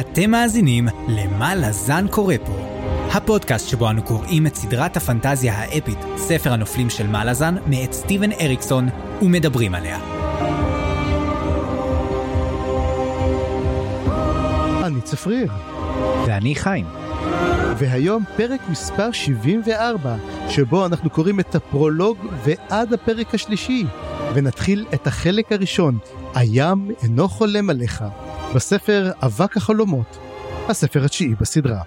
אתם מאזינים למה לזן קורא פה, הפודקאסט שבו אנו קוראים את סדרת הפנטזיה האפית, ספר הנופלים של מה לזן, מאת סטיבן אריקסון, ומדברים עליה. אני צפריר. ואני חיים. והיום פרק מספר 74, שבו אנחנו קוראים את הפרולוג ועד הפרק השלישי, ונתחיל את החלק הראשון, הים אינו חולם עליך, בספר אבק החלומות, הספר התשיעי בסדרה.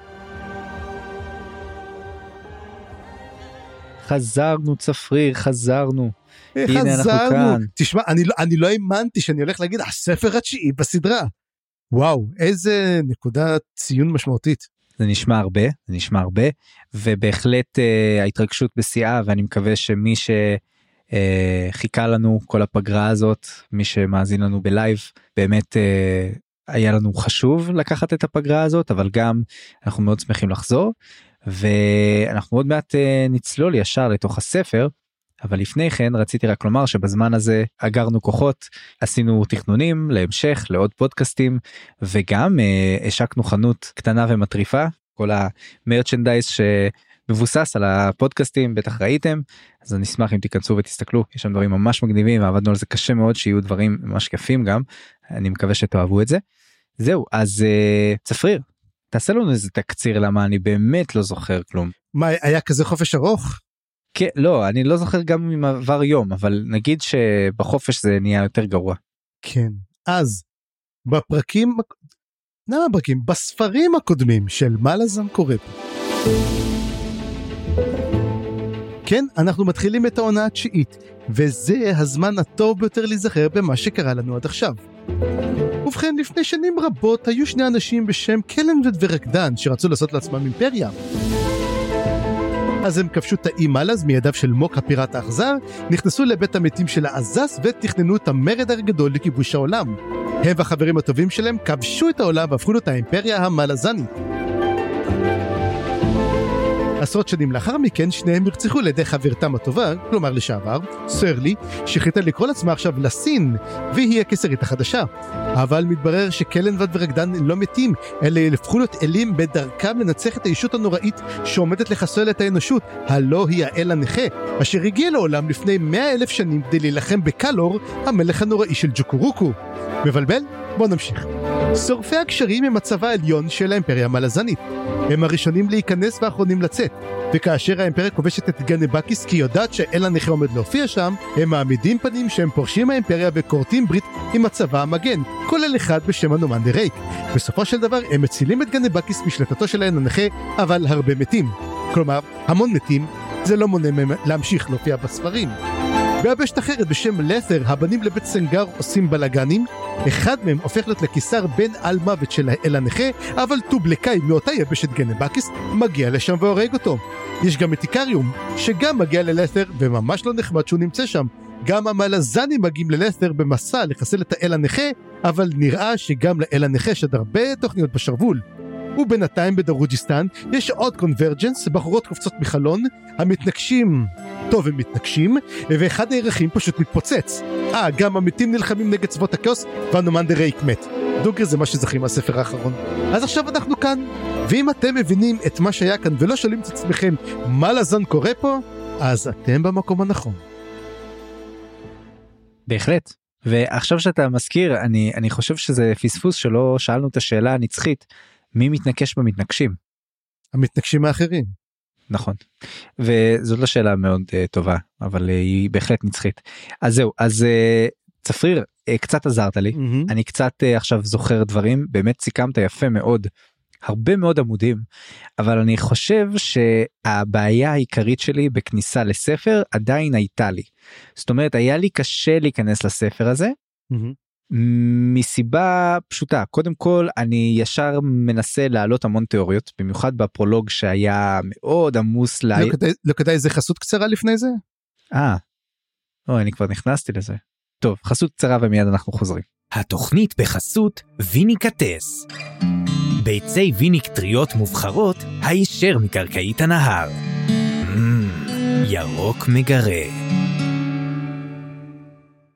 חזרנו צפריר, חזרנו. הנה אנחנו כאן. תשמע, אני לא האמנתי שאני הולך להגיד הספר התשיעי בסדרה. וואו, איזה נקודת ציון משמעותית. זה נשמע הרבה, ובהחלט ההתרגשות בשיאה, ואני מקווה שמי שחיכה לנו כל הפגרה הזאת, מי שמאזין לנו בלייב, באמת היה לנו חשוב לקחת את הפגרה הזאת, אבל גם אנחנו מאוד שמחים לחזור, ואנחנו עוד מעט נצלול ישר לתוך הספר, אבל לפני כן רציתי רק לומר שבזמן הזה אגרנו כוחות, עשינו תכנונים להמשך, לעוד פודקאסטים, וגם השקנו חנות קטנה ומטריפה, כל המרצ'נדייז שמבוסס על הפודקאסטים, בטח ראיתם, אז אני אשמח אם תיכנסו ותסתכלו, יש שם דברים ממש מגניבים, ועבדנו על זה קשה מאוד, שיהיו דברים ממש כיפים גם, אני מקווה שתאהבו את זה. זהו, אז צפריר, תעשה לנו איזה תקציר, למה אני באמת לא זוכר כלום. מה, היה כזה חופש ארוך? כן, לא, אני לא זוכר גם אם עבר יום, אבל נגיד שבחופש זה נהיה יותר גרוע. כן, אז בספרים הקודמים של מה לזן קורא פה. כן, אנחנו מתחילים את העונה התשיעית, וזה הזמן הטוב ביותר להיזכר במה שקרה לנו עד עכשיו. ובכן, לפני שנים רבות היו שני אנשים בשם קלנבד ורקדן שרצו לעשות לעצמם אימפריה. אז הם כבשו את האי מלז מידיו של מוק הפיראט האכזר, נכנסו לבית המתים של האזס ותכננו את המרד הגדול לכיבוש העולם. הם והחברים הטובים שלהם כבשו את העולם והפכו את האימפריה המלזנית. עשרות שנים לאחר מכן שניהם הרציחו לידי חברתם הטובה, כלומר לשעבר, סרלי, שהחליטה לקרוא לעצמה עכשיו לסין, והיא הקיסרית החדשה. אבל מתברר שקלנבד ורקדן לא מתים, אלא הפכו להיות אלים בדרכם לנצח את הישות הנוראית שעומדת לחסל את האנושות, הלא היא האל הנכה, אשר הגיע לעולם לפני 100,000 שנים כדי להילחם בקלור, המלך הנוראי של ג'וקורוקו. מבלבל? בוא נמשיך. שורפי הקשרים הם הצבא העליון של האימפריה המלזנית. הם הראשונים להיכנס והאחרונים לצאת, וכאשר האימפריה כובשת את גנבקיס כי יודעת שאל הנכה עומד להופיע שם, הם מעמידים פנים שהם פורשים מהאימפריה וקורטים ברית עם הצבא המגן, כולל אחד בשם הנומן דרייק. בסופו של דבר הם מצילים את גנבקיס משלטתו של האל הנכה, אבל הרבה מתים. כלומר, המון מתים, זה לא מונע מהם להמשיך להופיע בספרים. ביבשת אחרת בשם לת'ר, הבנים לבית סנגר עושים בלגנים, אחד מהם הופך להיות לקיסר בן על מוות של האל הנכה, אבל טובלקאי מאותה יבשת גנבקיס מגיע לשם והורג אותו. יש גם את איקריום, שגם מגיע ללת'ר, וממש לא נחמד שהוא נמצא שם. גם המלזנים מגיעים ללת'ר במסע לחסל את האל הנכה, אבל נראה שגם לאל הנכה יש עוד הרבה תוכניות בשרוול. ובינתיים בדרוג'יסטן יש עוד קונברג'נס, בחורות קופצות מחלון, המתנגשים, טוב הם מתנגשים, ואחד הירחים פשוט מתפוצץ. גם המתים נלחמים נגד צבאות הכאוס, והנומן דרייק מת. דוגרי זה מה שזכרים מהספר האחרון. אז עכשיו אנחנו כאן, ואם אתם מבינים את מה שהיה כאן ולא שואלים את עצמכם מה לזן קורה פה, אז אתם במקום הנכון. בהחלט. ועכשיו שאתה מזכיר, אני חושב שזה פספוס שלא שאלנו את השאלה הנצחית, מי מתנקש במתנקשים? המתנקשים האחרים. נכון. וזאת לא שאלה מאוד טובה, אבל היא בהחלט נצחית. אז זהו, אז צפריר, קצת עזרת לי, אני קצת עכשיו זוכר דברים, באמת סיכמת יפה מאוד, הרבה מאוד עמודים, אבל אני חושב שהבעיה העיקרית שלי בכניסה לספר עדיין הייתה לי. זאת אומרת, היה לי קשה להיכנס לספר הזה, מסיבה פשוטה. קודם כל אני ישר מנסה להעלות המון תיאוריות, במיוחד בפרולוג שהיה מאוד עמוס. לא כדאי איזה חסות קצרה לפני זה? אני כבר נכנסתי לזה. טוב, חסות קצרה ומיד אנחנו חוזרים. התוכנית בחסות ויניקטס, ביצי ויניק טריות מובחרות הישר מקרקעית הנהר. ירוק מגרה.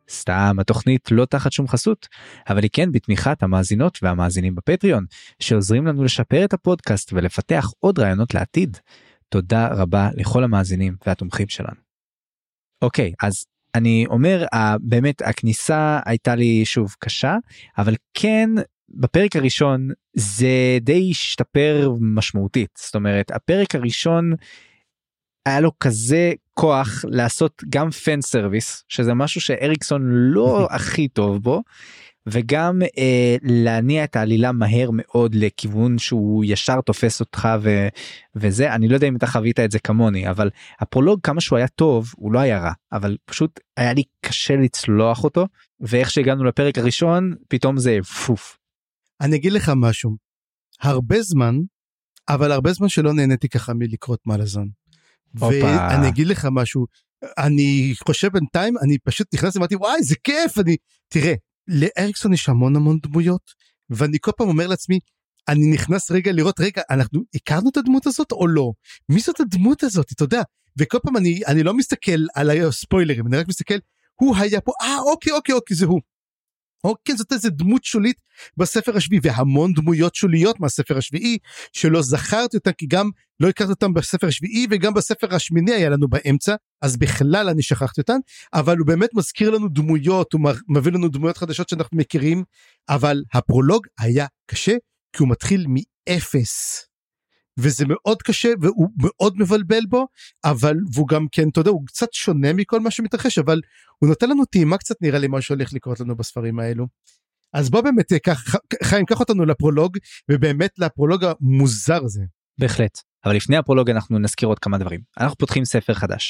סתם, התוכנית לא תחת שום חסות, אבל היא כן בתמיכת המאזינות והמאזינים בפטריון, שעוזרים לנו לשפר את הפודקאסט ולפתח עוד רעיונות לעתיד. תודה רבה לכל המאזינים והתומכים שלנו. אוקיי, אז אני אומר, באמת הכניסה הייתה לי שוב קשה, אבל כן בפרק הראשון זה די השתפר משמעותית. זאת אומרת, הפרק הראשון היה לו כזה כוח לעשות גם פן סרוויס, שזה משהו שאריקסון לא הכי טוב בו, וגם להניע את העלילה מהר מאוד לכיוון שהוא ישר תופס אותך וזה. אני לא יודע אם אתה חווית את זה כמוני, אבל הפרולוג כמה שהוא היה טוב, הוא לא היה רע, אבל פשוט היה לי קשה לצלוח אותו, ואיך שהגענו לפרק הראשון, פתאום זה פוף. אני אגיד לך משהו, הרבה זמן, אבל הרבה זמן שלא נהניתי ככה מלקרות מלאזן. ואני אגיד לך משהו, אני חושב בינתיים, אני פשוט נכנס ואמרתי, וואי, זה כיף, תראה, לאריקסון יש המון דמויות, ואני כל פעם אומר לעצמי, אני נכנס רגע לראות, רגע, אנחנו הכרנו את הדמות הזאת או לא? מי זאת הדמות הזאת, אתה יודע? וכל פעם אני לא מסתכל על הספוילרים, אני רק מסתכל, הוא היה פה, אוקיי, זה הוא. אוקיי, זאת איזו דמות שולית בספר השביעי, והמון דמויות שוליות מהספר השביעי, שלא זכרתי אותן, כי גם לא הכרתי אותן בספר השביעי, וגם בספר השמיני היה לנו באמצע, אז בכלל אני שכחתי אותן, אבל הוא באמת מזכיר לנו דמויות, הוא מביא לנו דמויות חדשות שאנחנו מכירים, אבל הפרולוג היה קשה, כי הוא מתחיל מאפס, וזה מאוד קשה, והוא מאוד מבלבל בו, והוא גם כן, אתה יודע, הוא קצת שונה מכל מה שמתרחש, אבל הוא נותן לנו טעימה קצת, נראה לי מה שהולך לקרות לנו בספרים האלו. אז בוא באמת, חיים, קח אותנו לפרולוג, ובאמת לפרולוג המוזר הזה. בהחלט. אבל לפני הפרולוג אנחנו נזכיר עוד כמה דברים. אנחנו פותחים ספר חדש,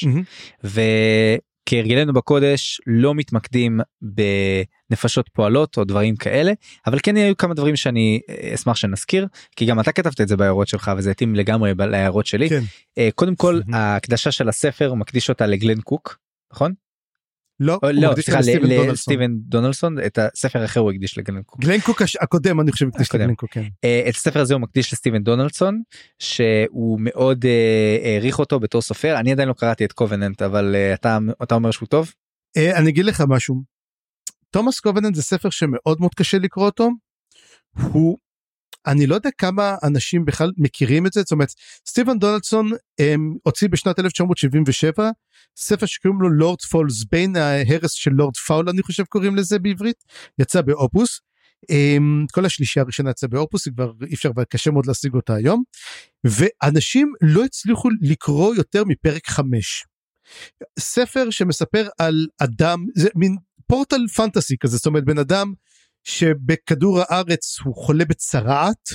וכהרגלנו בקודש לא מתמקדים בנפשות פועלות או דברים כאלה, אבל כן היו כמה דברים שאני אשמח שנזכיר, כי גם אתה כתבת את זה בהערות שלך, וזה התאים לגמרי להערות שלי. כן. קודם כל, ההקדשה של הספר מקדיש אותה לגלן קוק, נכון? לא, סליחה, לסטיבן דונלדסון, את הספר אחר הוא הקדיש לגלן קוק. גלן קוק הקודם, אני חושב הקדיש לגלן קוק, כן. את הספר הזה הוא מקדיש לסטיבן דונלדסון, שהוא מאוד העריך אותו בתור סופר. אני עדיין לא קראתי את קובננט, אבל אתה אומר שהוא טוב? אני אגיד לך משהו. תומאס קובננט זה ספר שמאוד מאוד קשה לקרוא אותו. אני לא יודע כמה אנשים בכלל מכירים את זה, זאת אומרת, סטיבן דונלדסון הוציא בשנת 1977, ספר שקוראים לו לורד פולס ביין, ההרס של לורד פאול, אני חושב קוראים לזה בעברית, יצא באופוס, כל השלישייה הראשונה יצא באופוס, כבר אי אפשר וקשה מאוד להשיג אותה היום, ואנשים לא הצליחו לקרוא יותר מפרק 5, ספר שמספר על אדם, זה מין פורטל פנטסי כזה, זאת אומרת בן אדם, שבכדור הארץ הוא חולה בצרעת,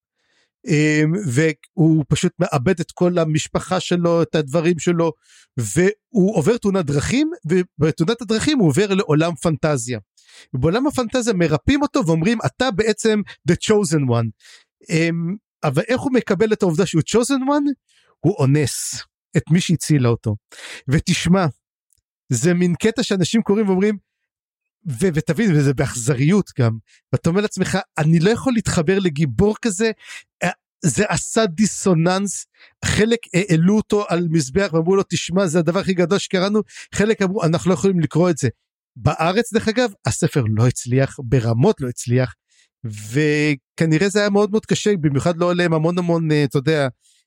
והוא פשוט מאבד את כל המשפחה שלו, את הדברים שלו, והוא עובר תאונת דרכים, ובתאונת הדרכים הוא עובר לעולם פנטזיה. ובעולם הפנטזיה מרפאים אותו, ואומרים, אתה בעצם the chosen one. אבל איך הוא מקבל את העובדה שהוא chosen one? הוא אונס את מי שהצילה אותו. ותשמע, זה מין קטע שאנשים קוראים ואומרים, ותבין, וזה באכזריות גם, ואתה אומר לעצמך, אני לא יכול להתחבר לגיבור כזה, זה עשה דיסוננס, חלק העלו אותו על מזבח, ואמרו לו, תשמע, זה הדבר הכי גדול שקראנו, חלק אמרו, אנחנו לא יכולים לקרוא את זה, בארץ דרך אגב, הספר לא הצליח, ברמות לא הצליח, וכנראה זה היה מאוד מאוד קשה, במיוחד לא עליהם המון, אתה יודע,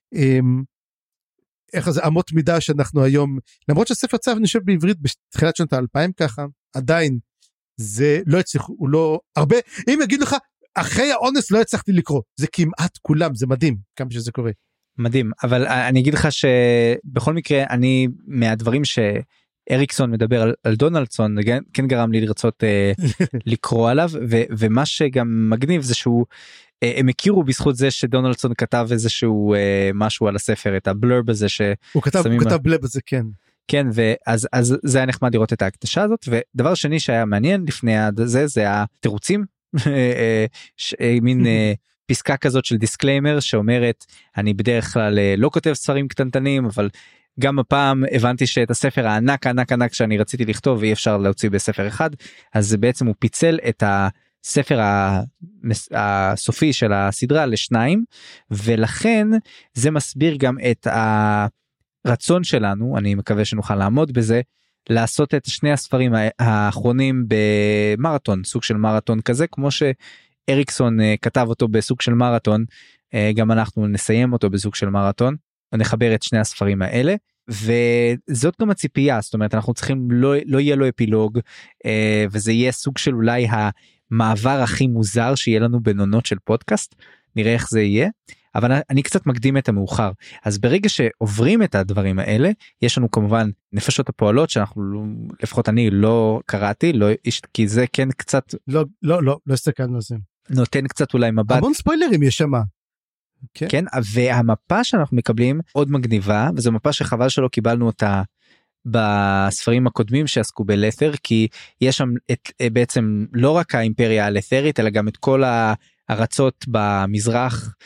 איך זה, אמות מידה שאנחנו היום, למרות שהספר צף נשב בעברית, בתחילת שנות ה-2000 ככה, עדיין, זה לא הצליח, הוא לא, הרבה, אם יגיד לך, אחרי האונס לא הצלחתי לקרוא, זה כמעט כולם, זה מדהים, כמה שזה קורה. מדהים, אבל אני אגיד לך שבכל מקרה, אני, מהדברים שאריקסון מדבר על דונלדסון, כן גרם לי לרצות לקרוא עליו, ומה שגם מגניב זה שהוא, הם הכירו בזכות זה שדונלדסון כתב איזשהו משהו על הספר, את הבלרב הזה הוא כתב בלרב הזה, כן. כן, ואז זה היה נחמד לראות את ההקדשה הזאת, ודבר שני שהיה מעניין לפני זה התירוצים, מין פסקה כזאת של דיסקליימר שאומרת, אני בדרך כלל לא כותב ספרים קטנטנים, אבל גם הפעם הבנתי שאת הספר הענק שאני רציתי לכתוב, ואי אפשר להוציא בספר אחד, אז בעצם הוא פיצל את הספר הסופי של הסדרה לשניים, ולכן זה מסביר גם את הרצון שלנו, אני מקווה שנוכל לעמוד בזה, לעשות את שני הספרים האחרונים במרתון, סוג של מרתון כזה, כמו שאריקסון כתב אותו בסוג של מרתון, גם אנחנו נסיים אותו בסוג של מרתון, ונחבר את שני הספרים האלה, וזאת גם הציפייה, זאת אומרת אנחנו צריכים, לא יהיה לו אפילוג, וזה יהיה סוג של אולי המעבר הכי מוזר שיהיה לנו בנונות של פודקאסט, נראה איך זה יהיה, אבל אני קצת מקדים את המאוחר, אז ברגע שעוברים את הדברים האלה, יש לנו כמובן נפשות הפועלות, שאנחנו, לפחות אני לא קראתי, כי זה כן קצת... לא הסתכלנו על זה. נותן קצת אולי מבט. המון ספוילרים יש שם. כן, והמפה שאנחנו מקבלים עוד מגניבה, וזו מפה שחבל שלא קיבלנו אותה בספרים הקודמים שעסקו בלת'ר, כי יש שם בעצם לא רק האימפריה הלת'רית, אלא גם את כל הארצות במזרח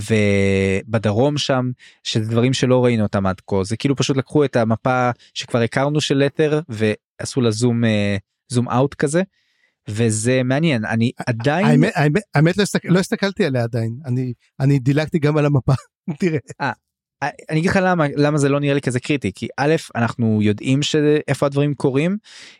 ובדרום שם, שזה דברים שלא ראינו אותם עד כה, זה כאילו פשוט לקחו את המפה שכבר הכרנו של לת'ר, ועשו לה זום אאוט כזה, וזה מעניין, אני עדיין... האמת לא הסתכלתי עליה עדיין, אני דילגתי גם על המפה, תראה. אני אגיד לך למה זה לא נראה לי כזה קריטי, כי א', אנחנו יודעים איפה הדברים קורים,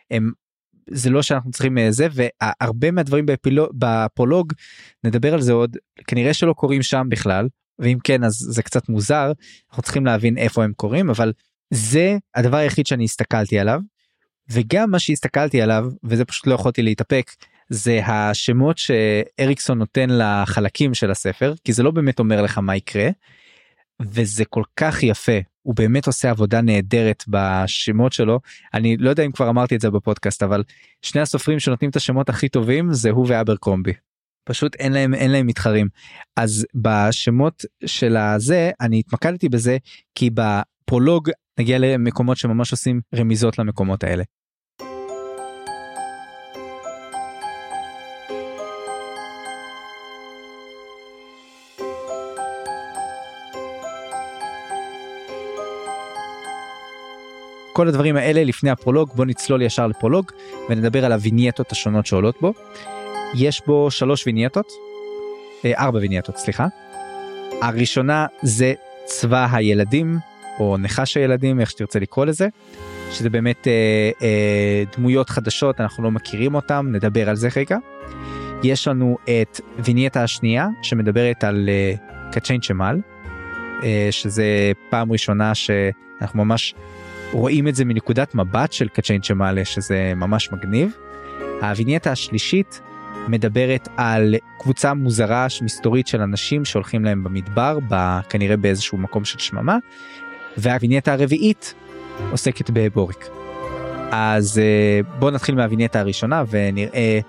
זה לא שאנחנו צריכים זה, והרבה מהדברים בפרולוג, נדבר על זה עוד, כנראה שלא קורים שם בכלל, ואם כן אז זה קצת מוזר, אנחנו צריכים להבין איפה הם קורים, אבל זה הדבר היחיד שאני הסתכלתי עליו, וגם מה שהסתכלתי עליו, וזה פשוט לא יכולתי להתאפק, זה השמות שאריקסון נותן לחלקים של הספר, כי זה לא באמת אומר לך מה יקרה, וזה כל כך יפה, הוא באמת עושה עבודה נהדרת בשמות שלו, אני לא יודע אם כבר אמרתי את זה בפודקאסט, אבל שני הסופרים שנותנים את השמות הכי טובים, זה הוא ואברקרומבי. פשוט אין להם מתחרים. אז בשמות של הזה, אני התמקדתי בזה, כי בפרולוג נגיע למקומות שממש עושים רמיזות למקומות האלה. כל הדברים האלה לפני הפרולוג, בוא נצלול ישר לפרולוג, ונדבר על הווינייטות השונות שעולות בו. יש בו 4 וינייטות, סליחה. הראשונה זה צבא הילדים, או נחש הילדים, איך שתרצה לקרוא לזה, שזה באמת דמויות חדשות, אנחנו לא מכירים אותם, נדבר על זה רגע. יש לנו את וינייטה השנייה, שמדברת על קצ'יין צ'מל, שזה פעם ראשונה שאנחנו ממש רואים את זה מנקודת מבט של קצ'יין צ'מל, שזה ממש מגניב. הווינייטה השלישית מדברת על קבוצה מוזרה מסתורית של אנשים שהולכים להם במדבר, כנראה באיזשהו מקום של שממה, והווינייטה הרביעית עוסקת בבוריק. אז בואו נתחיל מהווינייטה הראשונה ונראה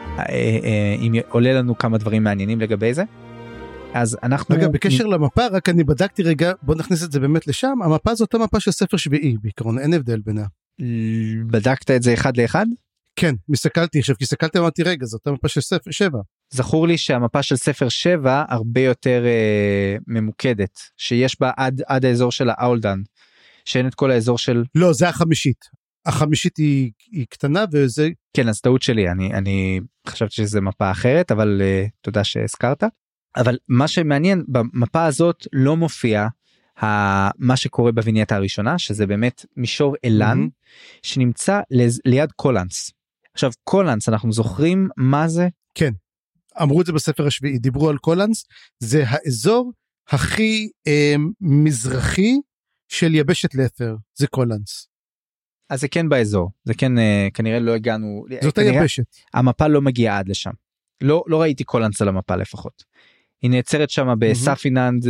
אם עולה לנו כמה דברים מעניינים לגבי זה. אז אנחנו... רגע, בקשר למפה, רק אני בדקתי רגע, בוא נכניס את זה באמת לשם, המפה זאת המפה של ספר שביעי, בעיקרון אין הבדל בינה. בדקת את זה אחד לאחד? כן, מסתכלתי עכשיו, כי הסתכלתי אמרתי רגע, זאת המפה של ספר 7. זכור לי שהמפה של ספר 7 הרבה יותר ממוקדת, שיש בה עד האזור של האולדן, שאין את כל האזור של... לא, זה החמישית. החמישית היא קטנה וזה... כן, אז טעות שלי, אני חשבתי שזה מפה אחרת, אבל תודה שהזכרת. אבל מה שמעניין, במפה הזאת לא מופיע מה שקורה בווינייטה הראשונה, שזה באמת מישור אלן, שנמצא ליד קולנס. עכשיו, קולנס, אנחנו זוכרים מה זה? כן, אמרו את זה בספר השביעי, דיברו על קולנס, זה האזור הכי מזרחי של יבשת לת'ר, זה קולנס. אז זה כן באזור, זה כן, כנראה לא הגענו... זאת היבשת. המפה לא מגיעה עד לשם. לא ראיתי קולנס על המפה לפחות. היא נעצרת שם בספיננד,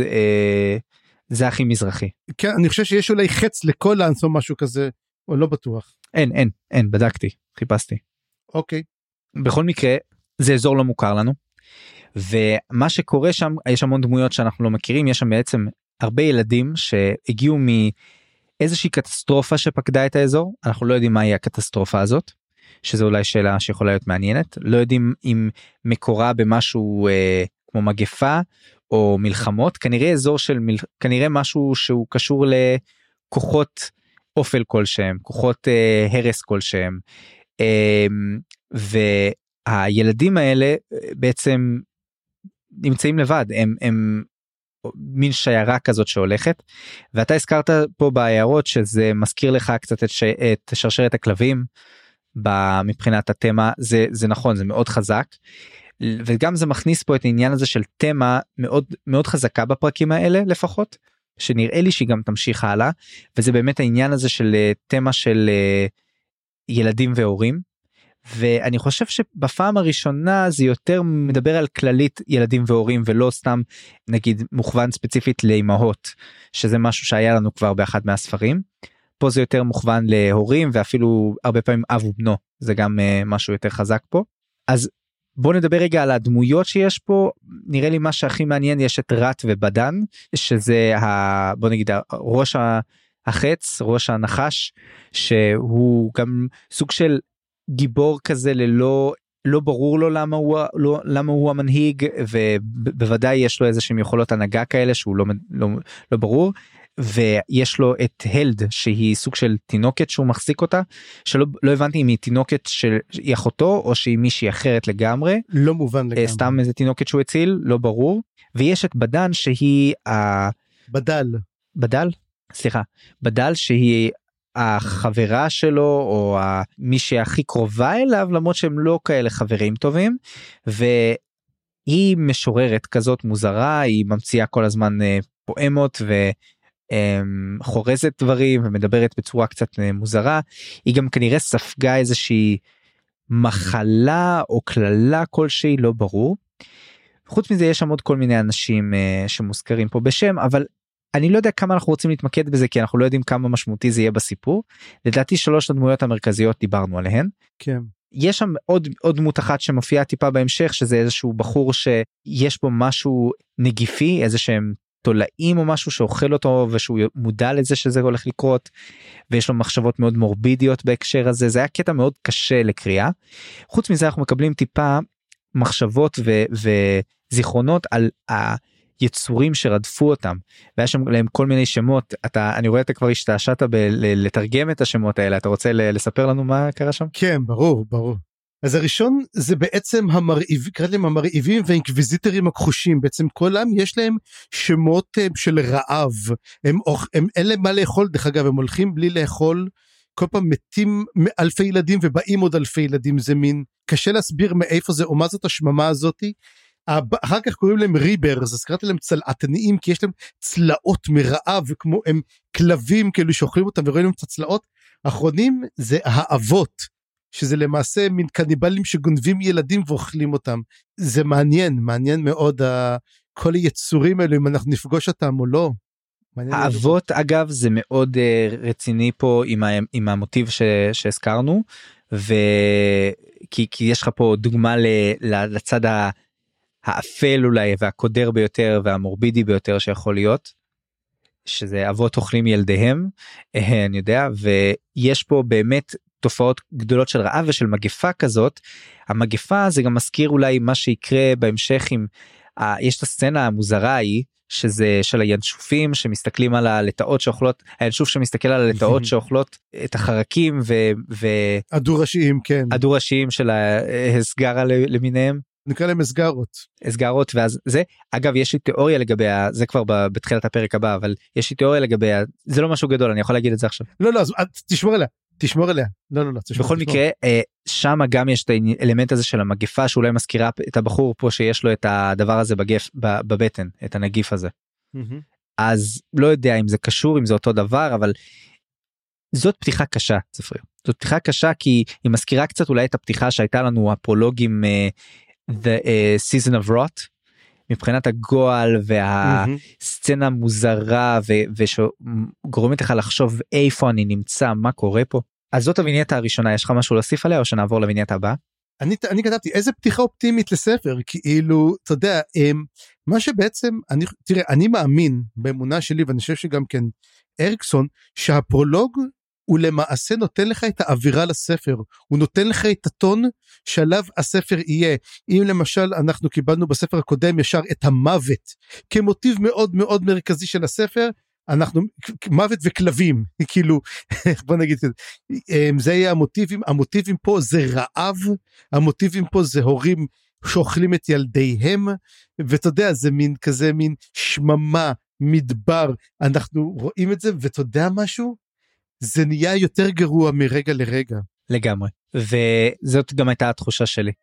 זה הכי מזרחי. כן, אני חושב שיש אולי חץ לקולנס או משהו כזה, או לא בטוח. אין, בדקתי, חיפשתי. אוקיי. בכל מקרה, זה אזור לא מוכר לנו, ומה שקורה שם, יש המון דמויות שאנחנו לא מכירים, יש שם בעצם הרבה ילדים שהגיעו מאיזושהי קטסטרופה שפקדה את האזור, אנחנו לא יודעים מהי הקטסטרופה הזאת, שזו אולי שאלה שיכולה להיות מעניינת, לא יודעים אם מקורה במשהו כמו מגפה, או מלחמות, כנראה אזור של, כנראה משהו שהוא קשור לכוחות אופל כלשהם, כוחות הרס כלשהם, והילדים האלה בעצם נמצאים לבד, הם מין שיירה כזאת שהולכת, ואתה הזכרת פה בהערות שזה מזכיר לך קצת את שרשרת הכלבים, מבחינת התמה, זה נכון, זה מאוד חזק, וגם זה מכניס פה את העניין הזה של תמה מאוד מאוד חזקה בפרקים האלה לפחות, שנראה לי שהיא גם תמשיך הלאה, וזה באמת העניין הזה של תמה של ילדים והורים, ואני חושב שבפעם הראשונה זה יותר מדבר על כללית ילדים והורים, ולא סתם נגיד מוכוון ספציפית לאימהות, שזה משהו שהיה לנו כבר באחד מהספרים, פה זה יותר מוכוון להורים, ואפילו הרבה פעמים אב ובנו, זה גם משהו יותר חזק פה. אז בוא נדבר רגע על הדמויות שיש פה, נראה לי מה שהכי מעניין, יש את רת ובדן, שזה בוא נגיד ראש החץ, ראש הנחש, שהוא גם סוג של גיבור כזה לא ברור לו למה הוא המנהיג, ובוודאי יש לו איזשהם יכולות הנהגה כאלה שהוא לא ברור, ויש לו את הלד שהיא סוג של תינוקת שהוא מחזיק אותה, שלא הבנתי אם היא תינוקת שהיא אחותו או שהיא מישהי אחרת לגמרי, לא מובן לגמרי, סתם איזה תינוקת שהוא הציל, לא ברור. ויש את בדן שהיא בדל שהיא החברה שלו או מי שהכי קרובה אליו, למרות שהם לא כאלה חברים טובים, והיא משוררת כזאת מוזרה, היא ממציאה כל הזמן פואמות וחורזת דברים ומדברת בצורה קצת מוזרה. היא גם כנראה ספגה איזושהי מחלה או כללה כלשהי, לא ברור. חוץ מזה יש שם עוד כל מיני אנשים שמוזכרים פה בשם, אבל אני לא יודע כמה אנחנו רוצים להתמקד בזה, כי אנחנו לא יודעים כמה משמעותי זה יהיה בסיפור. לדעתי 3 הדמויות המרכזיות דיברנו עליהן. כן. יש שם עוד דמות אחת שמופיעה טיפה בהמשך, שזה איזשהו בחור שיש בו משהו נגיפי, איזה שהם תולעים או משהו שאוכל אותו, ושהוא מודע לזה שזה הולך לקרות, ויש לו מחשבות מאוד מורבידיות בהקשר הזה. זה היה קטע מאוד קשה לקריאה. חוץ מזה אנחנו מקבלים טיפה מחשבות וזיכרונות על יצורים שרדפו אותם, והיה שם להם כל מיני שמות. אני רואה אתה כבר השתעשעת לתרגם את השמות האלה, אתה רוצה לספר לנו מה קרה שם? כן, ברור. אז הראשון זה בעצם המרעיבים והאינקוויזיטורים הכחושים, בעצם כולם יש להם שמות של רעב, אין להם מה לאכול, דרך אגב הם הולכים בלי לאכול, כל פעם מתים אלפי ילדים ובאים עוד אלפי ילדים, זה מין, קשה להסביר מאיפה זה, או מה זאת השממה הזאתי. אחר כך קוראים להם ריברס, אז קראתי להם צלעתניים, כי יש להם צלעות מרעב, וכמו הם כלבים כאילו שאוכלים אותם ורואים להם את הצלעות. האחרונים זה האבות, שזה למעשה מין קניבלים שגונבים ילדים ואוכלים אותם. זה מעניין מאוד, כל היצורים האלו, אם אנחנו נפגוש אותם או לא. האבות אגב זה מאוד רציני פה עם המוטיב שהזכרנו, כי יש לך פה דוגמה לצד האפל אולי והקודר ביותר והמורבידי ביותר שיכול להיות, שזה אבות אוכלים ילדיהם, אני יודע, ויש פה באמת תופעות גדולות של רעב ושל מגפה כזאת. המגפה זה גם מזכיר אולי מה שיקרה בהמשך עם, יש את הסצנה המוזרה ההיא, שזה של הינשופים שמסתכלים על הלטאות שאוכלות, הינשוף שמסתכל על הלטאות שאוכלות את החרקים הדו-ראשיים, כן. הדו-ראשיים של ההסגרה למיניהם. נקרא להם הסגרות, ואז זה, אגב יש לי תיאוריה לגבי, זה כבר בתחילת הפרק הבא, אבל יש לי תיאוריה לגבי, זה לא משהו גדול, אני יכול להגיד את זה עכשיו. לא, אז תשמור עליה. לא. בכל מקרה, שם גם יש את האלמנט הזה של המגפה, שאולי מזכירה את הבחור פה שיש לו את הדבר הזה בבטן, את הנגיף הזה. אז לא יודע אם זה קשור, אם זה אותו דבר, אבל זאת פתיחה קשה, ספריר. זאת פתיחה קשה כי היא מזכירה קצת אולי את הפתיחה שהייתה לנו, הפרולוגים The Season of Rot, מבחינת הגועל והסצנה מוזרה ושגורמת לך לחשוב איפה אני נמצא, מה קורה פה. אז זאת הווינייטה הראשונה, יש לך משהו להוסיף עליה או שנעבור לווינייטה הבאה? אני כתבתי איזה פתיחה אופטימית לספר, כאילו אתה יודע, מה שבעצם, תראה, אני מאמין באמונה שלי, ואני חושב שגם כן אריקסון, שהפרולוג הוא למעשה נותן לך את האווירה לספר, הוא נותן לך את הטון שעליו הספר יהיה. אם למשל אנחנו קיבלנו בספר הקודם ישר את המוות, כמוטיב מאוד מאוד מרכזי של הספר, אנחנו, מוות וכלבים, כאילו, בוא נגיד, זה יהיה המוטיבים פה זה רעב, המוטיבים פה זה הורים שאוכלים את ילדיהם, ואתה יודע, זה מין כזה, מין שממה, מדבר, אנחנו רואים את זה, ואתה יודע משהו? זה נהיה יותר גרוע מרגע לרגע. לגמרי, וזאת גם הייתה התחושה שלי.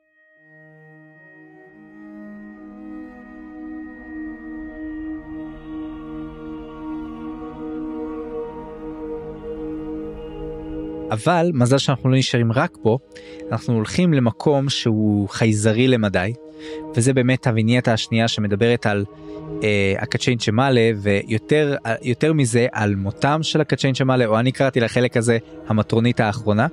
אבל מזל שאנחנו לא נשארים רק פה, אנחנו הולכים למקום שהוא חייזרי למדי, וזה באמת הווינייטה השנייה שמדברת על הקצ'יין שמאלה, ויותר מזה על מותם של הקצ'יין שמאלה, או אני קראתי לחלק הזה המטרונית האחרונה,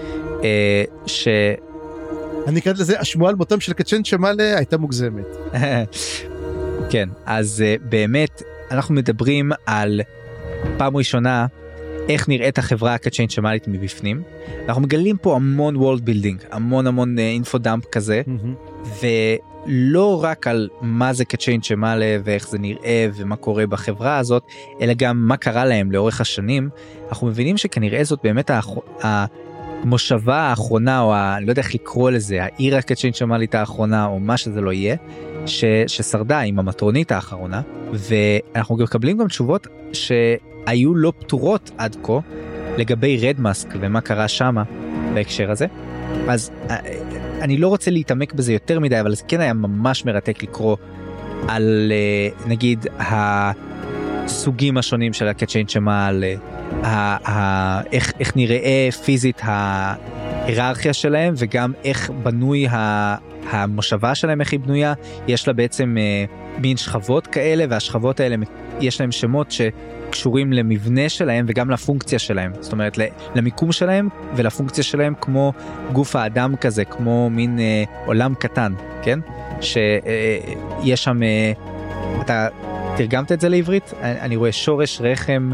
אני קראתי לזה, השמועה על מותם של הקצ'יין שמאלה הייתה מוגזמת. כן, אז באמת אנחנו מדברים על פעם ראשונה, איך נראית החברה הקצ'יין שמאלית מבפנים. אנחנו מגלים פה המון וורלד בילדינג, המון אינפו דאמפ כזה, ולא רק על מה זה קצ'יין שמאלה ואיך זה נראה ומה קורה בחברה הזאת, אלא גם מה קרה להם לאורך השנים. אנחנו מבינים שכנראה זאת באמת המושבה האחרונה, או אני לא יודע איך לקרוא לזה, העיר הקצ'יין שמאלית האחרונה, או מה שזה לא יהיה, ששרדה עם המטרונית האחרונה, ואנחנו מקבלים גם תשובות היו לא פתורות עד כה לגבי רד מאסק ומה קרה שמה בהקשר הזה. אז אני לא רוצה להתעמק בזה יותר מדי, אבל זה כן היה ממש מרתק לקרוא על נגיד הסוגים השונים של הקצ'יין שמאל, איך נראה פיזית ההיררכיה שלהם, וגם איך בנוי המושבה שלהם, איך היא בנויה. יש לה בעצם מין שכבות כאלה, והשכבות האלה יש להם שמות שקשורים למבנה שלהם וגם לפונקציה שלהם, זאת אומרת למיקום שלהם ולפונקציה שלהם, כמו גוף האדם כזה, כמו מין עולם קטן, כן? שיש שם, אתה תרגמת את זה לעברית? אני רואה שורש, רחם,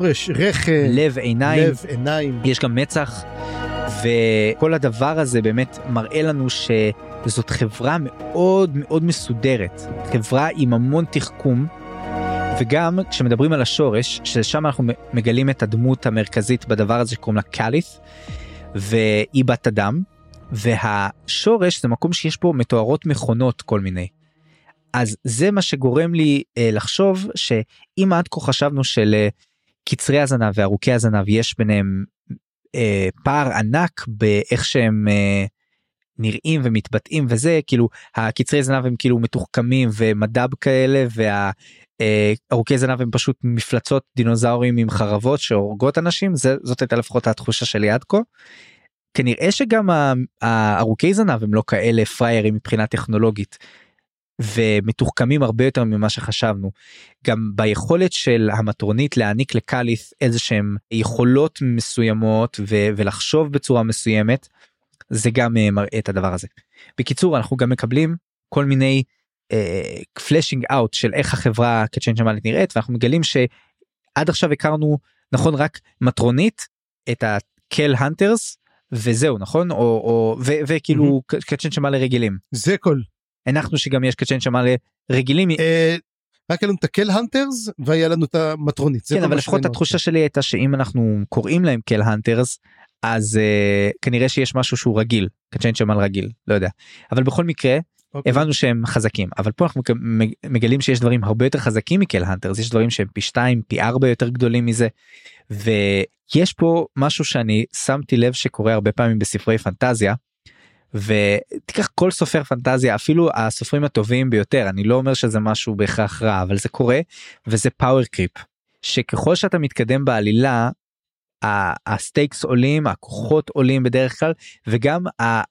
לב, עיניים, יש גם מצח, וכל הדבר הזה באמת מראה לנו שזאת חברה מאוד מאוד מסודרת, חברה עם המון תחכום. וגם כשמדברים על השורש, ששם אנחנו מגלים את הדמות המרכזית בדבר הזה שקוראים לה קאלית', והיא בת אדם, והשורש זה מקום שיש פה מתוארות מכונות כל מיני. אז זה מה שגורם לי לחשוב שאם עד כה חשבנו של קצרי הזנב וארוכי הזנב יש ביניהם פער ענק באיך שהם נראים ומתבטאים, וזה כאילו הקצרי זנב הם כאילו מתוחכמים ומדב כאלה, ארוכי זנב הם פשוט מפלצות דינוזאורים עם חרבות שהורגות אנשים. זאת הייתה לפחות התחושה שלי עד כה. כנראה שגם הארוכי זנב הם לא כאלה פריירים מבחינה טכנולוגית, ומתוחכמים הרבה יותר ממה שחשבנו. גם ביכולת של המטרונית להעניק לקאלית' איזה שהם יכולות מסוימות ולחשוב בצורה מסוימת, זה גם מראה את הדבר הזה. בקיצור, אנחנו גם מקבלים כל מיני פלאשינג אאוט של איך החברה קצ'יין שמאלית נראית, ואנחנו מגלים שעד עכשיו הכרנו, נכון, רק מטרונית, את הקל הנטרס, וזהו, נכון? וכאילו קצ'יין שמאלית רגילים. זה כל. אנחנו שגם יש קצ'יין שמאלית רגילים. רק היה לנו את הקל הנטרס, והיה לנו את המטרונית. כן, אבל לפחות התחושה שלי הייתה שאם אנחנו קוראים להם קל הנטרס, אז כנראה שיש משהו שהוא רגיל, קצ'יין שמאל רגיל, לא יודע. אבל בכל מקרה, הבנו שהם חזקים, אבל פה אנחנו מגלים שיש דברים הרבה יותר חזקים מקל הנטרס, יש דברים שהם פי 2, פי 4 יותר גדולים מזה, ויש פה משהו שאני שמתי לב שקורה הרבה פעמים בספרי פנטזיה, ותיקח כל סופר פנטזיה, אפילו הסופרים הטובים ביותר, אני לא אומר שזה משהו בהכרח רע, אבל זה קורה, וזה פאוור קריפ, שככל שאתה מתקדם בעלילה, הסטייקס עולים, הכוחות עולים בדרך כלל, וגם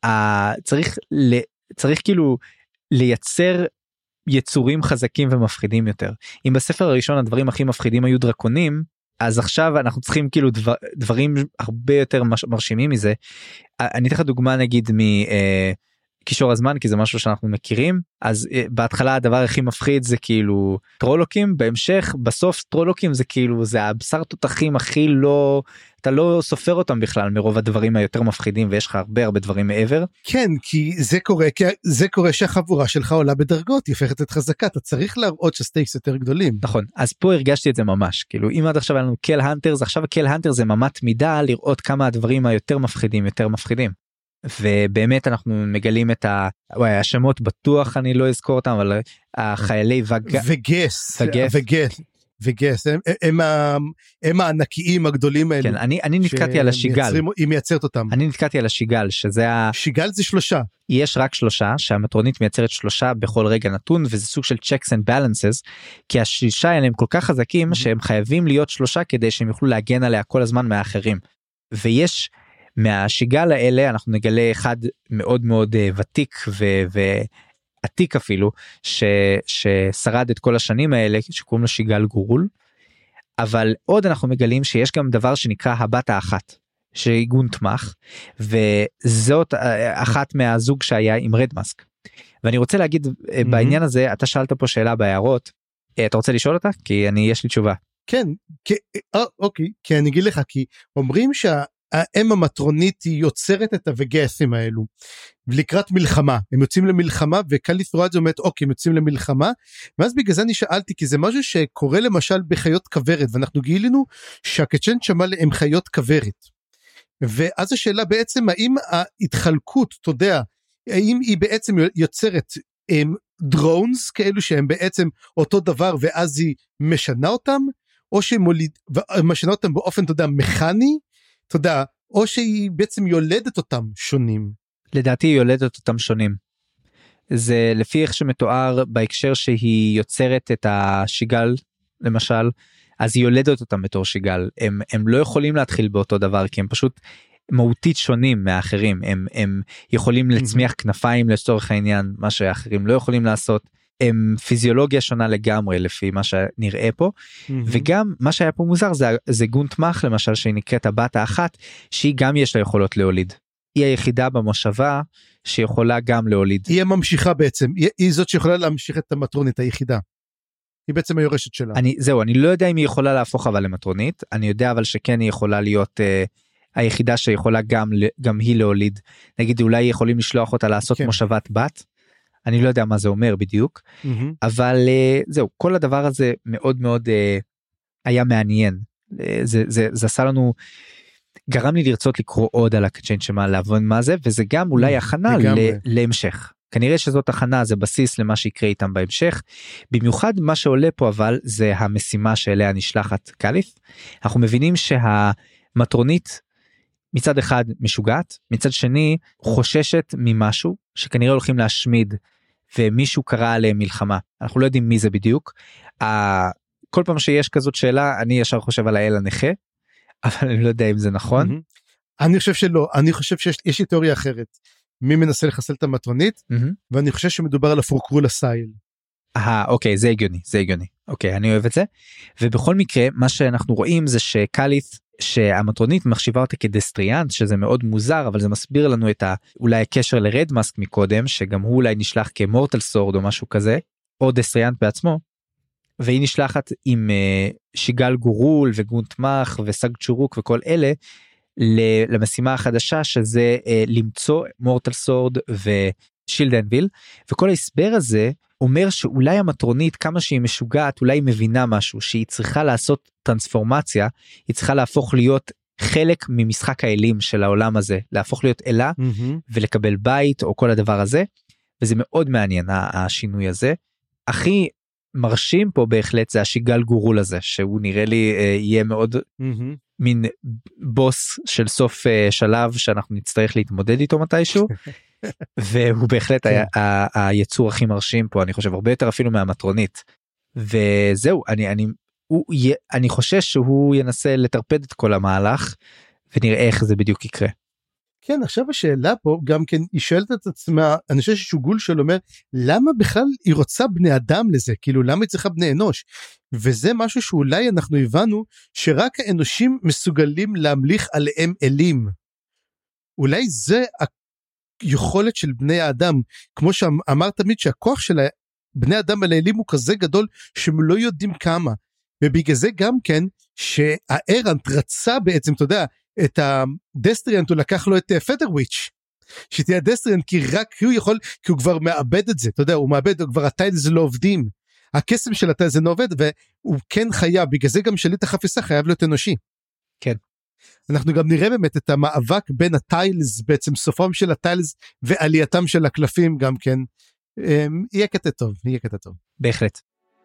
צריך כאילו לייצר יצורים חזקים ומפחידים יותר. אם בספר הראשון הדברים הכי מפחידים היו דרקונים, אז עכשיו אנחנו צריכים כאילו דברים הרבה יותר מרשימים מזה. אני אתן לך דוגמה נגיד קישור הזמן, כי זה משהו שאנחנו מכירים. אז בהתחלה הדבר הכי מפחיד זה כאילו טרולוקים, בהמשך בסוף טרולוקים זה כאילו זה הבשר תותחים הכי לא, אתה לא סופר אותם בכלל מרוב הדברים היותר מפחידים, ויש לך הרבה דברים מעבר. כן, כי זה קורה שהחבורה שלך עולה בדרגות, היא הופכת את חזקה, אתה צריך להראות שהסטייקס יותר גדולים. נכון, אז פה הרגשתי את זה ממש, כאילו אם עד עכשיו היה לנו קל הנטרס, עכשיו קל הנטר זה ממש מידה לראות כמה הדברים היותר מפחידים יותר מפחידים. ובאמת אנחנו מגלים את השמות בטוח אני לא אזכור אותם, אבל החיילי וגס, הם הענקיים הגדולים האלו. כן, אני נתקעתי על השיגל. היא מייצרת אותם. אני נתקעתי על השיגל, שזה שיגל זה 3. יש רק 3, שהמטרונית מייצרת 3 בכל רגע נתון, וזה סוג של checks and balances, כי ה6 האלה הם כל כך חזקים, שהם חייבים להיות 3 כדי שהם יוכלו להגן עליה כל הזמן מהאחרים. ויש מהשיגל האלה, אנחנו נגלה אחד מאוד מאוד ותיק עתיק אפילו, ששרד את כל השנים האלה, שקוראים לו שיגל גורול, אבל עוד אנחנו מגלים שיש גם דבר שנקרא הבת האחת, שהיא גונטמח, וזאת אחת מהזוג שהיה עם רדמאסק. ואני רוצה להגיד בעניין הזה, אתה שאלת פה שאלה בהערות, אתה רוצה לשאול אותה? כי יש לי תשובה. כן, אוקיי, כי אני אגיד לך, כי אומרים האם המטרונית היא יוצרת את הווגסים האלו, לקראת מלחמה, הם יוצאים למלחמה, וקלית' רואה את זה אומרת, אוקיי, הם יוצאים למלחמה, ואז בגלל זה אני שאלתי, כי זה משהו שקורה למשל בחיות כברת, ואנחנו גילינו שהקצ'ן שמל הם חיות כברת, ואז השאלה בעצם, האם ההתחלקות, אתה יודע, האם היא בעצם יוצרת דרונס, כאלו שהם בעצם אותו דבר, ואז היא משנה אותם, או שהיא משנה אותם באופן, אתה יודע, מכני, אתה יודע, או שהיא בעצם יולדת אותם שונים. לדעתי היא יולדת אותם שונים. זה לפי איך שמתואר בהקשר שהיא יוצרת את השיגל, למשל, אז היא יולדת אותם בתור שיגל. הם לא יכולים להתחיל באותו דבר, כי הם פשוט מהותית שונים מהאחרים. הם יכולים לצמיח כנפיים לצורך העניין, מה שהאחרים לא יכולים לעשות. הם פיזיולוגיה שונה לגמרי לפי מה שנראה פה, וגם מה שהיה פה מוזר זה גונטמח למשל שהיא נקראת הבת האחת, שהיא גם יש לה יכולות להוליד. היא היחידה במושבה שיכולה גם להוליד. היא הממשיכה בעצם, היא זאת שיכולה להמשיך את המטרונית היחידה. היא בעצם היורשת שלה. אני לא יודע אם היא יכולה להפוך אבל למטרונית, אני יודע אבל שכן היא יכולה להיות היחידה שיכולה גם היא להוליד. נגיד אולי יכולים לשלוח אותה לעשות מושבת בת, אני לא יודע מה זה אומר בדיוק, אבל זהו, כל הדבר הזה מאוד מאוד היה מעניין. זה עשה לנו, גרם לי לרצות לקרוא עוד על הקצ'יין שמה, להבין מה זה, וזה גם אולי הכנה להמשך. כנראה שזאת הכנה, זה בסיס למה שיקרה איתם בהמשך. במיוחד מה שעולה פה אבל, זה המשימה שאליה נשלחת קלית'. אנחנו מבינים שהמטרונית, מצד אחד משוגעת, מצד שני חוששת ממשהו שכנראה הולכים להשמיד, ומישהו קרא עליהם מלחמה. אנחנו לא יודעים מי זה בדיוק. כל פעם שיש כזאת שאלה, אני ישר חושב על האל הנכה, אבל אני לא יודע אם זה נכון. אני חושב שלא, אני חושב שיש לי תיאוריה אחרת. מי מנסה לחסל את המטרונית, ואני חושב שמדובר על הפורקרול הסייל. אוקיי, זה הגיוני. אוקיי, אני אוהב את זה. ובכל מקרה, מה שאנחנו רואים זה שקלית' שהמטרונית מחשיבה אותה כדסטריאנט, שזה מאוד מוזר, אבל זה מסביר לנו את אולי הקשר לרדמאסק מקודם, שגם הוא אולי נשלח כמורטל סורד או משהו כזה, או דסטריאנט בעצמו, והיא נשלחת עם שיגל גורול וגונטמח וסג צ'ורוק וכל אלה, למשימה החדשה שזה למצוא מורטל סורד ושילדנביל, וכל ההסבר הזה אומר שאולי המטרונית כמה שהיא משוגעת, אולי היא מבינה משהו, שהיא צריכה לעשות טרנספורמציה, היא צריכה להפוך להיות חלק ממשחק האלים של העולם הזה, להפוך להיות אלה ולקבל בית או כל הדבר הזה, וזה מאוד מעניין השינוי הזה. הכי מרשים פה בהחלט זה השיגל גורול הזה, שהוא נראה לי יהיה מאוד מין בוס של סוף שלב שאנחנו נצטרך להתמודד איתו מתישהו, והוא בהחלט היצור הכי מרשים פה, אני חושב הרבה יותר אפילו מהמטרונית, וזהו, אני חושש שהוא ינסה לטרפד את כל המהלך, ונראה איך זה בדיוק יקרה. כן, עכשיו השאלה פה גם כן, היא שואלת את עצמה, אני חושב ששוגול שלו אומר, למה בכלל היא רוצה בני אדם לזה? כאילו, למה היא צריכה בני אנוש? וזה משהו שאולי אנחנו הבנו, שרק האנושים מסוגלים להמליך עליהם אלים. אולי זה היכולת של בני האדם, כמו שאמר תמיד שהכוח של בני אדם על האלים הוא כזה גדול, שהם לא יודעים כמה. ובגלל זה גם כן, שהארנט רצה בעצם, אתה יודע, את הדסטריאנט, הוא לקח לו את פדרוויץ', שתהיה הדסטריאנט, כי רק הוא יכול, כי הוא כבר מאבד את זה, אתה יודע, הוא מאבד, כבר הטיילס לא עובדים, הקסם של הטיילס לא עובד, והוא כן חייב, בגלל זה גם שליט החפיסה חייב להיות אנושי. כן. אנחנו גם נראה באמת את המאבק בין הטיילס, בעצם סופם של הטיילס ועלייתם של הקלפים גם כן. יהיה קטע טוב, יהיה קטע טוב. בהחלט.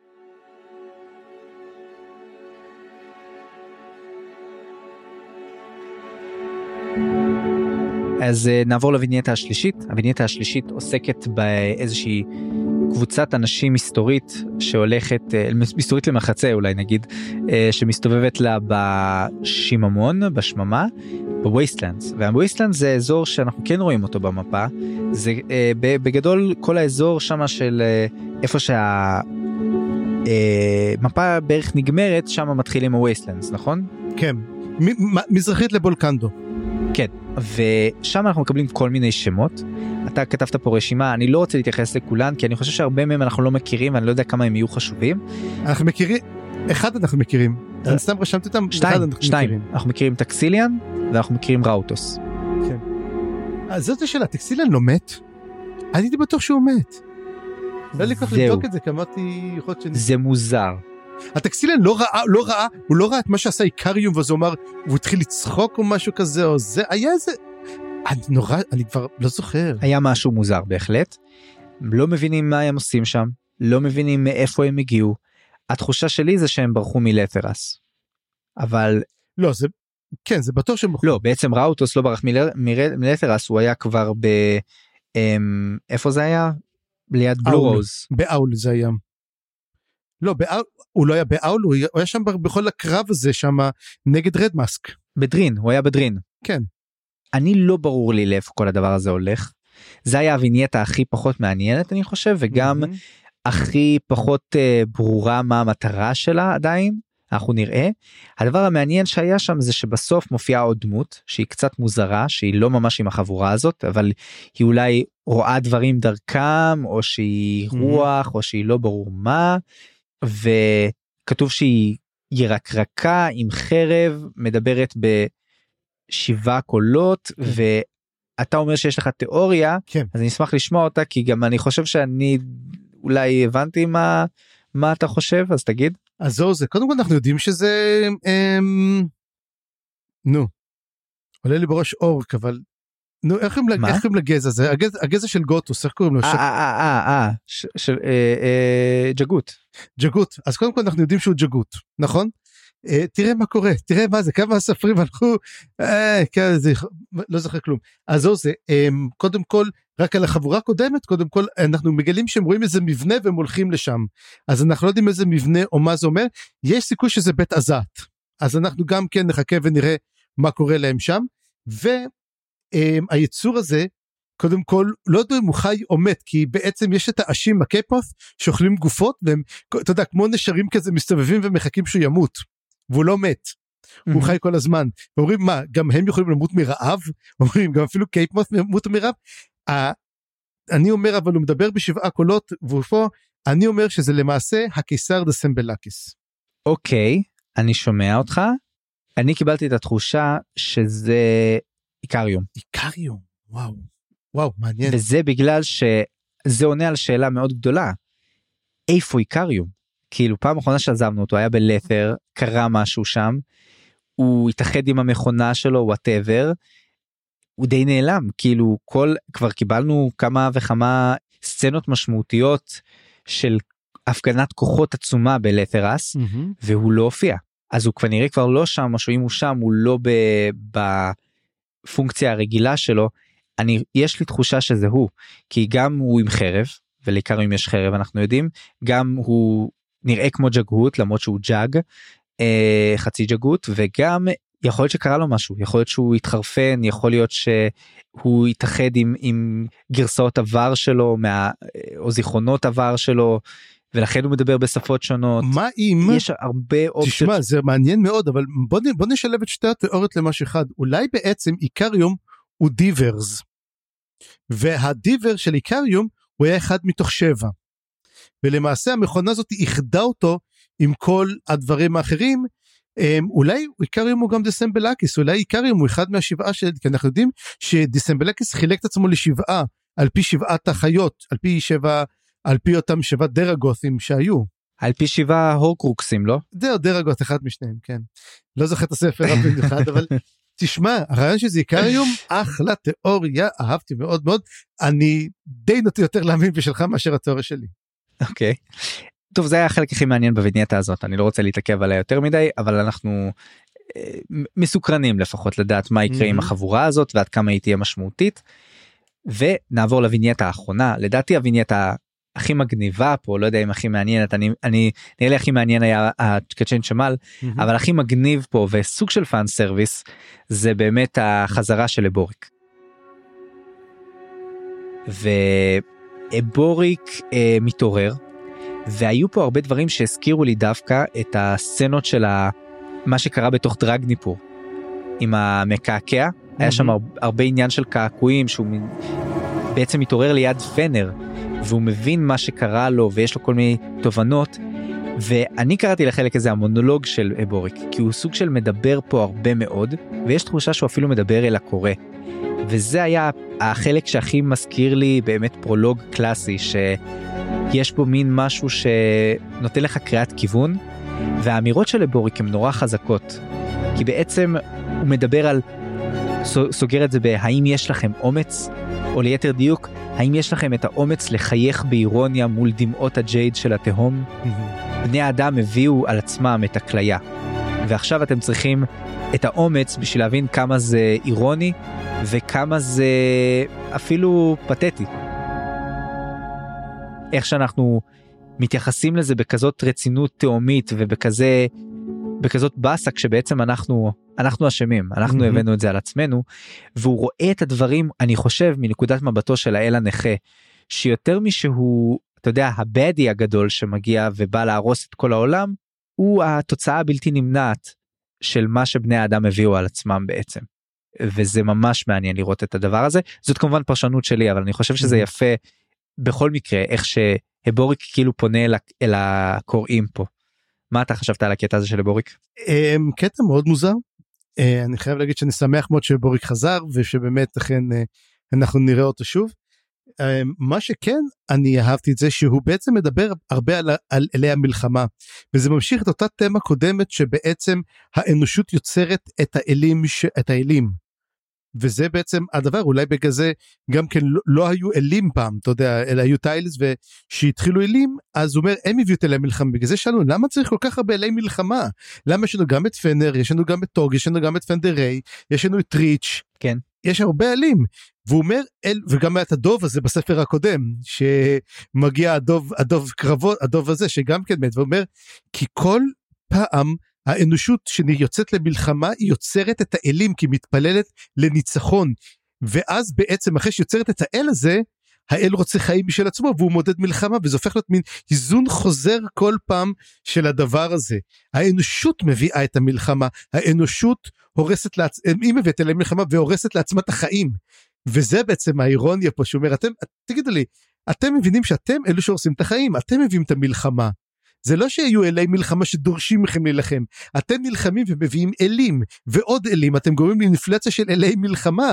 אז נעבור לווינייטה השלישית. הווינייטה השלישית עוסקת באיזושהי קבוצת אנשים מסתורית שהולכת, מסתורית למחצה אולי נגיד, שמסתובבת לה בשיממון, בשממה, בווייסטלנדס. והווייסטלנדס זה אזור שאנחנו כן רואים אותו במפה. זה בגדול כל האזור שם של איפה שהמפה בערך נגמרת, שם מתחילים הווייסטלנדס, נכון? כן, מזרחית לבולקנדו. כן, ושם אנחנו מקבלים כל מיני שמות. אתה כתבת פה רשימה, אני לא רוצה להתייחס לכולן, כי אני חושב שהרבה מהם אנחנו לא מכירים, ואני לא יודע כמה הם יהיו חשובים. אנחנו מכירים, אחד אנחנו מכירים, אני סתם רשמתי אותם, שתיים, אנחנו מכירים טקסיליאן, ואנחנו מכירים ראוטוס. כן. אז זאת השאלה, טקסיליאן לא מת? אני הייתי בטוח שהוא מת. לא לי כך לבדוק את זה, כי אמרתי יכול להיות זה מוזר. הטקסיליאן לא ראה, הוא לא ראה את מה שעשה איקריום, ואז הוא אמר, הוא התחיל לצחוק או משהו כזה, או זה, היה איזה, אני כבר לא זוכר. היה משהו מוזר בהחלט, לא מבינים מה הם עושים שם, לא מבינים מאיפה הם הגיעו, התחושה שלי זה שהם ברחו מלתרס, אבל... לא, זה, כן, זה בטוח שהם ברחו. לא, בעצם ראוטוס לא ברח מלתרס, הוא היה כבר איפה זה היה? ליד בלו רוז. באול זה היה. לא, הוא לא היה באול, הוא היה שם בכל הקרב הזה, שם נגד רד מאסק. בדרין, הוא היה בדרין. כן. אני לא ברור לי לאיפה כל הדבר הזה הולך. זה היה הווינייטה הכי פחות מעניינת, אני חושב, וגם הכי פחות ברורה מה המטרה שלה עדיין. אנחנו נראה. הדבר המעניין שהיה שם זה שבסוף מופיעה עוד דמות, שהיא קצת מוזרה, שהיא לא ממש עם החבורה הזאת, אבל היא אולי רואה דברים דרכם, או שהיא רוח, או שהיא לא ברור מה, וכתוב שהיא ירקרקה עם חרב, מדברת ב7 קולות, ואתה אומר שיש לך תיאוריה, כן. אז אני אשמח לשמוע אותה, כי גם אני חושב שאני אולי הבנתי מה אתה חושב, אז תגיד. אז זהו זה, קודם כל אנחנו יודעים שזה, עולה לי בראש אורק, אבל, איך הם לגזע הזה? הגזע של גוטוס, איך קוראים לו? ג'גות. ג'גות, אז קודם כל אנחנו יודעים שהוא ג'גות, נכון? תראה מה קורה, תראה מה זה, כמה הספרים הלכו, לא זוכר כלום. אז זהו זה, קודם כל, רק על החבורה הקודמת, קודם כל, אנחנו מגלים שהם רואים איזה מבנה והם הולכים לשם. אז אנחנו לא יודעים איזה מבנה או מה זה אומר, יש סיכוי שזה בית עזת. אז אנחנו גם כן נחכה ונראה מה קורה להם שם, והיצור הזה, קודם כל, לא יודע אם הוא חי או מת, כי בעצם יש את האשים הקייפות, שאוכלים גופות, והם, אתה יודע, כמו נשרים כזה, מסתובבים ומחכים שהוא ימות, והוא לא מת. הוא חי כל הזמן. ואומרים, מה, גם הם יכולים למות מרעב? אומרים, גם אפילו קייפות ימותו מרעב? אני אומר, אבל הוא מדבר ב7 קולות, ופה אני אומר שזה למעשה הקיסר דסמבלקיס. אוקיי, אני שומע אותך. אני קיבלתי את התחושה שזה איקריום. איקריום, וואו, מעניין. וזה בגלל שזה עונה על שאלה מאוד גדולה. איפה איקריום? כאילו פעם אחרונה שעזבנו אותו, היה בלת'ר, קרה משהו שם, הוא התאחד עם המכונה שלו, whatever, הוא די נעלם, כאילו כבר קיבלנו כמה וכמה סצנות משמעותיות של הפגנת כוחות עצומה בלת'רס, והוא לא הופיע. אז הוא כנראה כבר לא שם, או שאם הוא שם, הוא לא בפונקציה הרגילה שלו. יש לי תחושה שזה הוא, כי גם הוא עם חרב, ולעיקר אם יש חרב אנחנו יודעים, גם הוא נראה כמו ג'גות, למרות שהוא ג'ג, חצי ג'גות, וגם יכול להיות שקרה לו משהו, יכול להיות שהוא התחרפן, יכול להיות שהוא יתאחד עם גרסאות עבר שלו, או זיכרונות עבר שלו, ולכן הוא מדבר בשפות שונות. מה אם? יש הרבה אופציות. תשמע, זה מעניין מאוד, אבל בוא נשלב את שתי התיאוריות למשהו אחד. אולי בעצם איקריום הוא דיברס, והדיבר של איקריום הוא היה 1 מתוך 7. ולמעשה המכונה הזאת איחדה אותו עם כל הדברים האחרים. אולי איקריום הוא גם דסמבלקיס, אולי איקריום הוא אחד מה7 כי אנחנו יודעים שדסמבלקיס חילק את עצמו ל7 על פי 7 החיות, על פי אותם 7 דרגותים שהיו. על פי 7 הורקרוקסים, לא? זה דרגות, אחד משניהם, כן. לא זוכר את הספר רק במיוחד, אבל תשמע, הרעיון שזה איקריום, אחלה תיאוריה, אהבתי מאוד מאוד, אני די נוטה יותר להאמין בשלך מאשר התיאוריה שלי. אוקיי. טוב, זה היה החלק הכי מעניין בווינייטה הזאת, אני לא רוצה להתעכב עליה יותר מדי, אבל אנחנו מסוקרנים לפחות לדעת מה יקרה עם החבורה הזאת, ועד כמה היא תהיה משמעותית, ונעבור לווינייטה האחרונה, לדעתי הווינייטה הכי מגניבה פה, לא יודע אם הכי מעניינת, נראה לי הכי מעניין היה הקצ'ן שמל, אבל הכי מגניב פה, וסוג של פאן סרוויס, זה באמת החזרה של אבוריק. ואבוריק מתעורר, והיו פה הרבה דברים שהזכירו לי דווקא את הסצנות של מה שקרה בתוך דרגניפור, עם המקעקע, היה שם הרבה עניין של קעקועים, שהוא בעצם מתעורר ליד פנר, והוא מבין מה שקרה לו, ויש לו כל מיני תובנות, ואני קראתי לחלק הזה המונולוג של אבוריק, כי הוא סוג של מדבר פה הרבה מאוד, ויש תחושה שהוא אפילו מדבר אל הקורא, וזה היה החלק שהכי מזכיר לי באמת פרולוג קלאסי, שיש בו מין משהו שנותן לך קריאת כיוון, והאמירות של אבוריק הן נורא חזקות, כי בעצם הוא מדבר על, סוגר את זה בהאם יש לכם אומץ, או ליתר דיוק, האם יש לכם את האומץ לחייך באירוניה מול דמעות הג'ייד של התהום? בני האדם הביאו על עצמם את הכליה, ועכשיו אתם צריכים את האומץ בשביל להבין כמה זה אירוני, וכמה זה אפילו פתטי. איך שאנחנו מתייחסים לזה בכזאת רצינות תאומית, ובכזאת בסה, כשבעצם אנחנו אשמים, אנחנו הבאנו את זה על עצמנו, והוא רואה את הדברים, אני חושב, מנקודת מבטו של האל הנכה, שיותר משהוא, אתה יודע, הבאדי הגדול שמגיע ובא להרוס את כל העולם, הוא התוצאה הבלתי נמנעת של מה שבני האדם הביאו על עצמם בעצם. וזה ממש מעניין לראות את הדבר הזה. זאת כמובן פרשנות שלי, אבל אני חושב שזה יפה בכל מקרה, איך שאבוריק כאילו פונה אל הקוראים פה. מה אתה חשבת על הקטע הזה של אבוריק? קטע מאוד מוזר. אני חייב להגיד שאני שמח מאוד שאבוריק חזר, ושבאמת אכן אנחנו נראה אותו שוב. מה שכן, אני אהבתי את זה שהוא בעצם מדבר הרבה על אלי המלחמה, וזה ממשיך את אותה תמה קודמת שבעצם האנושות יוצרת את האלים, וזה בעצם הדבר, אולי בגלל זה גם כן לא היו אלים פעם, אתה יודע, אלא היו טיילס, ושהתחילו אלים, אז הוא אומר, הם הביאו את אלי המלחמה, בגלל זה שאלנו, למה צריך כל כך הרבה אלי מלחמה? למה יש לנו גם את פנר, יש לנו גם את טוג, יש לנו גם את פנדרי, יש לנו את ריץ', כן. יש הרבה אלים, והוא אומר, וגם את הדוב הזה בספר הקודם, שמגיע הדוב קרבות, הדוב הזה שגם כן מת, ואומר, כי כל פעם האנושות שיוצאת למלחמה, היא יוצרת את האלים, כי היא מתפללת לניצחון, ואז בעצם אחרי שיוצרת את האל הזה, האל רוצה חיים משל עצמו, והוא מודד מלחמה, וזה הופך להיות מין איזון חוזר כל פעם של הדבר הזה. האנושות מביאה את המלחמה, האנושות הורסת לעצמה, היא מביאה אליהם מלחמה, והורסת לעצמה את החיים, וזה בעצם האירוניה פה, שאומר, תגידו לי, אתם מבינים שאתם אלו שהורסים את החיים, אתם מביאים את המלחמה, זה לא שיהיו אלי מלחמה שדורשים מכם להילחם, אתם נלחמים ומביאים אלים, ועוד אלים, אתם גורמים לאינפלציה של אלי מלחמה,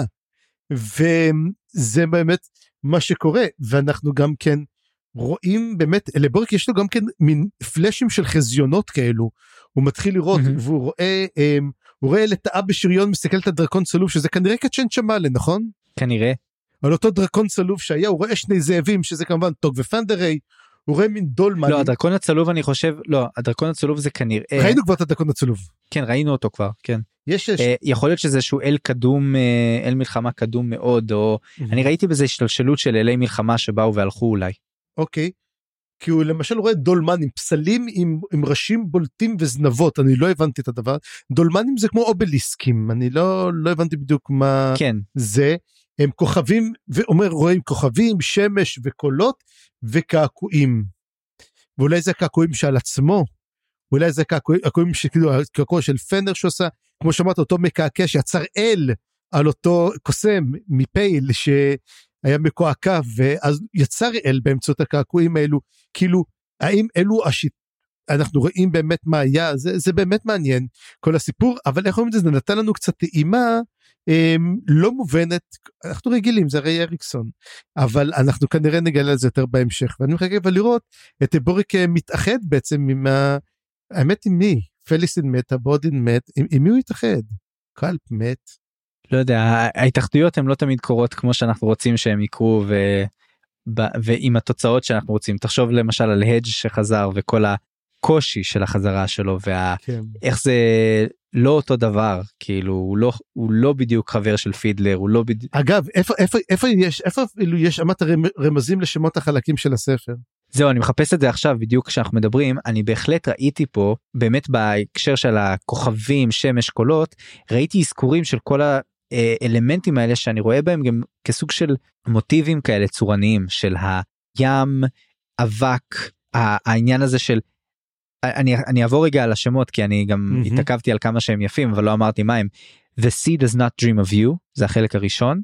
וזה באמת מה שקורה, ואנחנו גם כן רואים באמת, לבוריק יש לו גם כן מין פלשים של חזיונות כאלו, הוא מתחיל לראות, והוא רואה לטעה בשריון, מסתכל את הדרקון צלוב, שזה כנראה קצ'ן שמאלה, נכון? כנראה. על אותו דרקון צלוב שהיה, הוא רואה שני זאבים, שזה כמובן טוג ופנדרי, הוא רואה מין דולמן. לא, הדרקון הצלוב אני חושב, לא, הדרקון הצלוב זה כנראה. ראינו כבר את הדרקון הצלוב. כן, ראינו אותו כבר, כן. יכול להיות שזה שהוא אל קדום, אל מלחמה קדום מאוד, או אני ראיתי בזה השתלשלות של אלי מלחמה שבאו והלכו אולי. אוקיי, כי הוא למשל רואה דולמנים, פסלים עם ראשים בולטים וזנבות, אני לא הבנתי את הדבר, דולמנים זה כמו אובליסקים, אני לא הבנתי בדיוק מה זה, הם כוכבים, ואומר רואים כוכבים, שמש וקולות, וקעקועים, ואולי זה הקעקועים שעל עצמו, אולי זה הקעקועים קעקוע של פנר שעושה, כמו שאמרת, אותו מקעקע שיצר אל, על אותו קוסם מפייל, שהיה מקועקע, ואז יצר אל באמצעות הקעקועים האלו, כאילו, האם אלו אנחנו רואים באמת מה היה, זה באמת מעניין, כל הסיפור, אבל איך אומרים את זה, זה נתן לנו קצת טעימה, לא מובנת, אנחנו רגילים, זה הרי אריקסון, אבל אנחנו כנראה נגלה על זה יותר בהמשך, ואני מחכה לראות את בוריק מתאחד בעצם עם האמת עם מי? פליסין מת, הבודין מת, עם מי הוא התאחד? קלפ מת. לא יודע, ההתאחדויות הן לא תמיד קורות כמו שאנחנו רוצים שהם יקרו, ועם התוצאות שאנחנו רוצים. תחשוב למשל על הדג' שחזר וכל הקושי של החזרה שלו, ואיך זה לא אותו דבר, כאילו הוא לא בדיוק חבר של פידלר, הוא לא בדיוק... אגב, איפה יש אמרת רמזים לשמות החלקים של הספר? זהו, אני מחפש את זה עכשיו בדיוק כשאנחנו מדברים, אני בהחלט ראיתי פה, באמת בהקשר של הכוכבים, שמש, קולות, ראיתי אזכורים של כל האלמנטים האלה שאני רואה בהם גם כסוג של מוטיבים כאלה צורניים, של הים, אבק, העניין הזה של, אני אעבור רגע על השמות, כי אני גם התעכבתי על כמה שהם יפים, אבל לא אמרתי מה הם. The sea does not dream of you, זה החלק הראשון.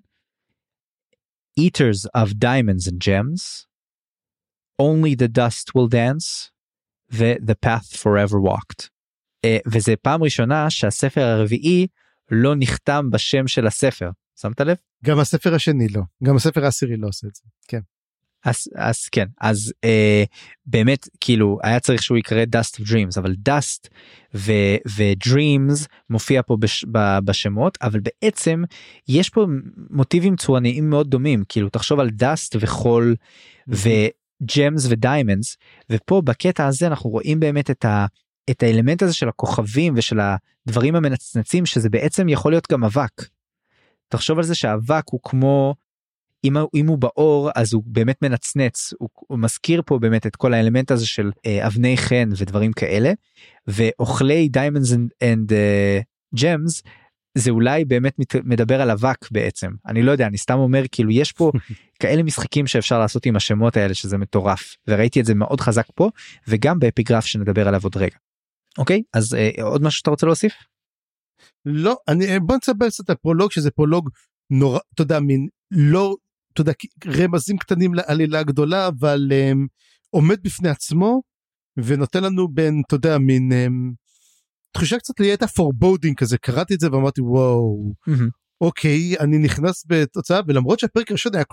Eaters of diamonds and gems. Only the dust will dance, ו-the path forever walked. וזה פעם ראשונה שהספר הרביעי לא נחתם בשם של הספר. שמת לב? גם הספר השני לא, גם הספר העשירי לא עושה את זה, כן. אז כן, אז באמת כאילו היה צריך שהוא יקרא Dust of Dreams, אבל Dust ו-Dreams מופיע פה בשמות, אבל בעצם יש פה מוטיבים צורניים מאוד דומים, כאילו תחשוב על Dust וחול ו-Gems ו-Diamonds, ופה בקטע הזה אנחנו רואים באמת את האלמנט הזה של הכוכבים ושל הדברים המנצנצים, שזה בעצם יכול להיות גם אבק. תחשוב על זה שהאבק הוא כמו, אם הוא באור אז הוא באמת מנצנץ, הוא מזכיר פה באמת את כל האלמנט הזה של אבני חן ודברים כאלה, ואוכלי Diamonds and Gems זה אולי באמת מדבר על אבק בעצם, אני לא יודע, אני סתם אומר כאילו יש פה כאלה משחקים שאפשר לעשות עם השמות האלה שזה מטורף, וראיתי את זה מאוד חזק פה, וגם באפיגרף שנדבר עליו עוד רגע. אוקיי, אז עוד משהו שאתה רוצה להוסיף? לא, בוא נסבר קצת הפרולוג, שזה פרולוג נורא, אתה יודע, מין לא, אתה יודע, רמזים קטנים לעלילה גדולה, אבל עומד בפני עצמו, ונותן לנו בין, אתה יודע, מין תחושה קצת לידע פורבודינג כזה, קראתי את זה ואמרתי וואו, אוקיי, אני נכנס בתוצאה, ולמרות שהפרק הראשון היה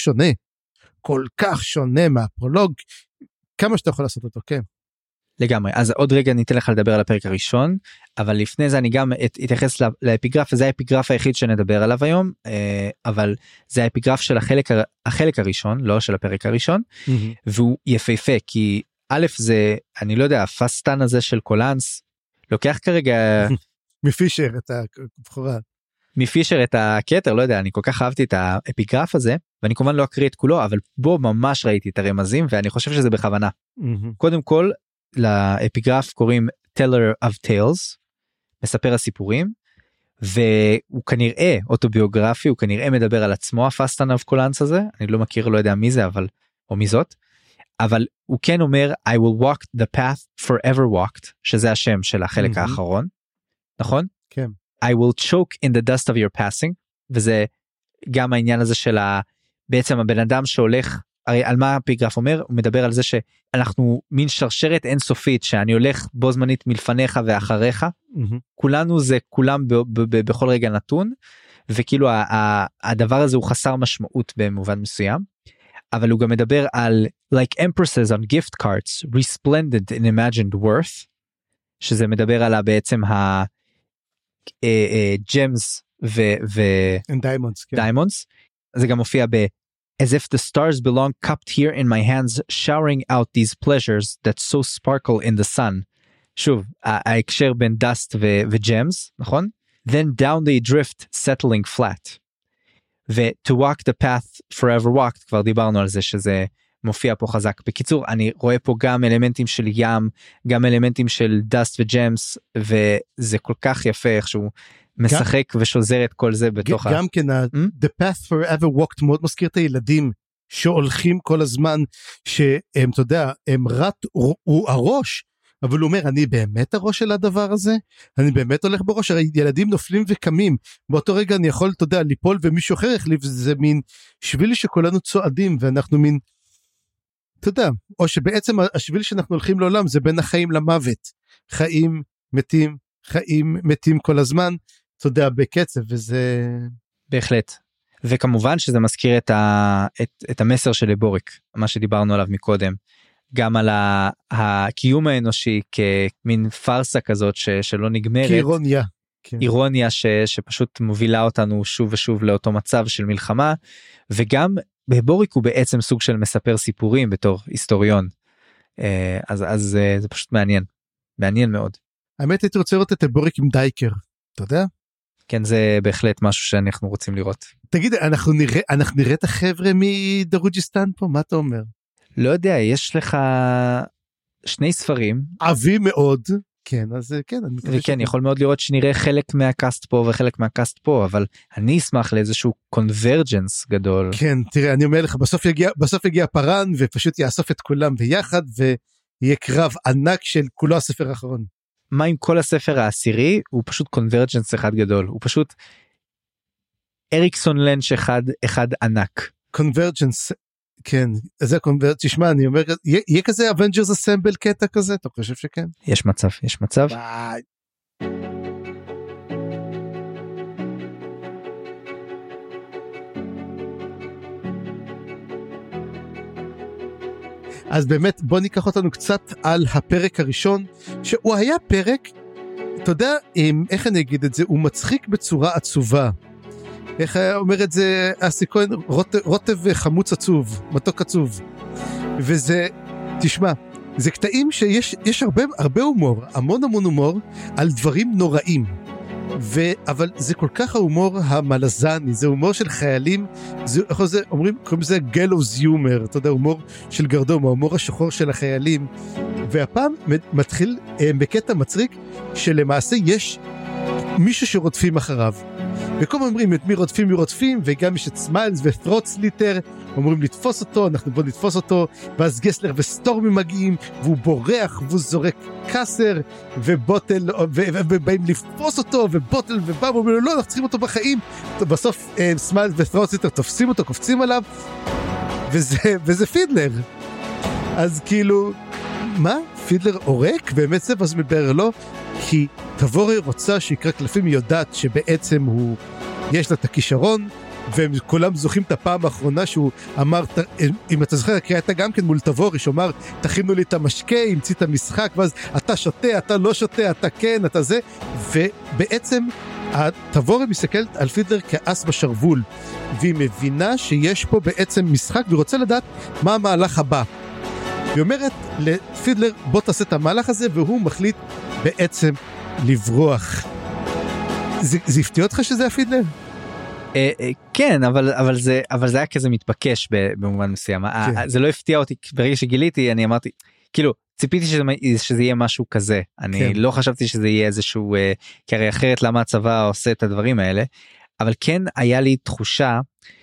כל כך שונה מהפרולוג, כמה שאתה יכול לעשות אותו, כן. לגמרי, אז עוד רגע ניתן לך לדבר על הפרק הראשון, אבל לפני זה אני גם אתייחס לאפיגרף, וזה האפיגרף היחיד שנדבר עליו היום, אבל זה האפיגרף של החלק הראשון, לא של הפרק הראשון, והוא יפהפה, כי א' זה, אני לא יודע, הפסטן הזה של קולנס, לוקח כרגע... מפישר את הבחורה. מפישר את הכתר, לא יודע, אני כל כך אהבתי את האפיגרף הזה, ואני כמובן לא אקריא את כולו, אבל בו ממש ראיתי את הרמזים, ואני חושב שזה בכוונה. קודם כל, לאפיגרף קוראים Teller of Tales, מספר הסיפורים, והוא כנראה אוטוביוגרפי, הוא כנראה מדבר על עצמו, הפסטן of קולנס הזה, אני לא מכיר, לא יודע מי זה, אבל, או מי זאת, אבל הוא כן אומר, I will walk the path forever walked, שזה השם של החלק האחרון, נכון? כן. I will choke in the dust of your passing, וזה גם העניין הזה של בעצם הבן אדם שהולך, הרי על מה האפיגרף אומר? הוא מדבר על זה שאנחנו מין שרשרת אינסופית, שאני הולך בו זמנית מלפניך ואחריך, כולנו זה כולם בכל רגע נתון, וכאילו הדבר הזה הוא חסר משמעות במובן מסוים, אבל הוא גם מדבר על like empresses on gift cards, resplendent in imagined worth, שזה מדבר על בעצם gems diamonds, זה גם מופיע as if the stars belong cupped here in my hands, showering out these pleasures that so sparkle in the sun. שוב, ההקשר בין dust ו-gems, נכון? Then down they drift, settling flat. ו-to walk the path forever walked, כבר דיברנו על זה שזה מופיע פה חזק. בקיצור, אני רואה פה גם אלמנטים של ים, גם אלמנטים של dust ו-gems, וזה כל כך יפה איך שהוא משחק ושוזר את כל זה בתוך גם כן, the path forever walked מאוד מזכיר את הילדים שהולכים כל הזמן, שהם, אתה יודע, הם הוא הראש, אבל הוא אומר, אני באמת הראש של הדבר הזה? אני באמת הולך בראש? הרי ילדים נופלים וקמים, באותו רגע אני יכול, אתה יודע, ליפול ומישהו אחר יחליף, זה מין שבילי שכולנו צועדים, ואנחנו מין, אתה יודע, או שבעצם השביל שאנחנו הולכים לעולם זה בין החיים למוות, חיים מתים כל הזמן, אתה יודע, בקצב, וזה... בהחלט. וכמובן שזה מזכיר את המסר של לבוריק, מה שדיברנו עליו מקודם, גם על הקיום האנושי כמין פרסה כזאת שלא נגמרת. כאירוניה. אירוניה שפשוט מובילה אותנו שוב ושוב לאותו מצב של מלחמה, וגם לבוריק הוא בעצם סוג של מספר סיפורים בתור היסטוריון. אז זה פשוט מעניין מאוד. האמת הייתי רוצה לראות את לבוריק עם דייקר, אתה יודע? כן, זה בהחלט משהו שאנחנו רוצים לראות. תגיד, אנחנו נראה את החבר'ה מדרוג'יסטן פה? מה אתה אומר? לא יודע, יש לך 2 ספרים. אבי מאוד, כן, אז כן. וכן, יכול מאוד לראות שנראה חלק מהקאסט פה וחלק מהקאסט פה, אבל אני אשמח לאיזשהו קונברג'נס גדול. כן, תראה, אני אומר לך, בסוף יגיע פרן, ופשוט יאסוף את כולם ביחד, ויהיה קרב ענק של כולו הספר האחרון. מה עם כל הספר העשירי? הוא פשוט קונברג'נס אחד גדול, הוא פשוט אריקסון לנץ' אחד ענק. קונברג'נס, כן, זה קונברג'נס, תשמע, אני אומר, יהיה כזה אבנג'רס אסמבל קטע כזה, אתה חושב שכן? יש מצב. ביי. אז באמת בוא ניקח אותנו קצת על הפרק הראשון, שהוא היה פרק, אתה יודע, איך אני אגיד את זה, הוא מצחיק בצורה עצובה. איך אומר את זה אסי כהן, רוטב חמוץ עצוב, מתוק עצוב. וזה, תשמע, זה קטעים שיש הרבה הומור, המון הומור על דברים נוראים. אבל זה כל כך ההומור המלזני, זה הומור של חיילים, קוראים לזה גלוז יומר, אתה יודע, הומור של גרדום, ההומור השחור של החיילים, והפעם מתחיל בקטע מצחיק, שלמעשה יש מישהו שרודפים אחריו, וכל הזמן אומרים את מי רודפים, וגם יש את סמיילס ות'רוטסליטר, אומרים לתפוס אותו, אנחנו בוא נתפוס אותו, ואז גסלר וסטורמי מגיעים, והוא בורח, והוא זורק קסר, ובוטל, ובאים לתפוס אותו, ובוטל, ובא, ואומרים לו, לא, אנחנו צריכים אותו בחיים, בסוף סמיילס ות'רוטסליטר תופסים אותו, קופצים עליו, וזה פידלר. אז כאילו, מה? פידלר עורק? באמת זה, ואז מבר לו, כי תבורי רוצה שיקרא קלפים, היא יודעת שבעצם יש לה את הכישרון, וכולם זוכים את הפעם האחרונה שהוא אמר, אם אתה זוכר, הקריאה הייתה גם כן מול תבורי, שאומר, תכינו לי את המשקה, המציא את המשחק, ואז אתה שותה, אתה לא שותה, אתה כן, אתה זה, ובעצם תבורי מסתכלת על פידלר כאס בשרוול, והיא מבינה שיש פה בעצם משחק, והיא רוצה לדעת מה המהלך הבא. היא אומרת לפידלר, בוא תעשה את המהלך הזה, והוא מחליט בעצם לברוח. זה הפתיע אותך שזה הפידלר? כן, אבל זה היה כזה מתבקש במובן מסוים. זה לא הפתיע אותי, ברגע שגיליתי, אני אמרתי, כאילו, ציפיתי שזה יהיה משהו כזה. אני לא חשבתי שזה יהיה איזשהו, כי הרי אחרת למה הצבא עושה את הדברים האלה, אבל כן היה לי תחושה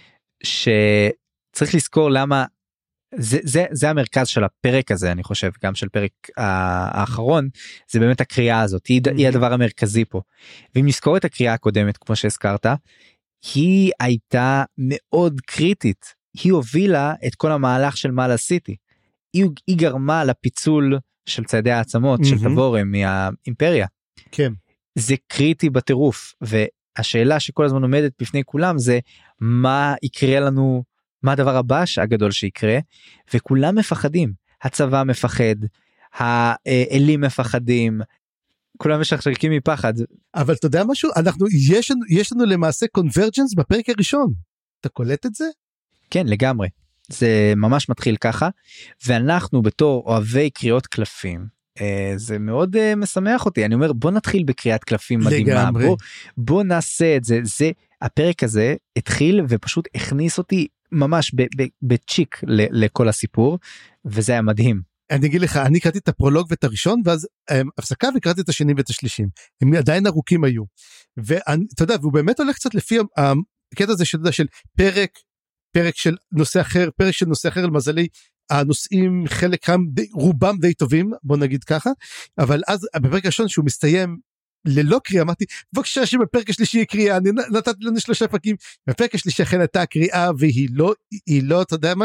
שצריך לזכור למה, זה המרכז של הפרק הזה, אני חושב, גם של פרק האחרון, זה באמת הקריאה הזאת, היא הדבר המרכזי פה. ואם נזכור את הקריאה הקודמת, כמו שהזכרת, היא הייתה מאוד קריטית, היא הובילה את כל המהלך של מעלה סיטי, היא גרמה לפיצול של צעדי העצמות, של תבורי מהאימפריה. כן. זה קריטי בטירוף, והשאלה שכל הזמן עומדת בפני כולם, זה מה יקרה לנו, מה הדבר הבא הגדול שיקרה, וכולם מפחדים, הצבא מפחד, האלים מפחדים, כולם משחקים מפחד. אבל אתה יודע משהו? יש לנו למעשה קונברג'נס בפרק הראשון, אתה קולט את זה? כן, לגמרי, זה ממש מתחיל ככה, ואנחנו בתור אוהבי קריאות קלפים, זה מאוד משמח אותי, אני אומר בוא נתחיל בקריאת קלפים מדהימה, בוא נעשה את זה, הפרק הזה התחיל ופשוט הכניס אותי, ממש בצ'יק לכל הסיפור, וזה היה מדהים. אני אגיד לך, אני קראתי את הפרולוג ואת הראשון, ואז הפסקה וקראתי את השני ואת השלישים. הם עדיין ארוכים היו. ואתה יודע, והוא באמת הולך קצת לפי הקטע הזה של פרק של נושא אחר, פרק של נושא אחר, למזלי, הנושאים רובם די טובים, בוא נגיד ככה, אבל אז בפרק הראשון שהוא מסתיים, ללא קריאה, אמרתי, בבקשה שבפרק השלישי היא קריאה, אני נתתי לנו 3 פרקים, בפרק השלישי אכן הייתה קריאה, והיא לא, אתה יודע משהו?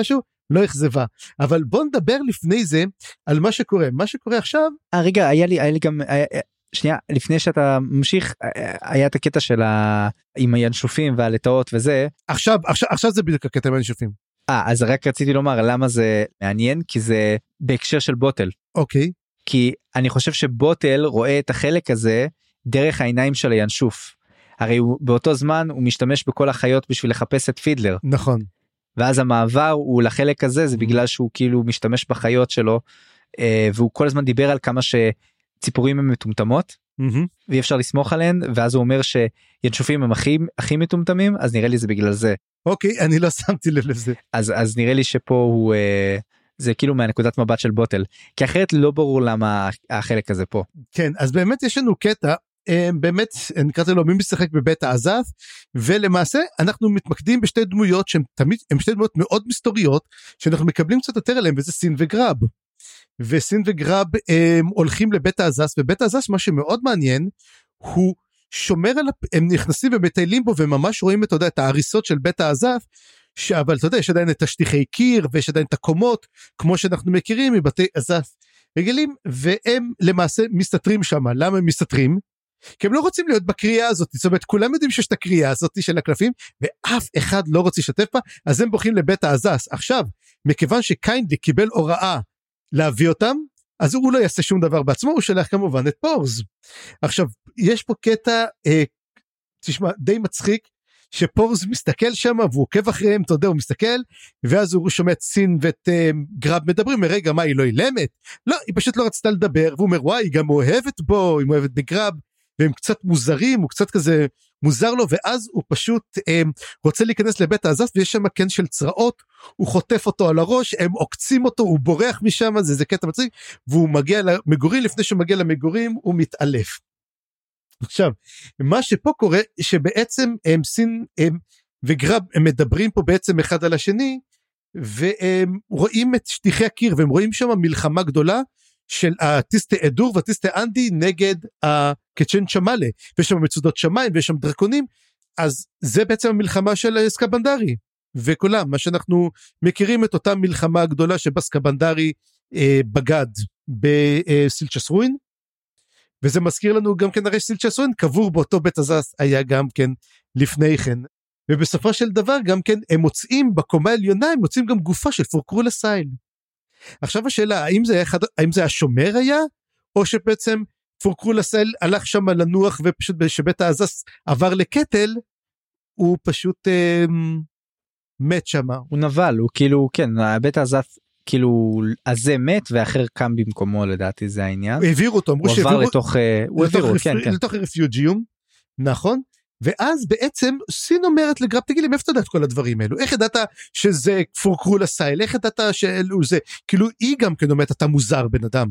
לא אכזבה. אבל בוא נדבר לפני זה על מה שקורה. מה שקורה עכשיו... רגע, היה לי גם... שנייה, לפני שאתה ממשיך, היה את הקטע של עם הינשופים והלטאות וזה. עכשיו זה בדיוק הקטע עם הינשופים. אז רק רציתי לומר למה זה מעניין, כי זה בהקשר של בוטל. אוקיי. כי אני חושב שבוטל רואה את החלק הזה דרך העיניים של הינשוף. הרי באותו זמן הוא משתמש בכל החיות בשביל לחפש את פידלר. נכון. ואז המעבר הוא לחלק הזה, זה בגלל שהוא כאילו משתמש בחיות שלו, והוא כל הזמן דיבר על כמה שציפורים הן מטומטמות, ואי אפשר לסמוך עליהן, ואז הוא אומר שינשופים הם הכי מטומטמים, אז נראה לי זה בגלל זה. אוקיי, אני לא שמתי לב לזה. אז נראה לי שפה הוא, זה כאילו מהנקודת מבט של בוטל, כי אחרת לא ברור למה החלק הזה פה. כן, אז באמת יש לנו קטע, באמת נקראת לו מי משחק בבית העזף, ולמעשה אנחנו מתמקדים בשתי דמויות שהן תמיד, הן שתי דמויות מאוד מסתוריות, שאנחנו מקבלים קצת יותר עליהן, וזה סין וגרב. וסין וגרב הולכים לבית העזף, ובית העזף מה שמאוד מעניין, הוא שומר על, הם נכנסים ומטיילים בו, וממש רואים את ההריסות של בית העזף, אבל אתה יודע, יש עדיין את השטיחי קיר, ויש עדיין את הקומות, כמו שאנחנו מכירים מבתי עזף רגילים, והם למעשה מסתתרים שם. למה הם מסתתרים? כי הם לא רוצים להיות בקריאה הזאת, זאת אומרת, כולם יודעים שיש את הקריאה הזאת של הקלפים, ואף אחד לא רוצה לשתף בה, אז הם בוחרים לבית העזס. עכשיו, מכיוון שקיינדי קיבל הוראה להביא אותם, אז הוא לא יעשה שום דבר בעצמו, הוא שלח כמובן את פורז. עכשיו, יש פה קטע, תשמע, די מצחיק, שפורז מסתכל שם, והוא עוקב אחריהם, אתה יודע, הוא מסתכל, ואז הוא שומע את סין ואת גרב מדברים, רגע, מה, היא לא אילמת? לא, היא פשוט לא רצתה לדבר, והוא אומר, וואי, היא גם אוהבת בו, היא אוהבת בגרב, והם קצת מוזרים, הוא קצת כזה מוזר לו, ואז הוא פשוט רוצה להיכנס לבית העזף, ויש שם קן של צרעות, הוא חוטף אותו על הראש, הם עוקצים אותו, הוא בורח משם, זה קטע מצחיק, והוא מגיע למגורים, לפני שהוא מגיע למגורים, הוא מתעלף. עכשיו, מה שפה קורה, שבעצם הם סין וגרב, הם מדברים פה בעצם אחד על השני, והם רואים את שטיחי הקיר, והם רואים שם מלחמה גדולה, של הטיסטה אדור והטיסטה אנדי נגד הקצ'ן צ'מאלה, ויש שם מצודות שמיים ויש שם דרקונים, אז זה בעצם המלחמה של סקבנדרי, וכולם, מה שאנחנו מכירים את אותה מלחמה הגדולה שבה סקבנדרי בגד בסילצ'סרוין, וזה מזכיר לנו גם כן הרי סילצ'סרוין קבור באותו בית עזס היה גם כן לפני כן, ובסופו של דבר גם כן הם מוצאים בקומה העליונה, הם מוצאים גם גופה של פורקרולה סייל. עכשיו השאלה, האם זה השומר היה, או שבעצם פורקרולה סייל הלך שם לנוח, ופשוט שבית העזס עבר לקטל, הוא פשוט מת שם. הוא נבל, הוא כאילו, כן, בית העזס, כאילו, אז זה מת, ואחר קם במקומו, לדעתי זה העניין. העבירו אותו, הוא עבר לתוך הרפיוג'יום, נכון? ואז בעצם סין אומרת לגרב, תגיד לי, מאיפה אתה יודע את כל הדברים האלו? איך ידעת שזה פורקרולה סייל? איך ידעת שאלו זה? כאילו היא גם כן אומרת, אתה מוזר בן אדם.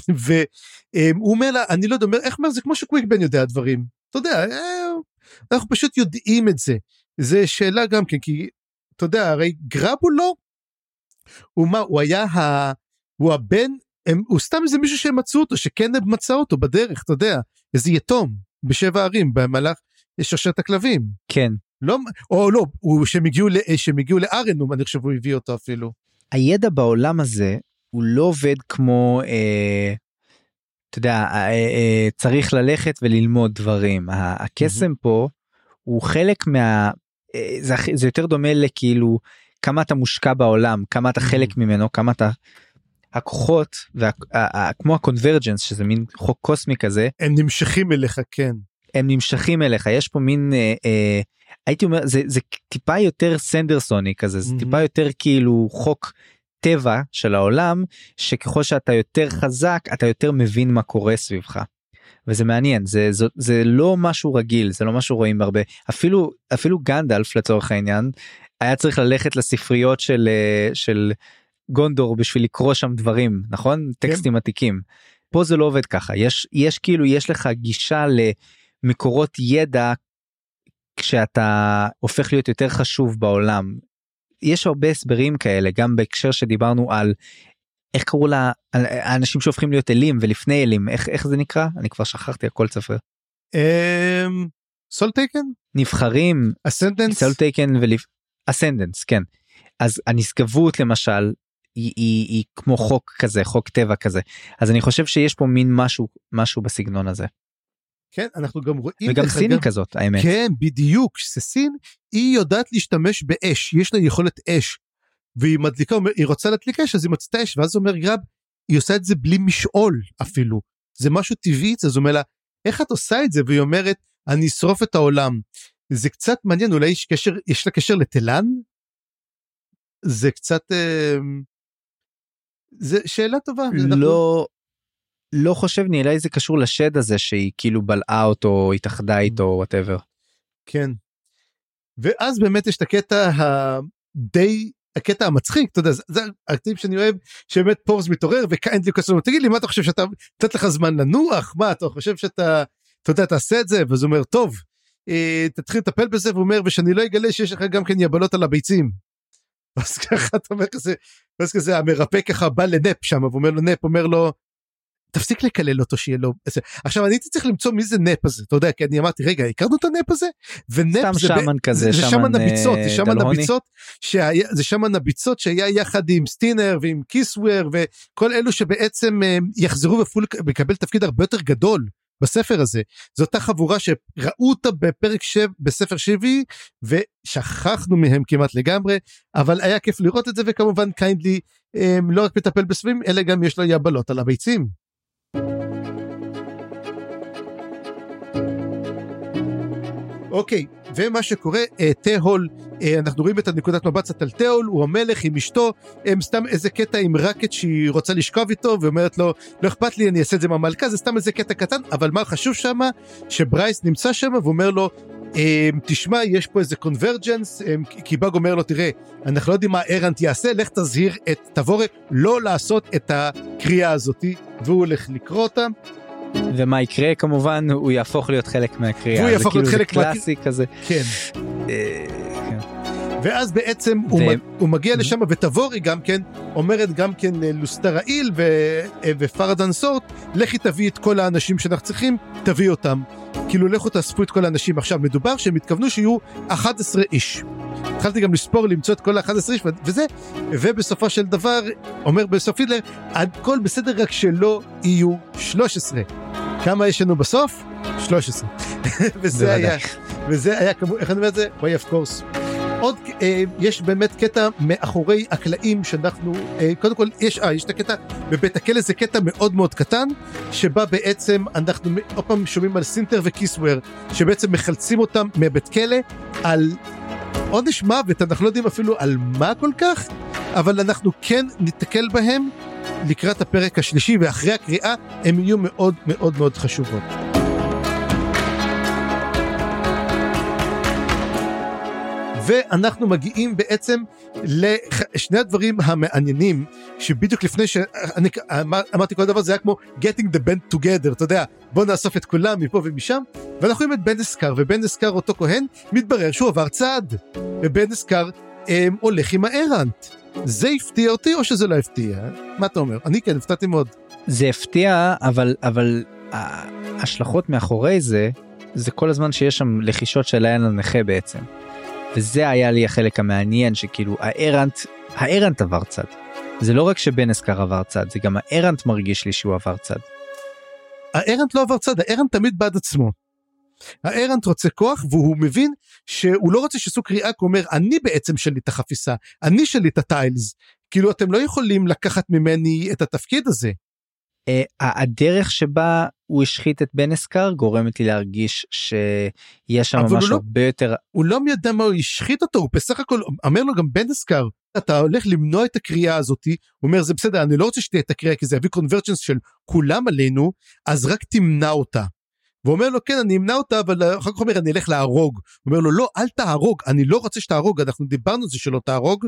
והוא אומר לה, אני לא יודע, איך אומר, זה כמו שקוויק בן יודע הדברים. אתה יודע, אנחנו פשוט יודעים את זה. זה שאלה גם כן, כי אתה יודע, הרי גרב הוא לא, הוא היה, הוא הבן, הוא סתם איזה מישהו שהם מצאו אותו, שכן מצא אותו בדרך, אתה יודע, איזה יתום, בשבע ערים, במהלך, שרשרת הכלבים. כן. לא, או לא, שהם הגיעו לארן, אני חושב הוא הביא אותו אפילו. הידע בעולם הזה, הוא לא עובד כמו, אתה יודע, צריך ללכת וללמוד דברים. הקסם פה, הוא חלק זה יותר דומה לכאילו, כמה אתה מושקע בעולם, כמה אתה חלק ממנו, כמה אתה, הכוחות, כמו הקונברג'נס, שזה מין חוק קוסמי כזה. הם נמשכים אליך, כן. הם נמשכים אליך, יש פה מין, הייתי אומר, זה טיפה יותר סנדרסוני כזה, זה טיפה יותר כאילו חוק טבע של העולם, שככל שאתה יותר חזק, אתה יותר מבין מה קורה סביבך. וזה מעניין, זה לא משהו רגיל, זה לא משהו רואים הרבה, אפילו גנדלף לצורך העניין, היה צריך ללכת לספריות של גונדור, בשביל לקרוא שם דברים, נכון? טקסטים עתיקים. פה זה לא עובד ככה, יש כאילו, יש לך גישה מקורות ידע, כשאתה הופך להיות יותר חשוב בעולם. יש הרבה הסברים כאלה, גם בהקשר שדיברנו על, איך קראו לה, האנשים שהופכים להיות אלים ולפני אלים, איך זה נקרא? אני כבר שכחתי הכל ספר. סול טייקן? נבחרים. אסנדנס? סול טייקן אסנדנס, כן. אז הנשגבות למשל, היא כמו חוק כזה, חוק טבע כזה. אז אני חושב שיש פה מין משהו בסגנון הזה. כן, אנחנו גם רואים... וגם סין כזאת, האמת. כן, בדיוק, שסין, היא יודעת להשתמש באש, יש לה יכולת אש, והיא מדליקה, היא רוצה להדליק אש, אז היא מצאת אש, ואז הוא אומר, גרב, היא עושה את זה בלי משעול אפילו, זה משהו טבעי, אז הוא אומר לה, איך את עושה את זה? והיא אומרת, אני אשרוף את העולם. זה קצת מעניין, אולי יש לה קשר לתלן? זה קצת... זה שאלה טובה. לא חושב, אולי זה קשור לשד הזה, שהיא כאילו בלעה אותו, התאחדה איתו, whatever. כן. ואז באמת יש את הקטע הקטע המצחיק, אתה יודע, זה הקטעים שאני אוהב, שבאמת פורס מתעורר, וקיינדלי כסלום, תגיד לי, מה אתה חושב שאתה, תת לך זמן לנוח? מה, אתה חושב שאתה, אתה יודע, תעשה את זה? ואז הוא אומר, טוב, תתחיל לטפל בזה, והוא אומר, ושאני לא אגלה שיש לך גם כן יבלות על הביצים. ואז ככה, אתה אומר כזה, ואז כזה, המרפא ככה בא לנפ שם, ואומר לו, נפ, אומר לו, תפסיק לקלל אותו שיהיה לו, עכשיו אני הייתי צריך למצוא מי זה נפ הזה, אתה יודע, כי אני אמרתי, רגע, הכרנו את הנפ הזה? ונפ זה שמן כזה, זה שמן הביצות, זה שמן הביצות שהיה יחד עם סטינר ועם קיסוור, וכל אלו שבעצם יחזרו וקבל תפקיד הרבה יותר גדול בספר הזה, זו אותה חבורה שראו אותה בפרק 7 בספר 7, ושכחנו מהם כמעט לגמרי, אבל היה כיף לראות את זה, וכמובן קיינדלי לא רק מטפל בסביבים, אלא גם יש לו יבלות על הביצים. אוקיי, ומה שקורה, תהול, אנחנו רואים את הנקודת מבט על תהול, הוא המלך עם אשתו, סתם איזה קטע עם רקט שהיא רוצה לשכב איתו, ואומרת לו, לא אכפת לי, אני אעשה את זה מהמלכה, זה סתם איזה קטע קטן, אבל מה חשוב שם? שברייס נמצא שם, ואומר לו, תשמע, יש פה איזה קונברג'נס, כי באג אומר לו, תראה, אנחנו לא יודעים מה ארנט יעשה, לך תזהיר את תבורה, לא לעשות את הקריאה הזאת, והוא הולך לקרוא אותה, ומה יקרה כמובן, הוא יהפוך להיות חלק מהקריאה. והוא יהפוך להיות חלק קלאסי כזה. כן. ואז בעצם הוא מגיע לשם, ותבורי גם כן, אומרת גם כן לוסטראיל ופרדן סורט, לכי תביא את כל האנשים שאנחנו צריכים, תביא אותם. כאילו לכו תאספו את כל האנשים. עכשיו מדובר שהם התכוונו שיהיו 11 איש. התחלתי גם לספור, למצוא את כל ה-11 איש, וזה, ובסופו של דבר, אומר בסוף היטלר, הכל בסדר רק שלא יהיו 13. כמה יש לנו בסוף? 13. וזה היה כמו, איך אני אומר את זה? Way of course. עוד, יש באמת קטע מאחורי הקלעים שאנחנו, קודם כל, יש את הקטע, בבית הכלא זה קטע מאוד מאוד קטן, שבה בעצם אנחנו עוד פעם שומעים על סינטר וקיסוור, שבעצם מחלצים אותם מבית כלא, על עונש מוות, אנחנו לא יודעים אפילו על מה כל כך, אבל אנחנו כן נתקל בהם לקראת הפרק השלישי, ואחרי הקריאה הם יהיו מאוד מאוד מאוד חשובות. ואנחנו מגיעים בעצם לשני הדברים המעניינים, שבדיוק לפני שאני אמרתי כל דבר, זה היה כמו getting the band together, אתה יודע, בוא נאסוף את כולם מפה ומשם, ואנחנו רואים את בן אסקר, ובן אסקר אותו כהן, מתברר שהוא עבר צעד, ובן אסקר הולך עם הארנט. זה הפתיע אותי או שזה לא הפתיע? מה אתה אומר? אני כן, הפתעתי מאוד. זה הפתיע, אבל ההשלכות מאחורי זה כל הזמן שיש שם לחישות של העין הנכה בעצם. וזה היה לי החלק המעניין, שכאילו הארנט עבר צד. זה לא רק שבן אסקר עבר צד, זה גם הארנט מרגיש לי שהוא עבר צד. הארנט לא עבר צד, הארנט תמיד בעד עצמו. הארנט רוצה כוח, והוא מבין שהוא לא רוצה שסוג קריאה, הוא אומר, אני בעצם שלי את החפיסה, אני שלי את הטיילס, כאילו אתם לא יכולים לקחת ממני את התפקיד הזה. הדרך שבה הוא השחית את בן אסקר גורמת לי להרגיש שיש שם משהו הרבה יותר... הוא לא יודע מה הוא השחית אותו, הוא בסך הכל אומר לו גם בן אסקר, אתה הולך למנוע את הקריאה הזאת, הוא אומר זה בסדר, אני לא רוצה שתהיה את הקריאה, כי זה יביא קונברג'נס של כולם עלינו, אז רק תמנע אותה. והוא אומר לו כן אני אמנע אותה, אבל אחר כך אומר אני אלך להרוג, הוא אומר לו לא אל תהרוג, אני לא רוצה שתהרוג, אנחנו דיברנו על זה שלא תהרוג,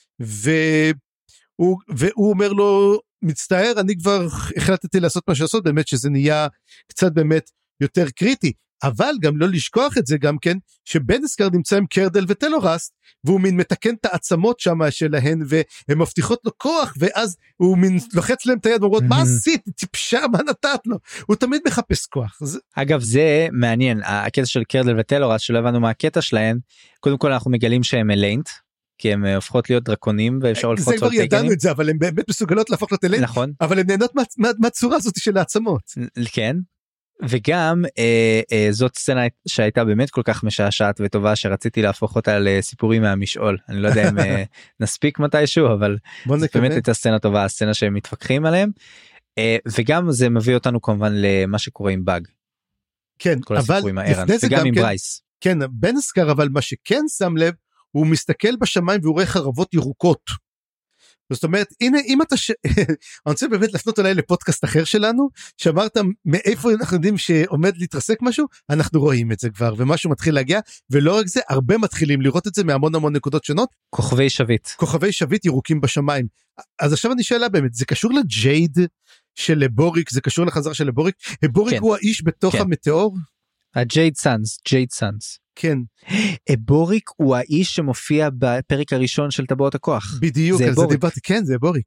והוא אומר לו מצטער, אני כבר החלטתי לעשות מה שעשות, באמת שזה נהיה קצת באמת יותר קריטי, אבל גם לא לשכוח את זה גם כן, שבן אסקר נמצא עם קרדל וטלורסט, והוא מין מתקן את העצמות שם שלהן, והן מבטיחות לו כוח, ואז הוא מין לוחץ להם את היד, ואומרות, מה עשית? טיפשה, מה נתת לו? הוא תמיד מחפש כוח. אגב, זה מעניין, הקטע של קרדל וטלורסט, שלא הבנו מה הקטע שלהן, קודם כל אנחנו מגלים שהם אליינט, כי הן הופכות להיות דרקונים ואפשר לפחות זה כבר ידענו את זה, אבל הן באמת מסוגלות להפוך לתלם, נכון. אבל הן נהנות מהצורה הזאת של העצמות. כן, וגם זאת סצנה שהייתה באמת כל כך משעשעת וטובה, שרציתי להפוך אותה לסיפורים מהמשעול. אני לא יודע אם נספיק מתישהו, אבל זאת באמת הייתה סצנה טובה, הסצנה שהם מתווכחים עליהם, וגם זה מביא אותנו כמובן למה שקורה עם באג. כן, אבל לפני זה גם עם ברייס. כן, בן אסקר, אבל מה שכן שם לב, הוא מסתכל בשמיים והוא רואה חרבות ירוקות. זאת אומרת, הנה, אם אתה אני רוצה באמת לפנות אולי לפודקאסט אחר שלנו, שאמרת מאיפה אנחנו יודעים שעומד להתרסק משהו, אנחנו רואים את זה כבר, ומשהו מתחיל להגיע, ולא רק זה, הרבה מתחילים לראות את זה מהמון המון נקודות שונות. כוכבי שביט. כוכבי שביט ירוקים בשמיים. אז עכשיו אני שאלה באמת, זה קשור לג'ייד של לבוריק, זה קשור לחזרה של לבוריק? לבוריק כן. הוא האיש בתוך כן. המטאור? הג'ייד סאנס, ג'ייד סאנס. כן. בוריק הוא האיש שמופיע בפרק הראשון של טבעות הכוח. בדיוק, על זה דיברתי, כן, זה בוריק.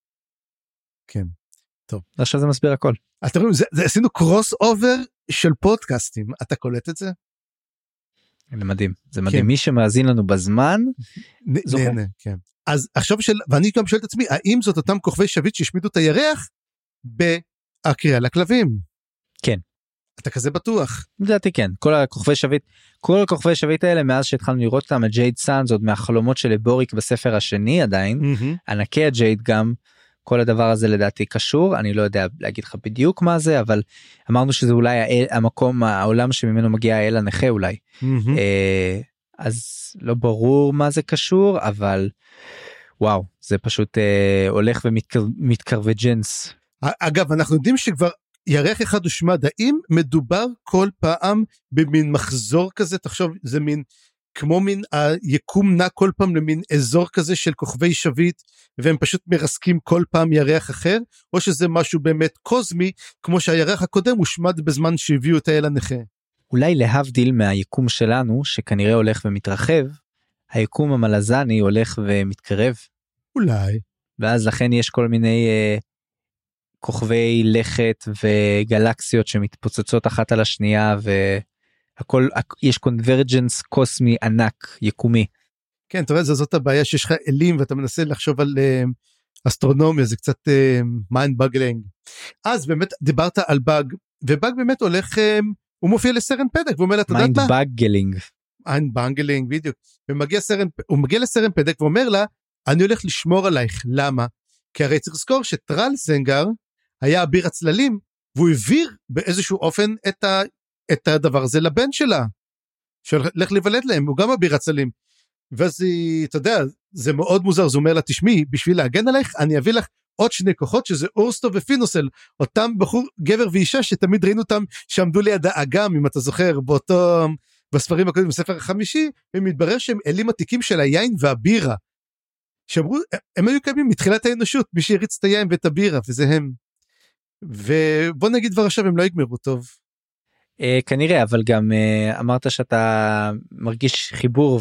כן, טוב. עכשיו זה מסביר הכל. אתם רואים, עשינו קרוס אובר של פודקאסטים, אתה קולט את זה? זה מדהים, זה מדהים, מי שמאזין לנו בזמן, זוכר. כן. אז עכשיו, ואני גם שואל את עצמי, האם זאת אותם כוכבי שביט שהשמידו את הירח בקריאה לכלבים? כן. אתה כזה בטוח. לדעתי כן, כל הכוכבי שביט האלה, מאז שהתחלנו לראות אותם, הג'ייד סאנס, עוד מהחלומות של לבוריק בספר השני עדיין, ענקי הג'ייד גם, כל הדבר הזה לדעתי קשור, אני לא יודע להגיד לך בדיוק מה זה, אבל אמרנו שזה אולי המקום, העולם שממנו מגיע האל הנכה אולי. אז לא ברור מה זה קשור, אבל וואו, זה פשוט הולך ומתקרווג'נס. אגב, אנחנו יודעים שכבר ירח אחד הושמד, האם מדובר כל פעם במין מחזור כזה, תחשוב, זה מין, כמו מין היקום נע כל פעם למין אזור כזה של כוכבי שביט, והם פשוט מרסקים כל פעם ירח אחר, או שזה משהו באמת קוזמי, כמו שהירח הקודם הושמד בזמן שהביאו את האל הנכה. אולי להבדיל מהיקום שלנו, שכנראה הולך ומתרחב, היקום המלזני הולך ומתקרב. אולי. ואז לכן יש כל מיני כוכבי לכת וגלקסיות שמתפוצצות אחת על השנייה, והכל, יש קונברג'נס קוסמי ענק, יקומי. כן, אתה רואה, זאת הבעיה שיש לך אלים, ואתה מנסה לחשוב על אסטרונומיה, זה קצת מיינד בגלינג. אז באמת דיברת על באג, ובאג באמת הולך, הוא מופיע לסרן פדק, והוא אומר לה, אתה יודעת מה? מיינד בגלינג. מיינד בגלינג, בדיוק. הוא מגיע לסרן פדק, ואומר לה, אני הולך לשמור עלייך, למה? כי הרי צריך לזכור שטרל זנגר, היה אביר הצללים, והוא העביר באיזשהו אופן את הדבר הזה לבן שלה, שהולך לבלט להם, הוא גם אביר הצללים, ואז היא, אתה יודע, זה מאוד מוזר, זה אומר לה, תשמעי, בשביל להגן עלייך, אני אביא לך עוד שני כוחות, שזה אורסטו ופינוסל, אותם בחור, גבר ואישה, שתמיד ראינו אותם, שעמדו ליד האגם, אם אתה זוכר, בספרים הקודמים, בספר החמישי, ומתברר שהם אלים עתיקים של היין והבירה, שאמרו, הם היו קיימים מתחילת האנושות, מי שהריץ את היין ואת הבירה, וזה הם. ובוא נגיד דבר עכשיו, הם לא יגמרו טוב. כנראה, אבל גם אמרת שאתה מרגיש חיבור,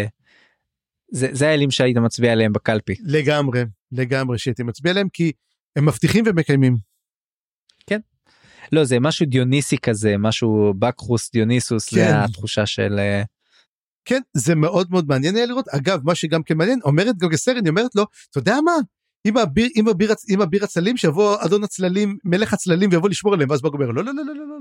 וזה האלים שהיית מצביע עליהם בקלפי. לגמרי שהייתי מצביע עליהם, כי הם מבטיחים ומקיימים. כן. לא, זה משהו דיוניסי כזה, משהו בקרוס דיוניסוס, כן. זה התחושה של... כן, זה מאוד מאוד מעניין היה לראות. אגב, מה שגם כמעניין, אומרת גוגסרין, היא אומרת לו, אתה יודע מה? אם אביר הצללים, שיבוא אדון הצללים, מלך הצללים, ויבוא לשמור עליהם, ואז בא גומר, לא,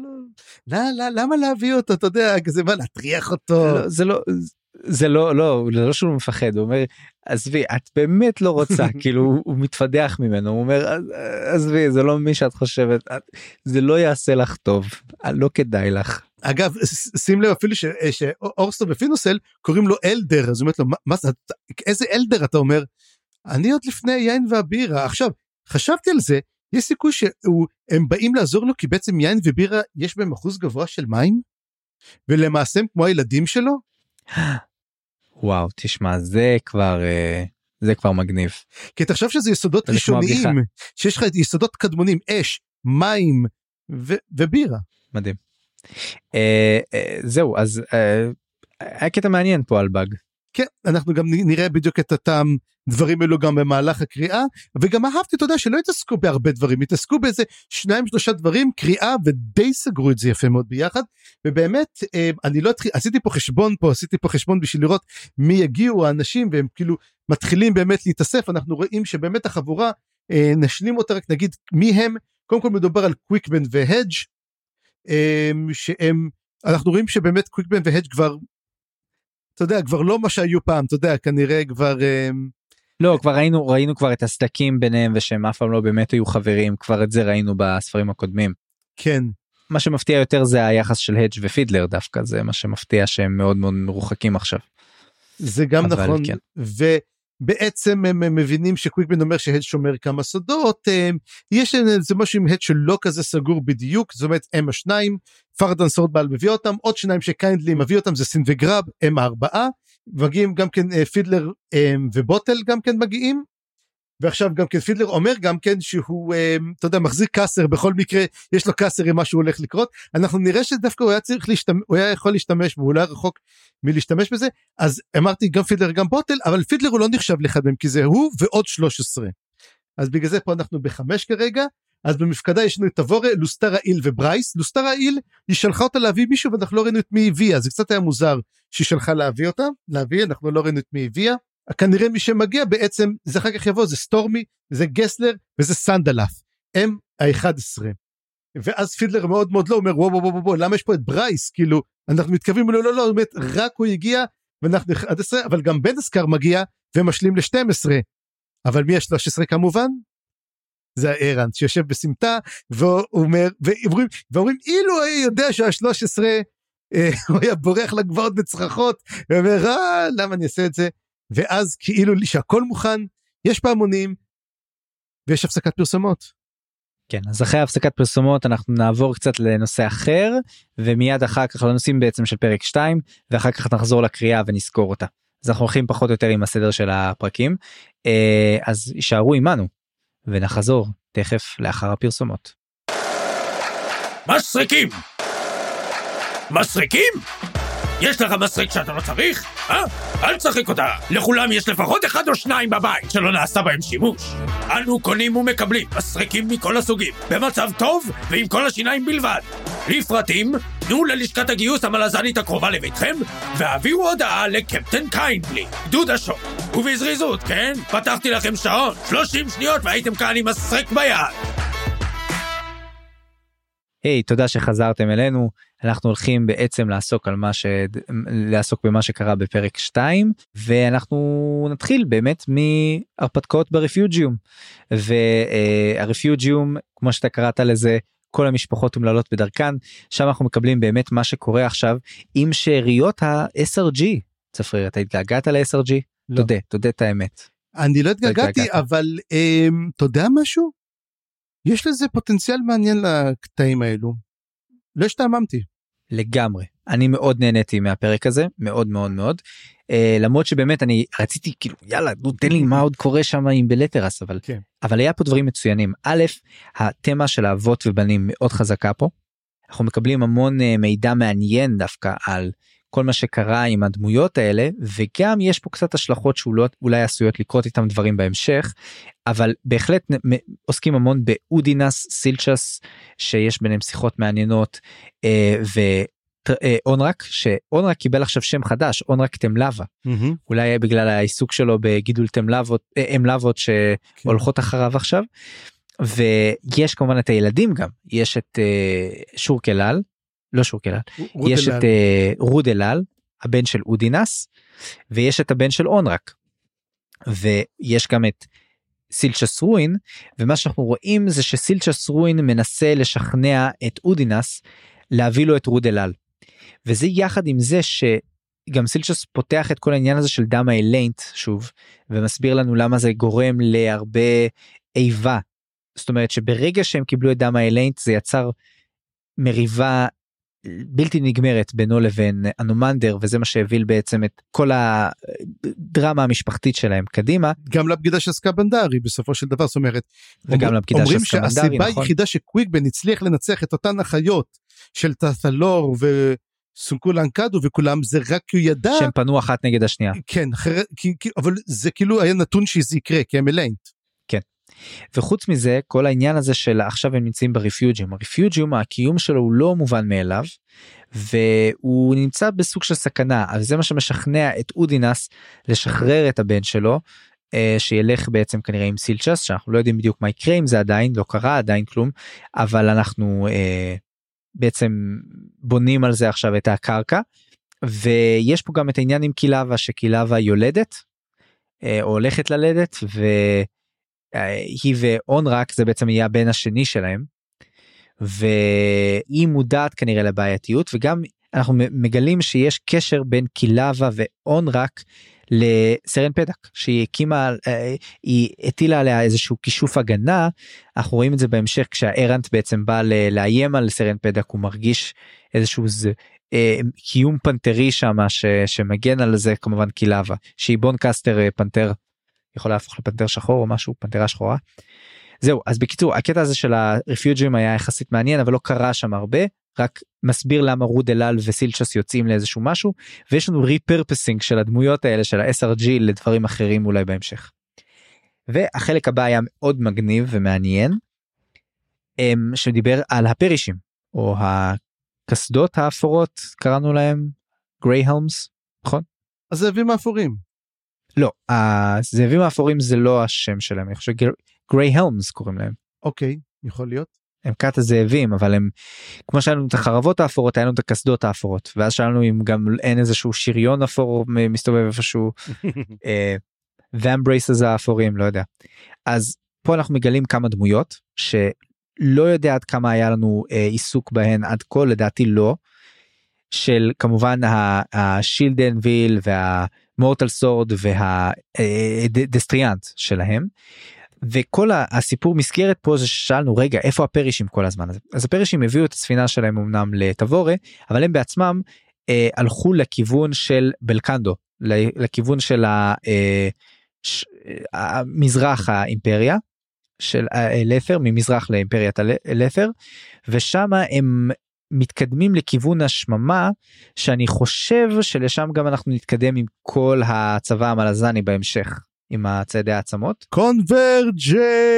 למה להביא אותו, אתה יודע, זה מה, להטריח אותו. זה לא שהוא מפחד, הוא אומר, עזבי, את באמת לא רוצה, כאילו, הוא מתפדח ממנו, הוא אומר, עזבי, זה לא מי שאת חושבת, זה לא יעשה לך טוב, לא כדאי לך. אגב, שים לב אפילו שאורסטו ופינוסל קוראים לו אלדר, אז הוא אומר לו, מה זה, איזה אלדר אתה אומר? אני עוד לפני יין והבירה. עכשיו, חשבתי על זה, יש סיכוי שהם באים לעזור לו, כי בעצם יין ובירה יש בהם אחוז גבוה של מים, ולמעשה הם כמו הילדים שלו? וואו, תשמע, זה כבר מגניב. כי אתה חושב שזה יסודות ראשוניים, שיש לך יסודות קדמונים, אש, מים ובירה. מדהים. זהו, אז היה קטע מעניין פה על באג. כן, אנחנו גם נראה בדיוק את אותם דברים אלו גם במהלך הקריאה, וגם אהבתי, אתה יודע, שלא התעסקו בהרבה דברים, התעסקו באיזה 2-3 דברים, קריאה, ודי סגרו את זה יפה מאוד ביחד, ובאמת, אני לא התחיל, עשיתי פה חשבון בשביל לראות מי יגיעו האנשים, והם כאילו מתחילים באמת להתאסף, אנחנו רואים שבאמת החבורה, נשלים אותה, רק נגיד מי הם, קודם כל מדובר על קוויקבן והדג', שהם, אנחנו רואים שבאמת קוויקבן והדג' כבר, אתה יודע, כבר לא מה שהיו פעם, אתה יודע, כנראה כבר... לא, כבר ראינו כבר את הסדקים ביניהם, ושהם אף פעם לא באמת היו חברים, כבר את זה ראינו בספרים הקודמים. כן. מה שמפתיע יותר זה היחס של הדג' ופידלר דווקא, זה מה שמפתיע שהם מאוד מאוד מרוחקים עכשיו. זה גם נכון, כן. ובעצם הם מבינים שקוויקבן אומר שהדג' שומר כמה סודות, יש זה משהו עם הדג' שלא כזה סגור בדיוק, זאת אומרת הם השניים, פרדן סורדבל מביא אותם, עוד שניים שקיינדלי מביא אותם, זה סין וגרב, הם 4, מגיעים גם כן פידלר ובוטל גם כן מגיעים, ועכשיו גם כן פידלר אומר גם כן שהוא, אתה יודע, מחזיק קאסר, בכל מקרה יש לו קאסר עם מה שהוא הולך לקרות, אנחנו נראה שדווקא הוא היה צריך הוא היה יכול להשתמש, והוא לא היה רחוק מלהשתמש בזה, אז אמרתי גם פידלר גם בוטל, אבל פידלר הוא לא נחשב לאחד מהם, כי זה הוא ועוד 13, אז בגלל זה פה אנחנו ב5 כרגע, אז במפקדה יש לנו את תבורה, לוסטרה איל וברייס, לוסטרה איל היא שלחה אותה להביא מישהו, ואנחנו לא ראינו את מי הביאה, זה קצת היה מוזר שהיא שלחה להביא אותה, אנחנו לא ראינו את מי הביאה, כנראה מי שמגיע בעצם, זה אחר כך יבוא, זה סטורמי, זה גסלר, וזה סנדלף, הם ה-11, ואז פידלר מאוד מאוד לא, אומר, וואו, למה יש פה את ברייס, כאילו, אנחנו מתכוונים, לא, באמת, רק הוא הגיע, ואנחנו 11, אבל גם בנסקר מגיע, ומשלים ל-12, אבל מי ה-13 כמובן? זה הארנט שיושב בסמטה, ואומרים, אילו היה יודע שה-13, הוא היה בורח לגבעות בצרחות, ואומר, למה אני אעשה את זה? ואז כאילו שהכל מוכן, יש פעמונים, ויש הפסקת פרסומות. כן, אז אחרי הפסקת פרסומות, אנחנו נעבור קצת לנושא אחר, ומיד אחר כך לנושאים בעצם של פרק 2, ואחר כך נחזור לקריאה ונזכור אותה. אז אנחנו הולכים פחות או יותר עם הסדר של הפרקים, אז יישארו עמנו. ונחזור תכף לאחר הפרסומות. מסריקים! מסריקים? יש לך מסריק שאתה לא צריך? אל תשחק אותה. לכולם יש לפחות 1 או 2 בבית שלא נעשה בהם שימוש. אנו קונים ומקבלים מסריקים מכל הסוגים, במצב טוב ועם כל השיניים בלבד. לפרטים, תנו ללשכת הגיוס המלזנית הקרובה לביתכם, והעבירו הודעה לקפטן קיינדלי, גדוד השוק. ובזריזות, כן? פתחתי לכם שעון, 30 שניות והייתם כאן עם מסריק ביד. היי, תודה שחזרתם אלינו. אנחנו הולכים בעצם לעסוק במה שקרה בפרק 2, ואנחנו נתחיל באמת מהרפתקאות ברפיוג'יום. והרפיוג'יום, כמו שאתה קראת לזה, כל המשפחות אומללות בדרכן, שם אנחנו מקבלים באמת מה שקורה עכשיו עם שאריות ה-SRG. צפריר, אתה התגעגעת ל-SRG? לא. תודה את האמת. אני לא התגעגעתי, אבל אתה יודע משהו? יש לזה פוטנציאל מעניין לקטעים האלו. לא השתעממתי. לגמרי. אני מאוד נהניתי מהפרק הזה, מאוד מאוד מאוד. למרות שבאמת אני רציתי כאילו, יאללה, תן לי מה עוד קורה שם עם בלטרס, אבל היה פה דברים מצוינים. א', התמה של האבות ובנים מאוד חזקה פה. אנחנו מקבלים המון מידע מעניין דווקא על כל מה שקרה עם הדמויות האלה, וגם יש פה קצת השלכות שאולי עשויות לקרות איתם דברים בהמשך, אבל בהחלט עוסקים המון באודינס, סילצ'ס, שיש ביניהם שיחות מעניינות, ואונרק, שאונרק קיבל עכשיו שם חדש, אונרק תמלאבה, אולי בגלל העיסוק שלו בגידול אמלאבות שהולכות אחריו עכשיו, ויש כמובן את הילדים גם, יש את שורקלל, לא שורקלל, יש את רודלל, הבן של אודינס, ויש את הבן של אונרק, ויש גם את סילצ'ס רוין, ומה שאנחנו רואים זה שסילצ'ס רוין מנסה לשכנע את אודינס, להביא לו את רודלל, וזה יחד עם זה שגם סילצ'ס פותח את כל העניין הזה של דם האליינט שוב, ומסביר לנו למה זה גורם להרבה איבה, זאת אומרת שברגע שהם קיבלו את דם האליינט, זה יצר מריבה בלתי נגמרת בינו לבין אנומנדר, וזה מה שהביא בעצם את כל הדרמה המשפחתית שלהם קדימה. גם לבגידה של סקבנדרי בסופו של דבר, זאת אומרת, וגם לבגידה של סקבנדרי, אומרים שהסיבה היחידה שקוויקבן הצליח לנצח את אותן החיות של תת'לור סונקו לנקדו, וכולם זה רק כי הוא ידע. שהם פנו אחת נגד השנייה. כן, אבל זה כאילו היה נתון שזה יקרה, כי הם אליינט. כן. וחוץ מזה, כל העניין הזה של עכשיו הם נמצאים ברפיוג'ים. הרפיוג'ים, הקיום שלו הוא לא מובן מאליו, והוא נמצא בסוג של סכנה, אז זה מה שמשכנע את אודינס לשחרר את הבן שלו, שילך בעצם כנראה עם סילצ'ס, שאנחנו לא יודעים בדיוק מה יקרה עם זה עדיין, לא קרה עדיין כלום, אבל אנחנו בעצם בונים על זה עכשיו את הקרקע, ויש פה גם את העניין עם קילאבה, שקילאבה יולדת, או הולכת ללדת, והיא ואונרק זה בעצם יהיה הבן השני שלהם, והיא מודעת כנראה לבעייתיות, וגם אנחנו מגלים שיש קשר בין קילאבה ואונרק לסרן פדק, שהיא הקימה, היא הטילה עליה איזשהו כישוף הגנה, אנחנו רואים את זה בהמשך, כשהארנט בעצם בא לאיים על סרן פדק, הוא מרגיש איזשהו קיום פנתרי שם, שמגן על זה כמובן קילאבה, שהיא בונקסטר פנתר, יכולה להפוך לפנתר שחור או משהו, פנתרה שחורה. זהו, אז בקיצור, הקטע הזה של הרפיוג'ים היה יחסית מעניין, אבל לא קרה שם הרבה, רק מסביר למה רוד אלאל וסילצ'ס יוצאים לאיזשהו משהו, ויש לנו ריפרפסינג של הדמויות האלה של ה-SRG לדברים אחרים אולי בהמשך. והחלק הבא היה מאוד מגניב ומעניין, שדיבר על הפרישים, או הקסדות האפורות, קראנו להם גריי הלמס, נכון? הזאבים האפורים. לא, הזאבים האפורים זה לא השם שלהם, אני חושב גריי הלמס קוראים להם. אוקיי, יכול להיות. הם כת הזאבים, אבל הם, כמו שהיינו את החרבות האפורות, היינו את הקסדות האפורות, ואז שאלנו אם גם אין איזשהו שריון אפור מסתובב איפשהו, והאמברייסס האפורים, לא יודע. אז פה אנחנו מגלים כמה דמויות, שלא יודע עד כמה היה לנו עיסוק בהן עד כה, לדעתי לא, של כמובן השילדנביל והמורטל סורד והדסטריאנט שלהם, וכל הסיפור מסגרת פה זה ששאלנו רגע איפה הפרישים כל הזמן הזה. אז הפרישים הביאו את הספינה שלהם אמנם לטבורה, אבל הם בעצמם הלכו לכיוון של בלקנדו, לכיוון של מזרח האימפריה של אלת'ר, ממזרח לאימפריית אלת'ר, ושם הם מתקדמים לכיוון השממה, שאני חושב שלשם גם אנחנו נתקדם עם כל הצבא המלזני בהמשך. עם הצעדי העצמות. קונברג'נס!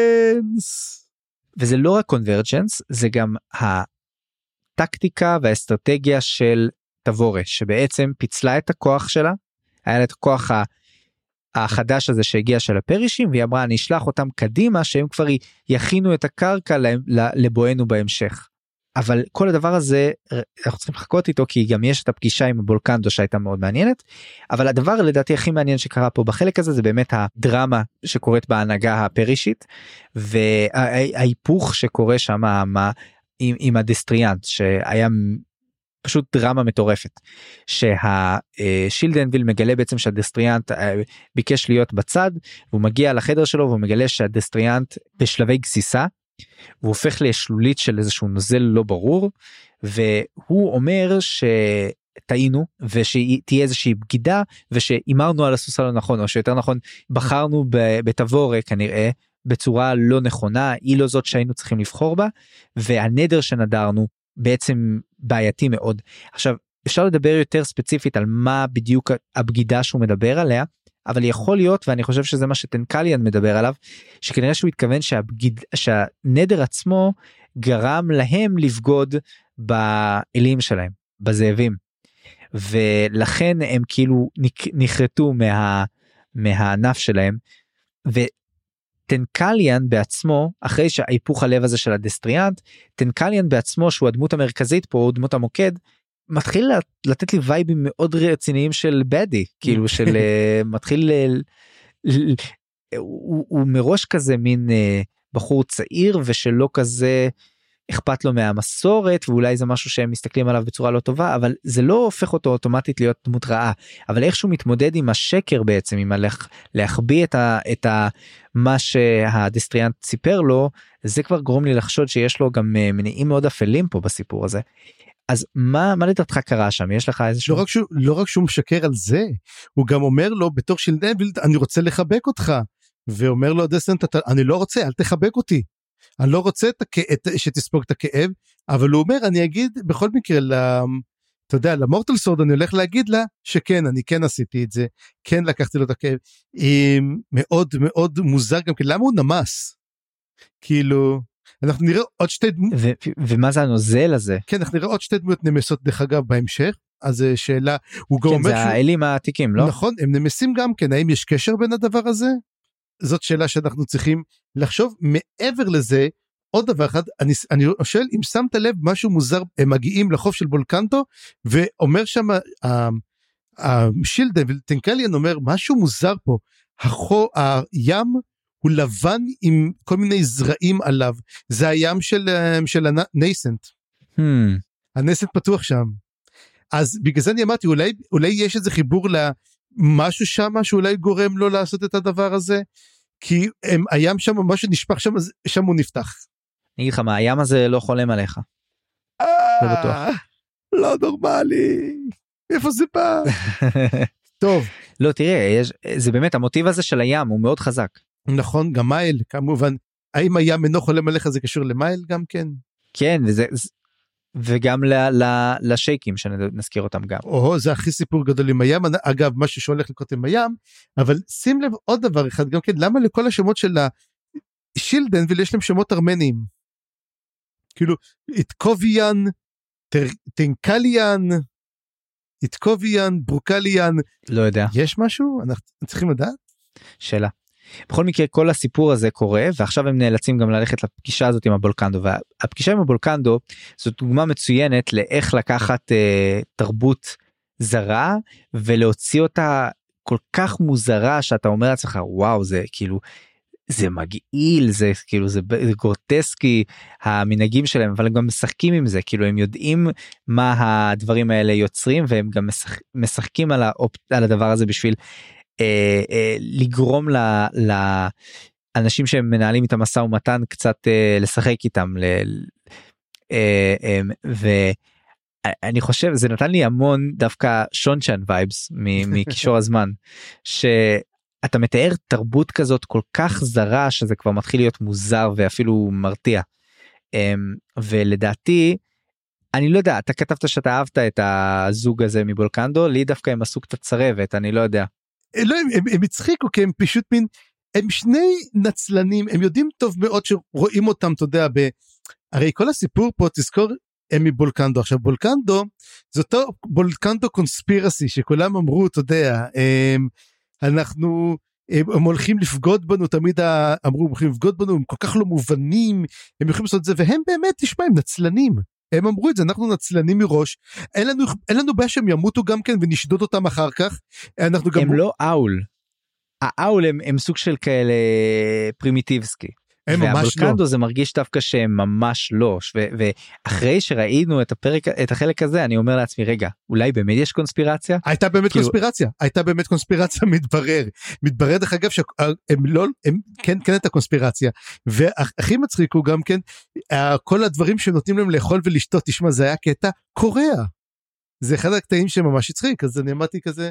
וזה לא רק קונברג'נס, זה גם הטקטיקה והאסטרטגיה של תבורה, שבעצם פיצלה את הכוח שלה, היה לה את הכוח החדש הזה שהגיע של הפרישים, והיא אמרה, אני אשלח אותם קדימה, שהם כבר יכינו את הקרקע לבואנו בהמשך. אבל כל הדבר הזה, אנחנו צריכים לחכות איתו, כי גם יש את הפגישה עם הבולקנדו שהייתה מאוד מעניינת, אבל הדבר לדעתי הכי מעניין שקרה פה בחלק הזה, זה באמת הדרמה שקורית בהנהגה הפרישית, וההיפוך שקורה שם עם הדסטריאנט, שהיה פשוט דרמה מטורפת, שהשילדנביל מגלה בעצם שהדסטריאנט ביקש להיות בצד, והוא מגיע לחדר שלו, והוא מגלה שהדסטריאנט בשלבי גסיסה, הוא הופך לשלולית של איזשהו נוזל לא ברור, והוא אומר שטעינו, ושתהיה איזושהי בגידה, ושאימרנו על הסוס הלא נכון, או שיותר נכון, בחרנו בתבורה כנראה, בצורה לא נכונה, היא לא זאת שהיינו צריכים לבחור בה, והנדר שנדרנו בעצם בעייתי מאוד. עכשיו, אפשר לדבר יותר ספציפית על מה בדיוק הבגידה שהוא מדבר עליה, אבל יכול להיות, ואני חושב שזה מה שטנקליאן מדבר עליו, שכנראה שהוא התכוון שהנדר עצמו גרם להם לבגוד באלים שלהם, בזאבים, ולכן הם כאילו נחרטו מהענף שלהם, וטנקליאן בעצמו, אחרי שההיפוך הלב הזה של הדסטריאנט, טנקליאן בעצמו, שהוא הדמות המרכזית פה, הוא דמות המוקד, מתחיל לתת לי וייבים מאוד רציניים של בדי, כאילו של מתחיל, הוא מראש כזה מין בחור צעיר, ושלא כזה אכפת לו מהמסורת, ואולי זה משהו שהם מסתכלים עליו בצורה לא טובה, אבל זה לא הופך אותו אוטומטית להיות דמות רעה, אבל איכשהו מתמודד עם השקר בעצם, עם להחביא את מה שהדסטריאנט סיפר לו, זה כבר גורם לי לחשוד שיש לו גם מניעים מאוד אפלים פה בסיפור הזה. אז מה לדעתך קרה שם? יש לך איזשהו... לא רק שהוא משקר על זה, הוא גם אומר לו בתור שילדנביל, אני רוצה לחבק אותך, ואומר לו הדסטריאנט, אני לא רוצה, אל תחבק אותי, אני לא רוצה שתספוג את הכאב, אבל הוא אומר, אני אגיד בכל מקרה אתה יודע, למורטל סורד אני הולך להגיד לה, שכן, אני כן עשיתי את זה, כן לקחתי לו את הכאב, מאוד מאוד מוזר גם כן, למה הוא נמס? כאילו, אנחנו נראה עוד שתי דמות. ומה זה הנוזל הזה? כן, אנחנו נראה עוד שתי דמות נמסות דרך אגב בהמשך, אז שאלה, הוא גם אומר כן, זה האלים העתיקים, לא? נכון, הם נמסים גם כן, האם יש קשר בין הדבר הזה? זאת שאלה שאנחנו צריכים לחשוב. מעבר לזה, עוד דבר אחד, אני שואל אם שמת לב משהו מוזר, הם מגיעים לחוף של בולקנטו, ואומר שם, שילדן וטנקליאן אומר, משהו מוזר פה, הים הוא לבן עם כל מיני זרעים עליו, זה הים של הנייסנט, הנייסנט פתוח שם, אז בגלל זה אני אמרתי, אולי יש איזה חיבור למשהו שם, שאולי גורם לו לעשות את הדבר הזה, כי הים שם, משהו נשפך שם, שם הוא נפתח. אני אגיד לך מה, הים הזה לא חולם עליך. לא בטוח. לא נורמלי. איפה זה בא? טוב. לא, תראה, זה באמת, המוטיב הזה של הים הוא מאוד חזק. נכון, גם מייל, כמובן. האם הים אינו חולם עליך זה קשור למייל גם כן? כן, וגם לשייקים שנזכיר אותם גם. זה הכי סיפור גדול עם הים. אגב, משהו שהולך לקרות עם הים, אבל שים לב עוד דבר אחד, גם כן, למה לכל השמות של שילדן ויש להם שמות ארמניים? כאילו, איתקוביאן, טנקליאן, איתקוביאן, ברוקליאן. לא יודע. יש משהו? אנחנו צריכים לדעת? שאלה. בכל מקרה, כל הסיפור הזה קורה, ועכשיו הם נאלצים גם ללכת לפגישה הזאת עם הבולקנדו, והפגישה עם הבולקנדו, זאת דוגמה מצוינת לאיך לקחת תרבות זרה, ולהוציא אותה כל כך מוזרה, שאתה אומר לעצמך, וואו, זה כאילו, זה מגעיל, זה כאילו, זה גורטסקי, המנהגים שלהם, אבל הם גם משחקים עם זה, כאילו הם יודעים מה הדברים האלה יוצרים, והם גם משחקים על הדבר הזה בשביל לגרום לאנשים שהם מנהלים את המשא ומתן קצת לשחק איתם, ואני חושב, זה נתן לי המון דווקא שונשן וייבס מקישור הזמן, אתה מתאר תרבות כזאת כל כך זרה שזה כבר מתחיל להיות מוזר ואפילו מרתיע. ולדעתי, אני לא יודע, אתה כתבת שאתה אהבת את הזוג הזה מבולקנדו, לי דווקא הם עשו קצת צרבת, אני לא יודע. לא, הם הצחיקו כי הם פשוט מין, הם שני נצלנים, הם יודעים טוב מאוד שרואים אותם, אתה יודע, הרי כל הסיפור פה, תזכור, הם מבולקנדו. עכשיו בולקנדו, זה אותו בולקנדו קונספירסי, שכולם אמרו, אתה יודע, אנחנו, הם הולכים לפגוד בנו, תמיד אמרו, הם הולכים לפגוד בנו, הם כל כך לא מובנים, הם יכולים לעשות את זה, והם באמת, תשמע, הם נצלנים, הם אמרו את זה, אנחנו נצלנים מראש, אין לנו בעיה שהם ימותו גם כן, ונשדוד אותם אחר כך, אנחנו גם... הם לא אול, האול הם סוג של כאלה פרימיטיבסקי, והבולקנדו זה מרגיש דווקא שהם ממש לא, ואחרי שראינו את החלק הזה, אני אומר לעצמי, רגע, אולי באמת יש קונספירציה? הייתה באמת קונספירציה, מתברר דרך אגב שהם לא, כן את הקונספירציה, והכי מצחיק הוא גם כן, כל הדברים שנותנים להם לאכול ולשתות, תשמע, זה היה קטע קוריאה, זה אחד הקטעים שממש הצחיק, אז אני אמרתי כזה,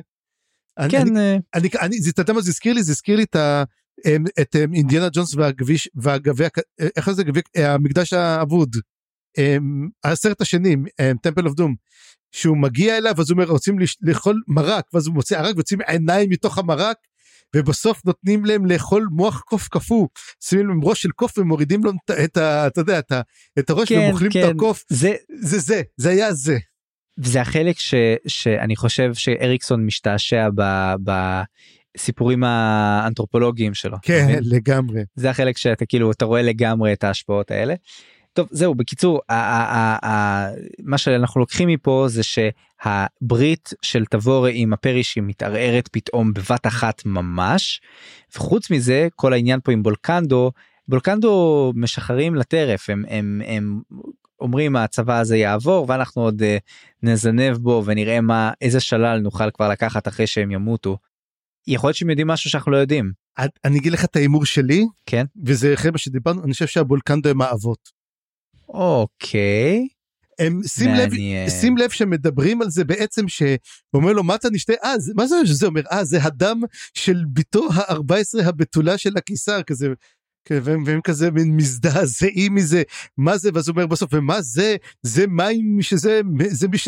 זה הזכיר לי את אינדיאנה ג'ונס והגבי, איך זה גבי, המקדש האבוד, הסרט השני, טמפל אוף דום, שהוא מגיע אליו, אז הוא אומר, רוצים לאכול מרק, ואז הוא מוצא ערק, ויוצאים עיניים מתוך המרק, ובסוף נותנים להם לאכול מוח קוף קפוא, שמים להם ראש של קוף, ומורידים לו את הראש, ומאכלים את הקוף, זה היה זה. וזה החלק שאני חושב שאריקסון משתעשע סיפורים האנתרופולוגיים שלו. כן, לגמרי. זה החלק שאתה כאילו, אתה רואה לגמרי את ההשפעות האלה. טוב, זהו, בקיצור, מה שאנחנו לוקחים מפה זה שהברית של תבורי עם הפרישים מתערערת פתאום בבת אחת ממש, וחוץ מזה, כל העניין פה עם בולקנדו משחררים לטרף, הם אומרים הצבא הזה יעבור, ואנחנו עוד נזנב בו ונראה איזה שלל נוכל כבר לקחת אחרי שהם ימותו. יכול להיות שהם יודעים משהו שאנחנו לא יודעים. אני אגיד לך את האימור שלי, כן. וזה אחרי מה שדיברנו, אני חושב שהבולקנדו הם האבות. אוקיי. שים לב שמדברים על זה בעצם, שאומר לו, מה אתה נשתה? מה זה אומר? זה הדם של ביתו ה-14 הבתולה של הקיסר, כזה, והם כזה מזדעזעים מזה, מה זה? ואז הוא אומר בסוף, ומה זה? זה מים, זה מי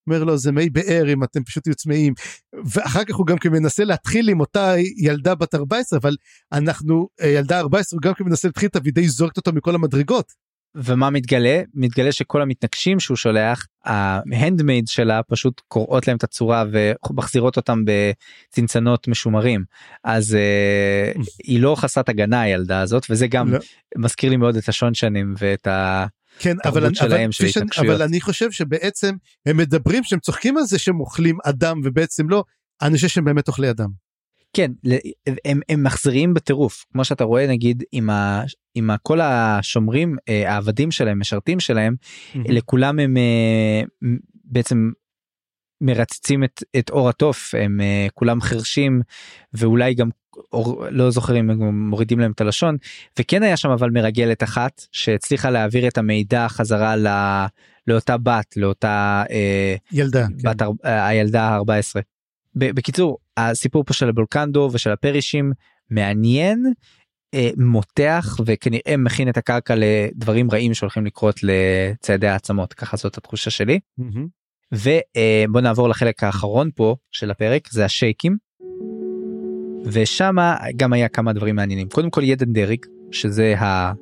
אומר לו, זה מי באר אם אתם פשוט יהיו צמאים, ואחר כך הוא גם מנסה להתחיל עם אותה ילדה בת 14, אבל ילדה 14, הוא גם מנסה להתחיל את הוידי, זורקת אותו מכל המדרגות. ומה מתגלה? מתגלה שכל המתנגשים שהוא שולח, ההנדמייד שלה פשוט קוראות להם את הצורה ומחזירות אותם בצנצנות משומרים, אז היא לא חסרת הגנה הילדה הזאת, וזה גם מזכיר לי מאוד את השונשנים ואת התרבות שלהם של התנגשויות. אבל אני חושב שבעצם הם מדברים שהם צוחקים על זה שהם אוכלים אדם, ובעצם לא, אני חושב שהם באמת אוכלי אדם. כן, הם מחזירים בטירוף, כמו שאתה רואה נגיד עם כל השומרים, העבדים שלהם, משרתים שלהם, לכולם הם בעצם מרצצים את אור התוף, הם כולם חרשים, ואולי גם לא זוכרים, הם מורידים להם את הלשון, וכן היה שם אבל מרגלת אחת, שהצליחה להעביר את המידע חזרה לאותה בת, לאותה ילדה, הילדה ה-14. בקיצור, הסיפור פה של הבולקנדו ושל הפרישים מעניין, מותח, וכנראה מכין את הקרקע לדברים רעים שהולכים לקרות לצעדי העצמות, ככה זאת התחושה שלי. ובוא נעבור לחלק האחרון פה של הפרק, זה השייקים, ושם גם היה כמה דברים מעניינים. קודם כל ידן דריג, שזה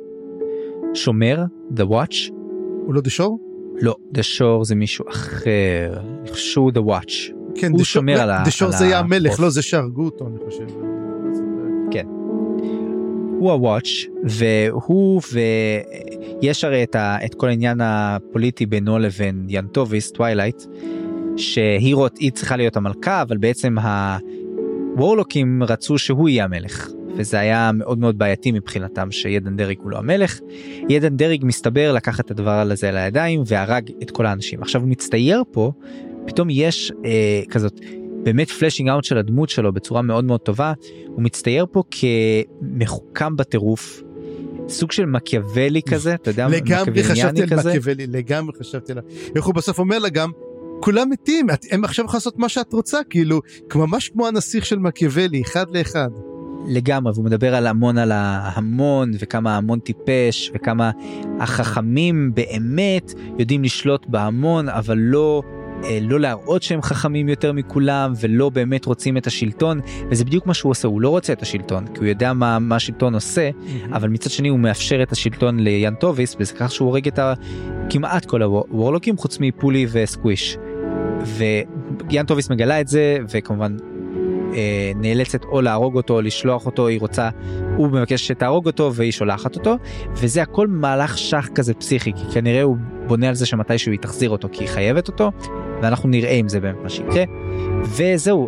השומר, The Watch. הוא לא The Shore? לא, The Shore זה מישהו אחר, שהוא The Watch. כן, הוא שומר על The Shore זה היה המלך, לא זה שהרגו אותו, אני חושב. כן. הוא הוואץ' והוא, ויש הרי את כל העניין הפוליטי בינו לבין ינטוביס, טווילייט, שהיא צריכה להיות המלכה, אבל בעצם הוורלוקים רצו שהוא יהיה המלך, וזה היה מאוד מאוד בעייתי מבחינתם שידן דריג הוא לא המלך. ידן דריג מסתבר לקח את הדבר הזה לידיים והרג את כל האנשים. עכשיו הוא מצטייר פה, פתאום יש כזאת באמת פלאשינג אאוט של הדמות שלו בצורה מאוד מאוד טובה, הוא מצטייר פה כמחוכם בטירוף, סוג של מקיאוולי כזה, אתה יודע, לגמרי חשבתי על מקיאוולי, לגמרי חשבתי עליו, איך הוא בסוף אומר לה גם, כולם מתים, הם עכשיו יכולים לעשות מה שאת רוצה, כאילו, ממש כמו הנסיך של מקיאוולי, אחד לאחד. לגמרי, והוא מדבר על ההמון, וכמה ההמון טיפש, וכמה החכמים באמת יודעים לשלוט בהמון, אבל לא להראות שהם חכמים יותר מכולם, ולא באמת רוצים את השלטון, וזה בדיוק מה שהוא עושה, הוא לא רוצה את השלטון, כי הוא יודע מה השלטון עושה, אבל מצד שני הוא מאפשר את השלטון ליאנטוביס, וזה כך שהוא הורג את כמעט כל הוורלוקים, חוץ מפולי וסקוויש, ויאנטוביס מגלה את זה, וכמובן נאלצת או להרוג אותו, או לשלוח אותו, הוא מבקש שתהרוג אותו, והיא שולחת אותו, וזה הכל מהלך שח כזה פסיכי, כי כנראה הוא בונה על זה שמתישהו היא תחזיר אותו, כי היא חייבת אותו, ואנחנו נראה אם זה באמת מה שיקרה, וזהו,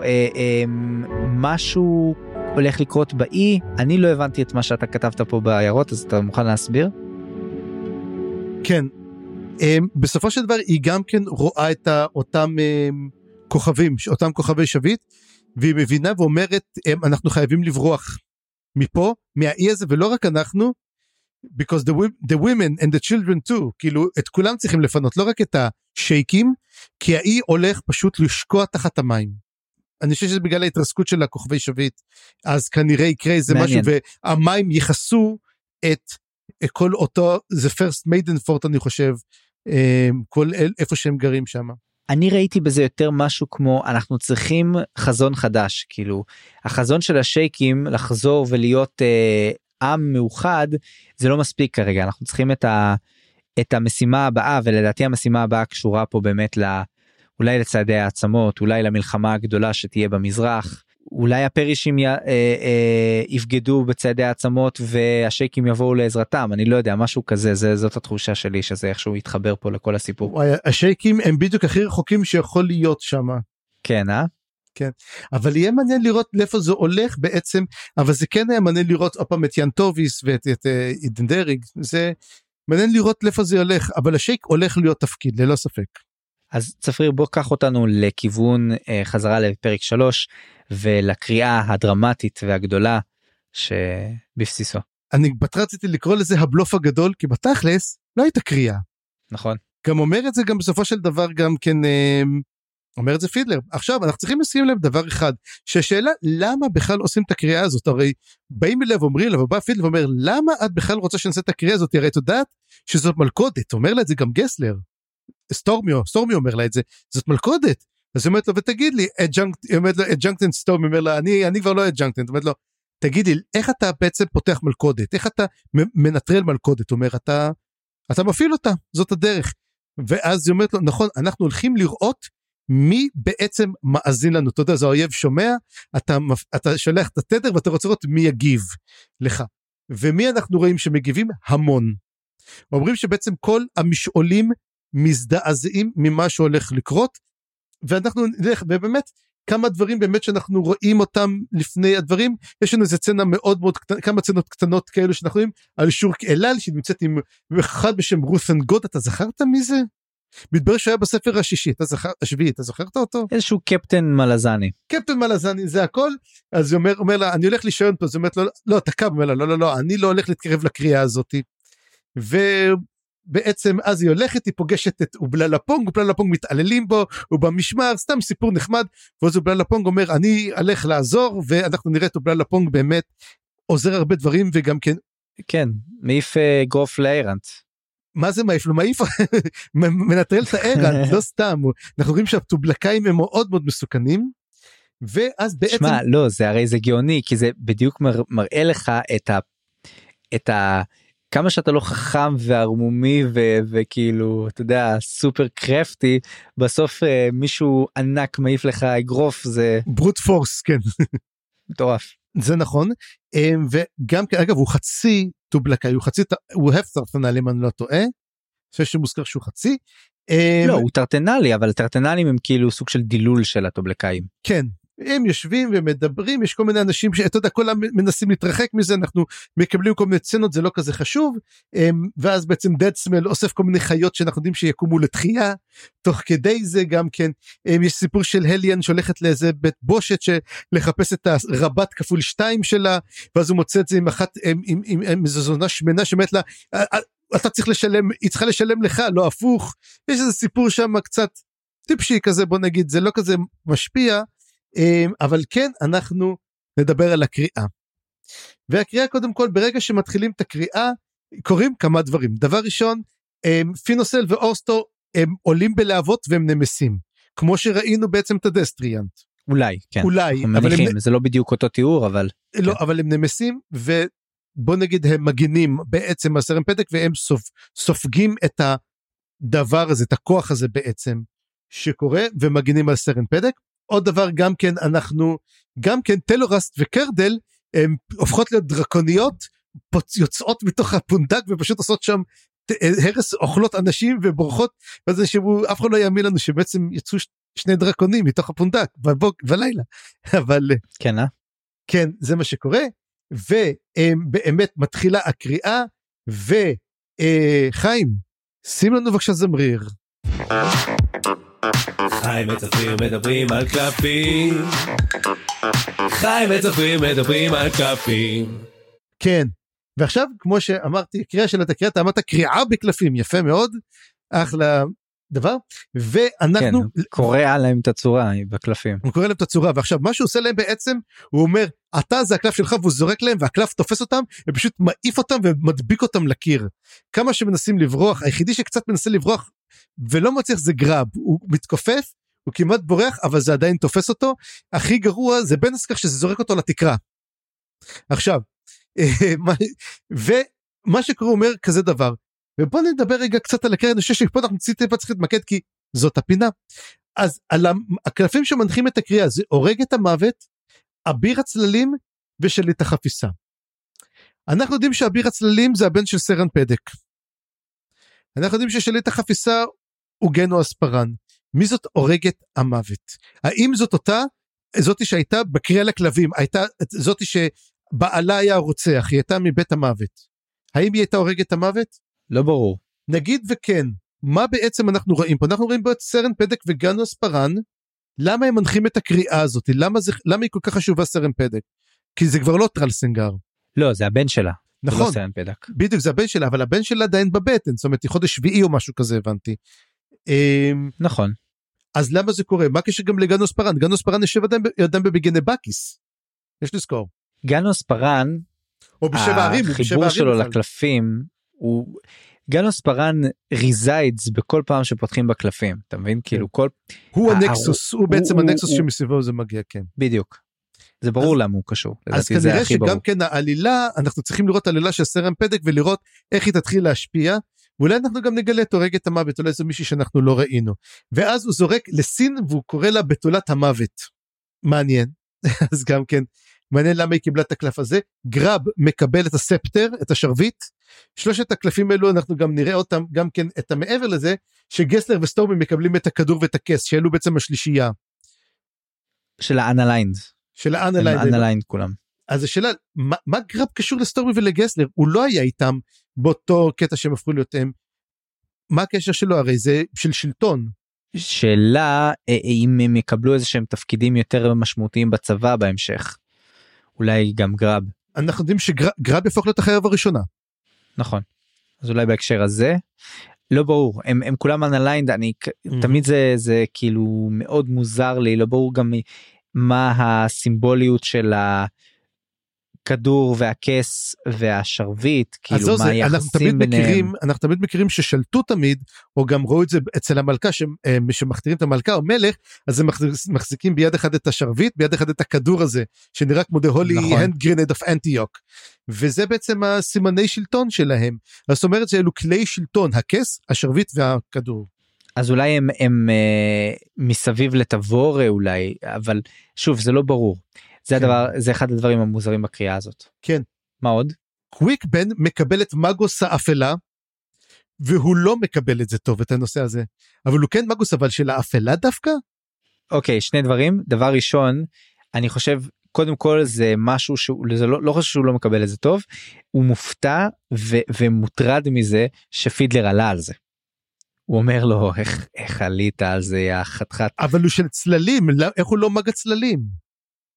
משהו הולך לקרות באי, אני לא הבנתי את מה שאתה כתבת פה בעיירות, אז אתה מוכן להסביר? כן, בסופו של דבר היא גם כן רואה את אותם כוכבים, אותם כוכבי שביט, והיא מבינה ואומרת, אנחנו חייבים לברוח מפה, מהאי הזה, ולא רק אנחנו, because the women and the children too, כאילו את כולם צריכים לפנות, לא רק את השייקים, כי האי הולך פשוט לשקוע תחת המים. אני חושב שזה בגלל ההתרסקות של הכוכבי שביט, אז כנראה יקרה איזה משהו, והמים יכסו את כל אותו, זה first maiden fort אני חושב, כל איפה שהם גרים שם. אני ראיתי בזה יותר משהו כמו, אנחנו צריכים חזון חדש, כאילו, החזון של השייקים לחזור ולהיות עם מאוחד, זה לא מספיק כרגע, אנחנו צריכים את המשימה הבאה, ולדעתי המשימה הבאה קשורה פה באמת אולי לצעדי העצמות, אולי למלחמה הגדולה שתהיה במזרח, אולי הפרישים יפגדו בצעדי העצמות, והשייקים יבואו לעזרתם, אני לא יודע, משהו כזה, זאת התחושה שלי, שזה איכשהו יתחבר פה לכל הסיפור. השייקים הם בדיוק הכי רחוקים שיכול להיות שם. כן, כן, אבל יהיה מעניין לראות לאיפה זה הולך בעצם, אבל זה כן היה מעניין לראות עוד פעם את ינטוביס ואת ידן דריג, זה מעניין לראות לאיפה זה הולך, אבל השייק הולך להיות תפקיד, ללא ספק. אז צפריר, בוא קח אותנו לכיוון חזרה לפרק 3, ולקריאה הדרמטית והגדולה שבבסיסו. אני רציתי לקרוא לזה הבלוף הגדול, כי בתכלס לא הייתה קריאה. נכון. גם אומר את זה גם בסופו של דבר גם כן, אומר את זה פידלר. עכשיו אנחנו צריכים לשים לב דבר אחד, שהשאלה למה בכלל עושים את הקריאה הזאת, הרי באים אליו ואומרים לה, ובא פידלר ואומר, למה את בכלל רוצה שנעשה את הקריאה הזאת, הרי את יודעת שזאת מלכודת, אומר לה את זה גם גסלר. סטורמי אומר לה את זה, זאת מלכודת. אז היא אומרת לו, ותגיד לי, אג'נקטן סטורמי אומר לה, אני כבר לא אג'נקטן, היא אומרת לו, תגיד לי, איך אתה בעצם פותח מלכודת, איך אתה מנטרל מלכודת, הוא אומר, אתה מפעיל אותה, זאת הדרך. ואז היא אומרת לו, נכון, אנחנו הולכים לראות מי בעצם מאזין לנו, אתה יודע, זה האויב שומע, אתה שולח את התדר ואתה רוצה לראות מי יגיב לך. ומי אנחנו רואים שמגיבים? המון. אומרים שבעצם כל המשעולים מזדעזעים ממה שהולך לקרות, ואנחנו נלך, ובאמת, כמה דברים באמת שאנחנו רואים אותם לפני הדברים, יש לנו איזה צנה מאוד מאוד קטנה, כמה צנות קטנות כאלו שאנחנו רואים, על שורק אלאל, שנמצאת עם אחד בשם רות'ן גוד, אתה זכרת מי זה? מתברר שהיה בספר השביעי, אתה זוכרת אותו? איזשהו קפטן מלזני. קפטן מלזני, זה הכל, אז הוא אומר לה, אני הולך לישון פה, אז הוא אומר לו, לא, אתה קם, אומר לה, לא, אני לא הולך להתקרב לקריאה הזאת, ובעצם אז היא הולכת, היא פוגשת את אובללפונג, אובללפונג מתעללים בו, הוא במשמר, סתם סיפור נחמד, ואז אובללפונג אומר, אני הולך לעזור, ואנחנו נראה את אובללפונג באמת, עוזר הרבה דברים, וגם כן, כן, מעיף גרוף לאירנט. מה זה מעיף? לא מעיף, מנטרל את האירנט, לא סתם, אנחנו רואים שהטובלקאים הם מאוד מאוד מסוכנים, ואז בעצם... שמה, לא, זה הרי זה גאוני, כי זה בדיוק מראה לך את כמה שאתה לא חכם והרמומי וכאילו, אתה יודע, סופר קרפטי, בסוף מישהו ענק מעיף לך אגרוף, זה... ברוט פורס, כן. מטורף. זה נכון, וגם, אגב, הוא חצי טובלקאי, הוא אוהב טרטנלי, אם אני לא טועה, חושב שמוזכר שהוא חצי. לא, הוא טרטנלי, אבל טרטנלים הם כאילו סוג של דילול של הטובלקאים. כן. הם יושבים ומדברים, יש כל מיני אנשים שאתה יודע, כולם מנסים להתרחק מזה, אנחנו מקבלים כל מיני צנות, זה לא כזה חשוב, ואז בעצם דדסמל אוסף כל מיני חיות שאנחנו יודעים שיקומו לתחייה, תוך כדי זה גם כן, יש סיפור של הליאן שהולכת לאיזה בית בושת, לחפש את הרבת כפול 2 שלה, ואז הוא מוצא את זה עם איזו זונה שמנה, שאומרת לה, אתה צריך לשלם, היא צריכה לשלם לך, לא הפוך, יש איזה סיפור שם קצת טיפשי כזה, בוא נגיד, זה לא כזה משפיע, אבל כן, אנחנו נדבר על הקריאה. והקריאה קודם כל, ברגע שמתחילים את הקריאה, קוראים כמה דברים. דבר ראשון, פינוסל ואורסטו, הם עולים בלהבות והם נמסים. כמו שראינו בעצם את הדסטריאנט. אולי, כן. אולי. אנחנו מניחים, זה לא בדיוק אותו תיאור, אבל... לא, אבל הם נמסים, ובוא נגיד, הם מגינים בעצם מהסרן פדק, והם סופגים את הדבר הזה, את הכוח הזה בעצם, שקורה, ומגינים על סרן פדק. עוד דבר גם כן, גם כן טלורסט וקרדל, הן הופכות להיות דרקוניות, יוצאות מתוך הפונדק, ופשוט עושות שם הרס, אוכלות אנשים ובורחות, ואז אף אחד לא יאמין לנו שבעצם יצאו שני דרקונים מתוך הפונדק, בלילה, אבל... כן, כן, זה מה שקורה, ובאמת מתחילה הקריאה, וחיים, שים לנו בבקשה זמריר. חיים וצפיר מדברים על קלפים, חיים וצפיר מדברים על קלפים. כן, ועכשיו כמו שאמרתי, קריאה של התקריאה, אתה אמרת קריאה בקלפים, יפה מאוד, אחלה דבר, ואנחנו... כן, קורא להם את הצורה בקלפים. הוא קורא להם את הצורה, ועכשיו מה שהוא עושה להם בעצם, הוא אומר, אתה זה הקלף שלך, והוא זורק להם, והקלף תופס אותם, ופשוט מעיף אותם, ומדביק אותם לקיר. כמה שמנסים לברוח, היחידי שקצת מנסה לברוח, ולא מצליח זה גרב, הוא מתכופף, הוא כמעט בורח, אבל זה עדיין תופס אותו, הכי גרוע זה בנס כך שזה זורק אותו לתקרה. עכשיו, ומה שקורה אומר כזה דבר, ובוא נדבר רגע קצת על הקריאה, אני חושב שפה אנחנו צריכים להתמקד, כי זאת הפינה. אז על הקלפים שמנחים את הקריאה, זה הורג את המוות, אביר הצללים ושליט החפיסה. אנחנו יודעים שאביר הצללים זה הבן של סרן פדק. אנחנו יודעים ששליט החפיסה הוא גנו אספרן. מי זאת הורגת המוות? האם זאתי שהייתה בקריאה לכלבים, זאתי שבעלה היה רוצח, היא הייתה מבית המוות. האם היא הייתה הורגת המוות? לא ברור. נגיד וכן, מה בעצם אנחנו רואים פה? אנחנו רואים פה את סרן פדק וגנו אספרן, למה הם מנחים את הקריאה הזאת? למה היא כל כך חשובה סרן פדק? כי זה כבר לא טרלסנגר. לא, זה הבן שלה. נכון, בדיוק זה הבן שלה, אבל הבן שלה עדיין בבטן, זאת אומרת, היא חודש שביעי או משהו כזה, הבנתי. נכון. אז למה זה קורה? מה קשר גם לגנו אספרן? גנו אספרן יושב עדיין בבגני בקיס. יש לזכור. גנו אספרן, או בשבע ערים. החיבור שלו לקלפים, גנוס פרן resides בכל פעם שפותחים בקלפים, אתה מבין? כאילו כל... הוא הנקסוס, הוא בעצם הנקסוס שמסביבו זה מגיע, כן. בדיוק. זה ברור למה הוא קשור. אז כנראה שגם כן העלילה, אנחנו צריכים לראות עלילה של סרן פדק ולראות איך היא תתחיל להשפיע, ואולי אנחנו גם נגלה את הורגת המוות, אולי זה מישהי שאנחנו לא ראינו. ואז הוא זורק לסין והוא קורא לה בתולת המוות. מעניין. אז גם כן, מעניין למה היא קיבלה את הקלף הזה. גרב מקבל את הספטר, את השרביט. שלושת הקלפים האלו אנחנו גם נראה אותם, גם כן את המעבר לזה, שגסלר וסטורמי מקבלים את הכדור ואת הכס, שאלו בעצם השלישייה. של האנליינד. של האנליינד כולם. אז השאלה, מה גרב קשור לסטורמי ולגסלר? הוא לא היה איתם באותו קטע שהם הפכו להיות הם. מה הקשר שלו? הרי זה של שלטון. שאלה אם הם יקבלו איזה שהם תפקידים יותר משמעותיים בצבא בהמשך. אולי גם גרב. אנחנו יודעים שגרב יפוך להיות החייב הראשונה. נכון. אז אולי בהקשר הזה, לא ברור, הם כולם אנליינד, תמיד זה כאילו מאוד מוזר לי, לא ברור גם מה הסימבוליות של הכדור והכס והשרביט, כאילו מה היחסים ביניהם. אנחנו תמיד מכירים ששלטו תמיד, או גם ראו את זה אצל המלכה, שמכתירים את המלכה או מלך, אז הם מחזיקים ביד אחד את השרביט, ביד אחד את הכדור הזה, שנראה כמו the holy hand grenade of Antioch, וזה בעצם הסימני שלטון שלהם, זאת אומרת שאלו כלי שלטון, הכס, השרביט והכדור. אז אולי הם מסביב לתבור אולי, אבל שוב זה לא ברור. זה אחד הדברים המוזרים בקריאה הזאת. כן. מה עוד? קוויק בן מקבל את מגוס האפלה, והוא לא מקבל את זה טוב, את הנושא הזה. אבל הוא כן מגוס, אבל של האפלה דווקא? אוקיי, שני דברים. דבר ראשון, אני חושב, קודם כל זה משהו זה לא חושב שהוא לא מקבל את זה טוב, הוא מופתע ומוטרד מזה שפידלר עלה על זה. הוא אומר לו, איך עלית על זה, החתכת. אבל הוא של צללים, איך הוא לא מגע צללים?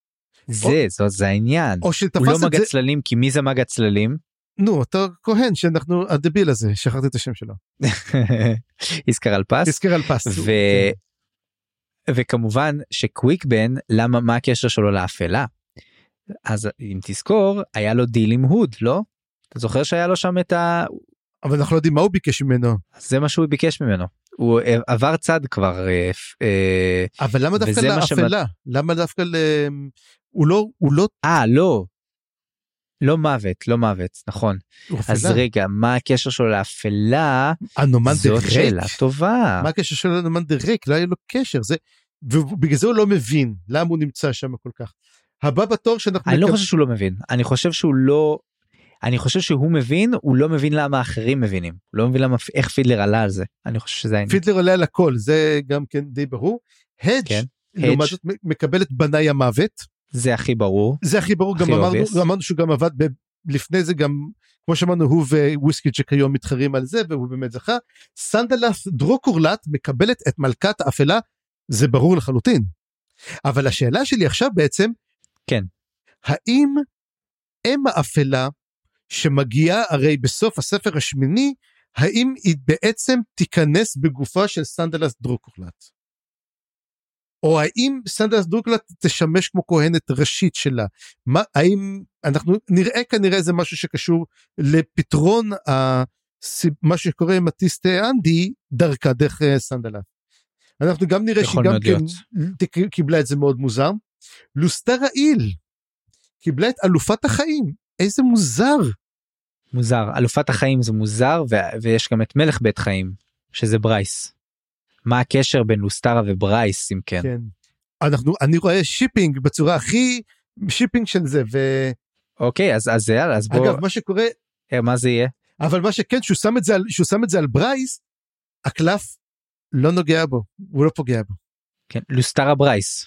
זה העניין. הוא לא מגע צללים, כי מי זה מגע צללים? נו, אותו כהן שאנחנו, הדביל הזה, שכחתי את השם שלו. איסקר אלפס. איסקר אלפס. וכמובן שקוויק בן, מה הקשר שלו לאפלה? אז אם תזכור, היה לו דיל עם הוד, לא? אתה זוכר שהיה לו שם את ה... אבל אנחנו לא יודעים מה הוא ביקש ממנו. זה מה שהוא ביקש ממנו. הוא עבר צד כבר. אבל למה דווקא לאפלה? למה דווקא הוא לא... לא מוות, נכון. אז רגע, מה הקשר שלו לאפלה? זאת שאלה טובה. מה הקשר שלו לאנומן דרק? לא היה לו קשר. ובגלל זה הוא לא מבין למה הוא נמצא שם כל כך. הבא בתור שאנחנו... אני לא חושב שהוא לא מבין. אני חושב שהוא מבין, הוא לא מבין למה האחרים מבינים. הוא לא מבין איך פידלר עלה על זה. אני חושב שזה העניין. פידלר עלה על הכל, זה גם כן די ברור. הדג' לעומת זאת מקבל את בנאי המוות. זה הכי ברור. זה הכי ברור, גם אמרנו שהוא גם עבד לפני זה גם, כמו שאמרנו, הוא וויסקיד שכיום מתחרים על זה, והוא באמת זכה. סנדלס דרוקורלט מקבלת את מלכת האפלה, זה ברור לחלוטין. אבל השאלה שלי עכשיו בעצם, כן. האם אם האפלה שמגיעה הרי בסוף הספר השמיני, האם היא בעצם תיכנס בגופה של סנדלס דרוקורלט? או האם סנדלס דרוקורלט תשמש כמו כהנת ראשית שלה? האם אנחנו נראה כנראה זה משהו שקשור לפתרון מה שקורה עם מטיסט אנדי דרכה דרך סנדלס. אנחנו גם נראה שהיא גם כן קיבלה את זה מאוד מוזר. לוסטרה איל קיבלה את אלופת החיים. איזה מוזר. אלופת החיים זה מוזר, ויש גם את מלך בית חיים, שזה ברייס. מה הקשר בין לוסטרה וברייס, אם כן? כן. אני רואה שיפינג בצורה הכי שיפינג של זה, אוקיי, אז יאללה, אז בוא... אגב, מה שקורה... מה זה יהיה? אבל מה שכן, שהוא שם את זה על ברייס, הקלף לא נוגע בו, הוא לא פוגע בו. כן, לוסטרה ברייס.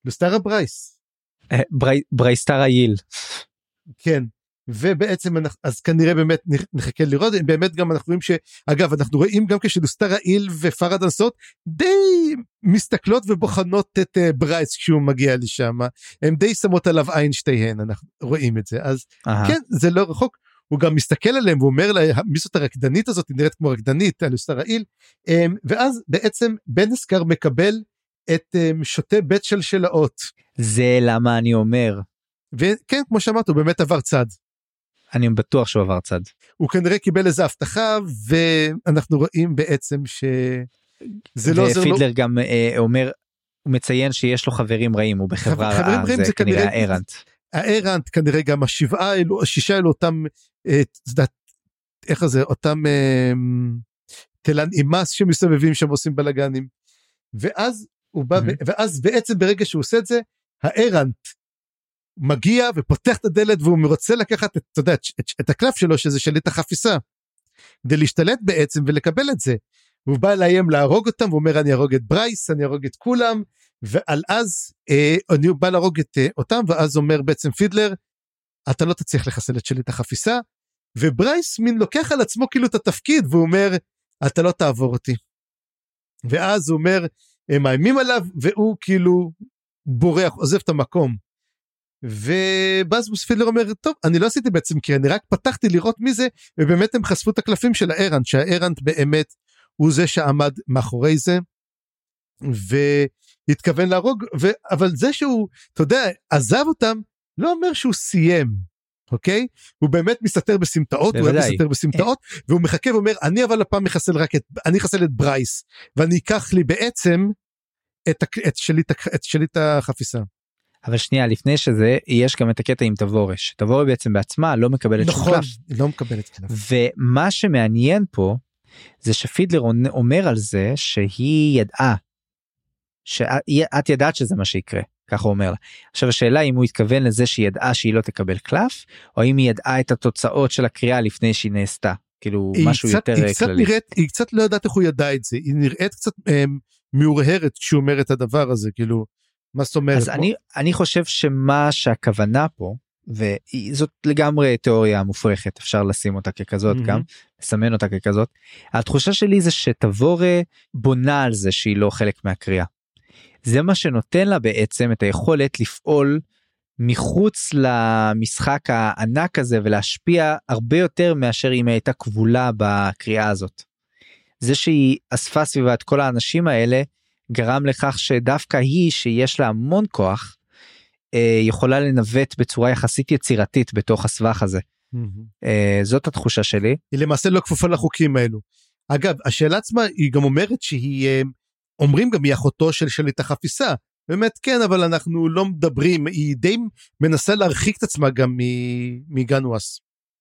ברייסטרה ייל. כן. ובעצם אז כנראה באמת נחכה לראות, באמת גם אנחנו רואים אגב אנחנו רואים גם כשלוסטרה איל ופרד אנסות די מסתכלות ובוחנות את ברייס כשהוא מגיע לשם, הם די שמות עליו עין שתיהן, אנחנו רואים את זה, אז כן זה לא רחוק, הוא גם מסתכל עליהם ואומר לה מי זאת הרקדנית הזאת, היא נראית כמו רקדנית לוסטרה איל, ואז בעצם בנסקר מקבל את שוטה בית שלשלאות. זה למה אני אומר. וכן כמו שאמרת הוא באמת עבר צד. אני בטוח שהוא עבר צד. הוא כנראה קיבל איזו הבטחה, ואנחנו רואים בעצם שזה לא... ופידלר גם אומר, הוא מציין שיש לו חברים רעים, הוא בחברה רעה, זה כנראה הארנט. הארנט, כנראה גם השישה אלו אותם, איך זה, אותם תלן אימס שמסתובבים שם עושים בלגנים, ואז הוא בא, ואז בעצם ברגע שהוא עושה את זה, הארנט מגיע ופותח את הדלת, והוא רוצה לקחת, אתה יודע, את הקלף שלו, שזה שליט החפיסה, כדי להשתלט בעצם ולקבל את זה. הוא בא לאיים להרוג אותם, הוא אומר, אני ארוג את ברייס, אני ארוג את כולם, ועל אז, אני בא להרוג אותם, ואז אומר בעצם פידלר, אתה לא תצליח לחסל את שליט החפיסה, וברייס מין לוקח על עצמו כאילו את התפקיד, והוא אומר, אתה לא תעבור אותי. ואז הוא אומר, הם מאיימים עליו, והוא כאילו בורח, עוזב את המקום. ובאז פידלר אומר, טוב, אני לא עשיתי בעצם, כי אני רק פתחתי לראות מי זה, ובאמת הם חשפו את הקלפים של הארנט, שהארנט באמת הוא זה שעמד מאחורי זה, והתכוון להרוג, אבל זה שהוא, אתה יודע, עזב אותם, לא אומר שהוא סיים, אוקיי? הוא באמת מסתתר בסמטאות, והוא מחכה ואומר, אני אבל הפעם מחסל רק אני אחסל את ברייס, ואני אקח לי בעצם את שליט החפיסה. אבל שנייה, לפני שזה, יש גם את הקטע עם תבורש. תבורש בעצם בעצמה לא מקבלת שום קלף. היא לא מקבלת קלף. ומה שמעניין פה, זה שפידלר אומר על זה, שהיא ידעה, שאת ידעת שזה מה שיקרה, ככה הוא אומר לה. עכשיו השאלה אם הוא התכוון לזה שהיא ידעה שהיא לא תקבל קלף, או אם היא ידעה את התוצאות של הקריאה לפני שהיא נעשתה, כאילו משהו יותר כללי. היא קצת לא יודעת איך הוא ידע את זה, היא נראית קצת מאורהרת כשהוא אומר את הדבר הזה, כאילו, מה זאת אומרת? אז אני חושב שמה שהכוונה פה, וזאת לגמרי תיאוריה מופרכת, אפשר לשים אותה ככזאת גם, לסמן אותה ככזאת, התחושה שלי זה שתבורה בונה על זה שהיא לא חלק מהקריאה. זה מה שנותן לה בעצם את היכולת לפעול מחוץ למשחק הענק הזה, ולהשפיע הרבה יותר מאשר אם הייתה כבולה בקריאה הזאת. זה שהיא אספה סביבה את כל האנשים האלה, גרם לכך שדווקא היא, שיש לה המון כוח, יכולה לנווט בצורה יחסית יצירתית בתוך הסבך הזה. זאת התחושה שלי. היא למעשה לא כפופה לחוקים האלו. אגב, השאלה עצמה היא גם אומרת שהיא, אומרים גם היא אחותו של שליט החפיסה. באמת כן, אבל אנחנו לא מדברים, היא די מנסה להרחיק את עצמה גם מגנואס.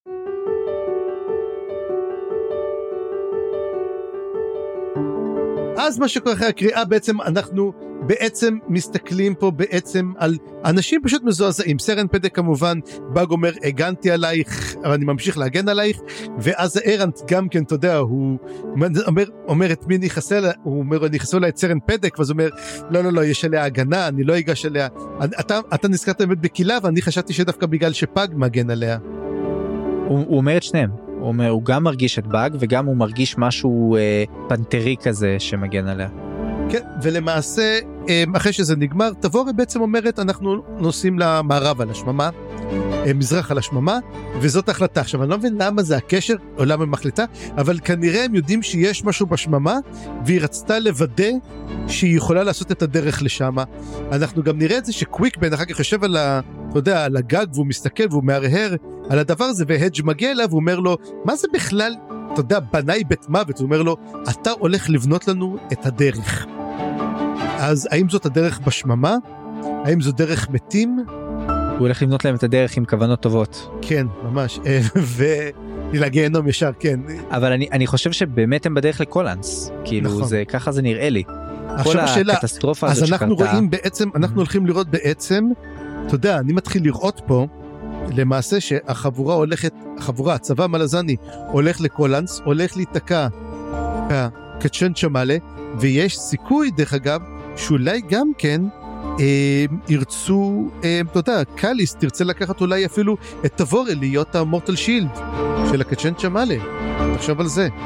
אז מה שקורה אחרי הקריאה, בעצם אנחנו בעצם מסתכלים פה בעצם על אנשים פשוט מזועזעים. סרן פדק כמובן, באג אומר, הגנתי עלייך, אבל אני ממשיך להגן עלייך, ואז הארנט גם כן, אתה יודע, הוא אומר את מי נחסל, הוא אומר, נחסל לה את סרן פדק, ואז הוא אומר, לא, יש עליה הגנה, אני לא אגש עליה, אתה נזכרת באמת בקילה, ואני חשבתי שדווקא בגלל שפאג מגן עליה. הוא אומר את שניהם. הוא גם מרגיש את באג, וגם הוא מרגיש משהו פנטרי כזה שמגן עליה. כן, ולמעשה, אחרי שזה נגמר, תבורה בעצם אומרת, אנחנו נוסעים למערב על השממה, מזרח על השממה, וזאת החלטה. עכשיו, אני לא מבין למה זה הקשר, או למה היא מחליטה, אבל כנראה הם יודעים שיש משהו בשממה, והיא רצתה לוודא שהיא יכולה לעשות את הדרך לשם. אנחנו גם נראה את זה שקוויקבן אחר כך יושב על אתה יודע, על הגג, והוא מסתכל, והוא מהרהר על הדבר הזה, והדג' מגיע אליו, והוא אומר לו, מה זה בכלל, אתה יודע, בני בית מוות, הוא אומר לו, אתה הולך לבנות לנו את הדרך. אז האם זאת הדרך בשממה? האם זו דרך מתים? הוא הולך לבנות להם את הדרך עם כוונות טובות. כן, ממש, ולגיהנום ישר, כן. אבל אני חושב שבאמת הם בדרך לקולנס, כאילו זה, ככה זה נראה לי. עכשיו השאלה, אז אנחנו רואים בעצם, אנחנו הולכים לראות בעצם, אתה יודע, אני מתחיל לראות פה, למעשה שהחבורה הולכת, הצבא מלזני, הולך לקולנס, הולך להתקע כצ'ן צ'מאלה, ויש סיכוי, דרך אגב, שאולי גם כן, ירצו, אתה יודע, קליס תרצה לקחת אולי אפילו את תבורה להיות המורטל שילד של הקצ'ן צ'מאלה. תחשוב על זה.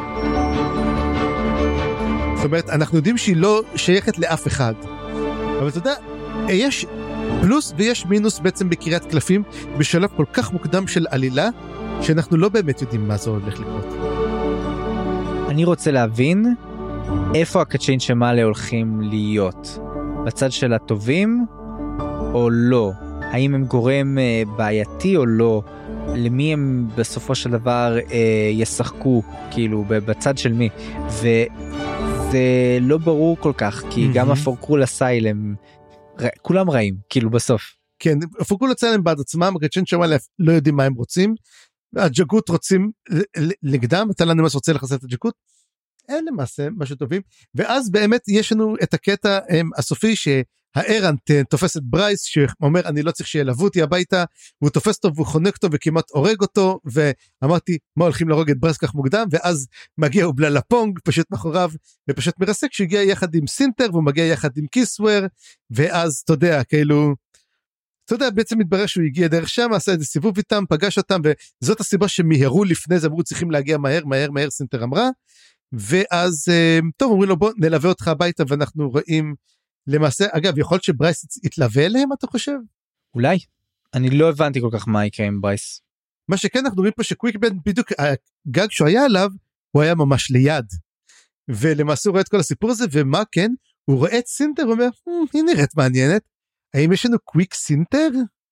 זאת אומרת, אנחנו יודעים שהיא לא שייכת לאף אחד. אבל אתה יודע, יש פלוס ויש מינוס בעצם בקריאת קלפים, בשלב כל כך מוקדם של עלילה, שאנחנו לא באמת יודעים מה זה הולך לקרות. אני רוצה להבין איפה הקצ'ן צ'מאלה הולכים להיות. בצד של הטובים או לא? האם הם גורם בעייתי או לא? למי הם בסופו של דבר ישחקו, כאילו בצד של מי, וזה לא ברור כל כך, כי גם הפורקול אסיילם, כולם רעים, כאילו בסוף. כן, הפורקול אסיילם בעד עצמם, רצ'ן שמאלף לא יודעים מה הם רוצים, הג'גות רוצים לגדם, אתה למעשה רוצה לחסל את הג'גות, אין למעשה משהו טובים, ואז באמת יש לנו את הקטע הסופי שהארנט תופס את ברייס, שאומר אני לא צריך שילוו אותי הביתה, והוא תופס אותו והוא חונק אותו וכמעט הורג אותו, ואמרתי מה הולכים להרוג את ברייס כך מוקדם, ואז מגיע אובלה לפונג פשוט מאחוריו, ופשוט מרסק שהוא הגיע יחד עם סינטר, והוא מגיע יחד עם קיסוור, ואז אתה יודע, כאילו, אתה יודע, בעצם מתברר שהוא הגיע דרך שם, עשה איזה סיבוב איתם, פגש אותם, וזאת הסיבה שמהרו לפני זה, אמרו צריכים להגיע מהר, סינטר אמרה, ואז, טוב, אומרים לו בוא נלווה אותך הביתה, ואנחנו רואים, למעשה, אגב, יכול להיות שברייס יתלווה אליהם, אתה חושב? אולי, אני לא הבנתי כל כך מה יקרה עם ברייס. מה שכן, אנחנו רואים פה שקוויקבן, בדיוק הגג שהוא היה עליו, הוא היה ממש ליד, ולמעשה הוא רואה את כל הסיפור הזה, ומה כן? הוא רואה את סינטר, הוא אומר, היא נראית מעניינת, האם יש לנו קוויק סינטר?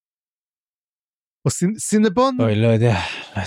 או סינבון? אוי, לא יודע.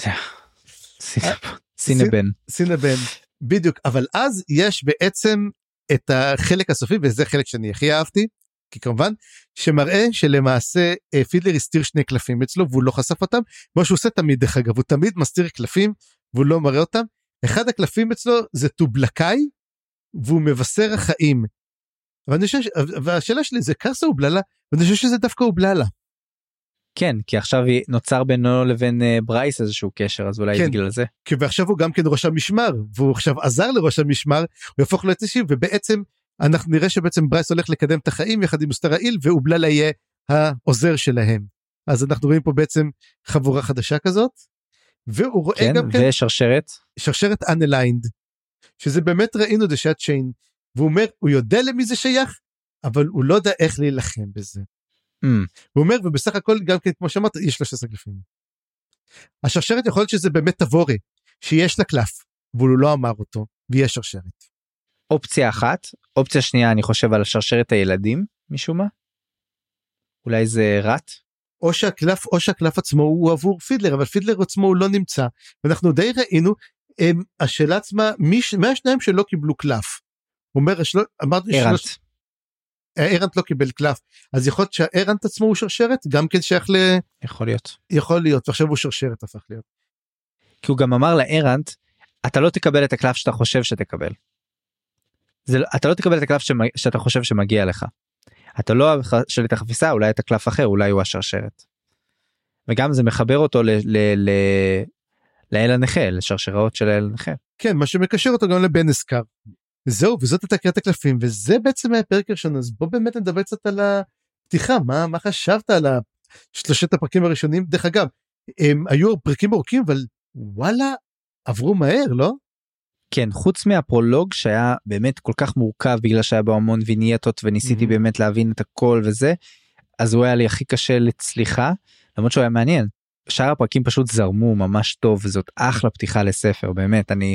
סינבן, בדיוק, אבל אז יש בעצם את החלק הסופי, וזה חלק שאני הכי אהבתי, כי כמובן, שמראה שלמעשה פידלר הסתיר שני קלפים אצלו, והוא לא חשף אותם, מה שהוא עושה תמיד, דרך אגב, הוא תמיד מסתיר קלפים, והוא לא מראה אותם, אחד הקלפים אצלו זה טובלקאי, והוא מבשר החיים, והשאלה שלי זה קרסה ובללה, ואני חושב שזה דווקא ובללה. כן, כי עכשיו נוצר בינו לבין ברייס איזשהו קשר, אז אולי כן, בגלל זה. כי ועכשיו הוא גם כן ראש המשמר, והוא עכשיו עזר לראש המשמר, הוא יהפוך לו את אישי, ובעצם אנחנו נראה שבעצם ברייס הולך לקדם את החיים, יחד עם מוסטר העיל, ואובללה יהיה העוזר שלהם. אז אנחנו רואים פה בעצם חבורה חדשה כזאת, והוא רואה כן, גם כן... ושרשרת. שרשרת unaligned, שזה באמת ראינו את השעת שיין, והוא אומר, הוא יודע למי זה שייך, אבל הוא לא יודע איך להילחם בזה. הוא אומר, ובסך הכל גם כן, כמו שאמרת, יש 13 קלפים. השרשרת יכול להיות שזה באמת תבורי, שיש לה קלף, והוא לא אמר אותו, ויש שרשרת. אופציה אחת, אופציה שנייה, אני חושב על שרשרת הילדים, משום מה? אולי זה רט? או שהקלף עצמו הוא עבור פידלר, אבל פידלר עצמו הוא לא נמצא, ואנחנו די ראינו, השאלה עצמה, מהשניים שלא קיבלו קלף, הוא אומר, ארנט. הארנט לא קיבל קלף, אז יכול להיות שהארנט עצמו הוא שרשרת, גם כן שייך יכול להיות, ועכשיו הוא שרשרת הפך להיות. כי הוא גם אמר לארנט, אתה לא תקבל את הקלף שאתה חושב שתקבל. אתה לא תקבל את הקלף שאתה חושב שמגיע לך. אתה לא שלי את החפיסה, אולי את הקלף אחר, אולי הוא השרשרת. וגם זה מחבר אותו לאל הנכה, לשרשרות של האל הנכה. כן, מה שמקשר אותו גם לבן אסקר. זהו, וזאת הייתה קריאת הקלפים, וזה בעצם היה פרק ראשון, אז בוא באמת נדבר קצת על הפתיחה, מה חשבת על שלושת הפרקים הראשונים? דרך אגב, הם היו פרקים ארוכים, אבל וואלה, עברו מהר, לא? כן, חוץ מהפרולוג שהיה באמת כל כך מורכב, בגלל שהיה בו המון וינייטות, וניסיתי באמת להבין את הכל וזה, אז הוא היה לי הכי קשה לצליחה, למרות שהוא היה מעניין. שאר הפרקים פשוט זרמו ממש טוב, וזאת אחלה פתיחה לספר, באמת, אני...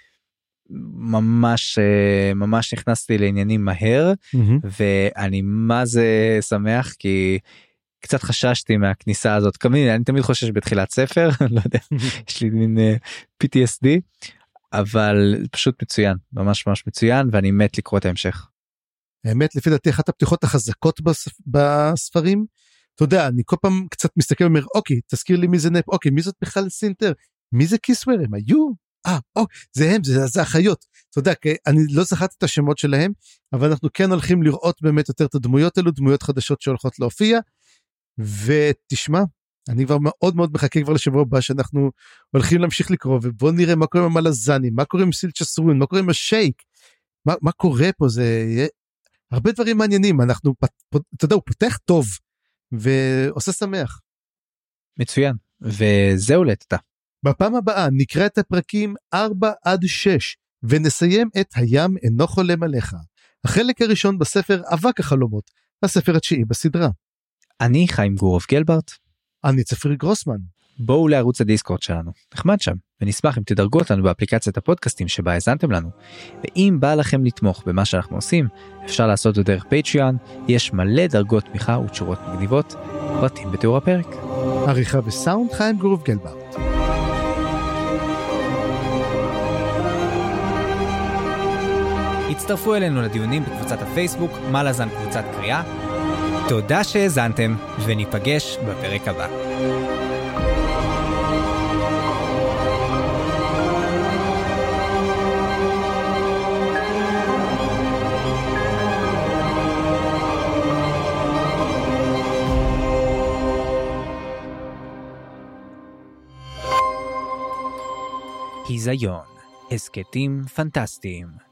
ממש נכנסתי לעניינים מהר, ואני מה זה שמח, כי קצת חששתי מהכניסה הזאת, אני תמיד חושש בתחילת ספר, לא יודע, יש לי מין PTSD, אבל פשוט מצוין, ממש מצוין, ואני מת לקרוא את ההמשך. האמת, לפי דעתי, אחת הפתיחות החזקות בספרים, אתה יודע, אני כל פעם קצת מסתכל ואומר, אוקיי, תזכיר לי מי זה נפ, אוקיי, מי זאת בכלל סינטר, מי זה קיסוור, הם היו? זה הם, זה החיות, אתה יודע, אני לא זכרתי את השמות שלהם, אבל אנחנו כן הולכים לראות באמת יותר את הדמויות האלו, דמויות חדשות שהולכות להופיע, ותשמע, אני כבר מאוד מאוד מחכה כבר לשבוע הבא, שאנחנו הולכים להמשיך לקרוא, ובוא נראה מה קורה עם המלזני, מה קורה עם סילצ'סרון, מה קורה עם השייק, מה קורה פה, זה הרבה דברים מעניינים, אנחנו, אתה יודע, הוא פותח טוב, ועושה שמח. מצוין, וזהו לטתה. בפעם הבאה נקרא את הפרקים 4-6, ונסיים את הים אינו חולם עליך. החלק הראשון בספר אבק החלומות, הספר התשיעי בסדרה. אני חיים גורוב גלברט. אני צפיר גרוסמן. בואו לערוץ הדיסקורד שלנו, נחמד שם, ונשמח אם תדרגו אותנו באפליקציית הפודקאסטים שבה האזנתם לנו. ואם בא לכם לתמוך במה שאנחנו עושים, אפשר לעשות זאת דרך פטריון, יש מלא דרגות תמיכה ותשורות מגניבות, פרטים בתיאור הפרק. עריכה וסאונד חיים גורוב גלברט. הצטרפו אלינו לדיונים בקבוצת הפייסבוק, מה לזן קבוצת קריאה. תודה שהאזנתם, וניפגש בפרק הבא. היזיון, הסקטים פנטסטיים.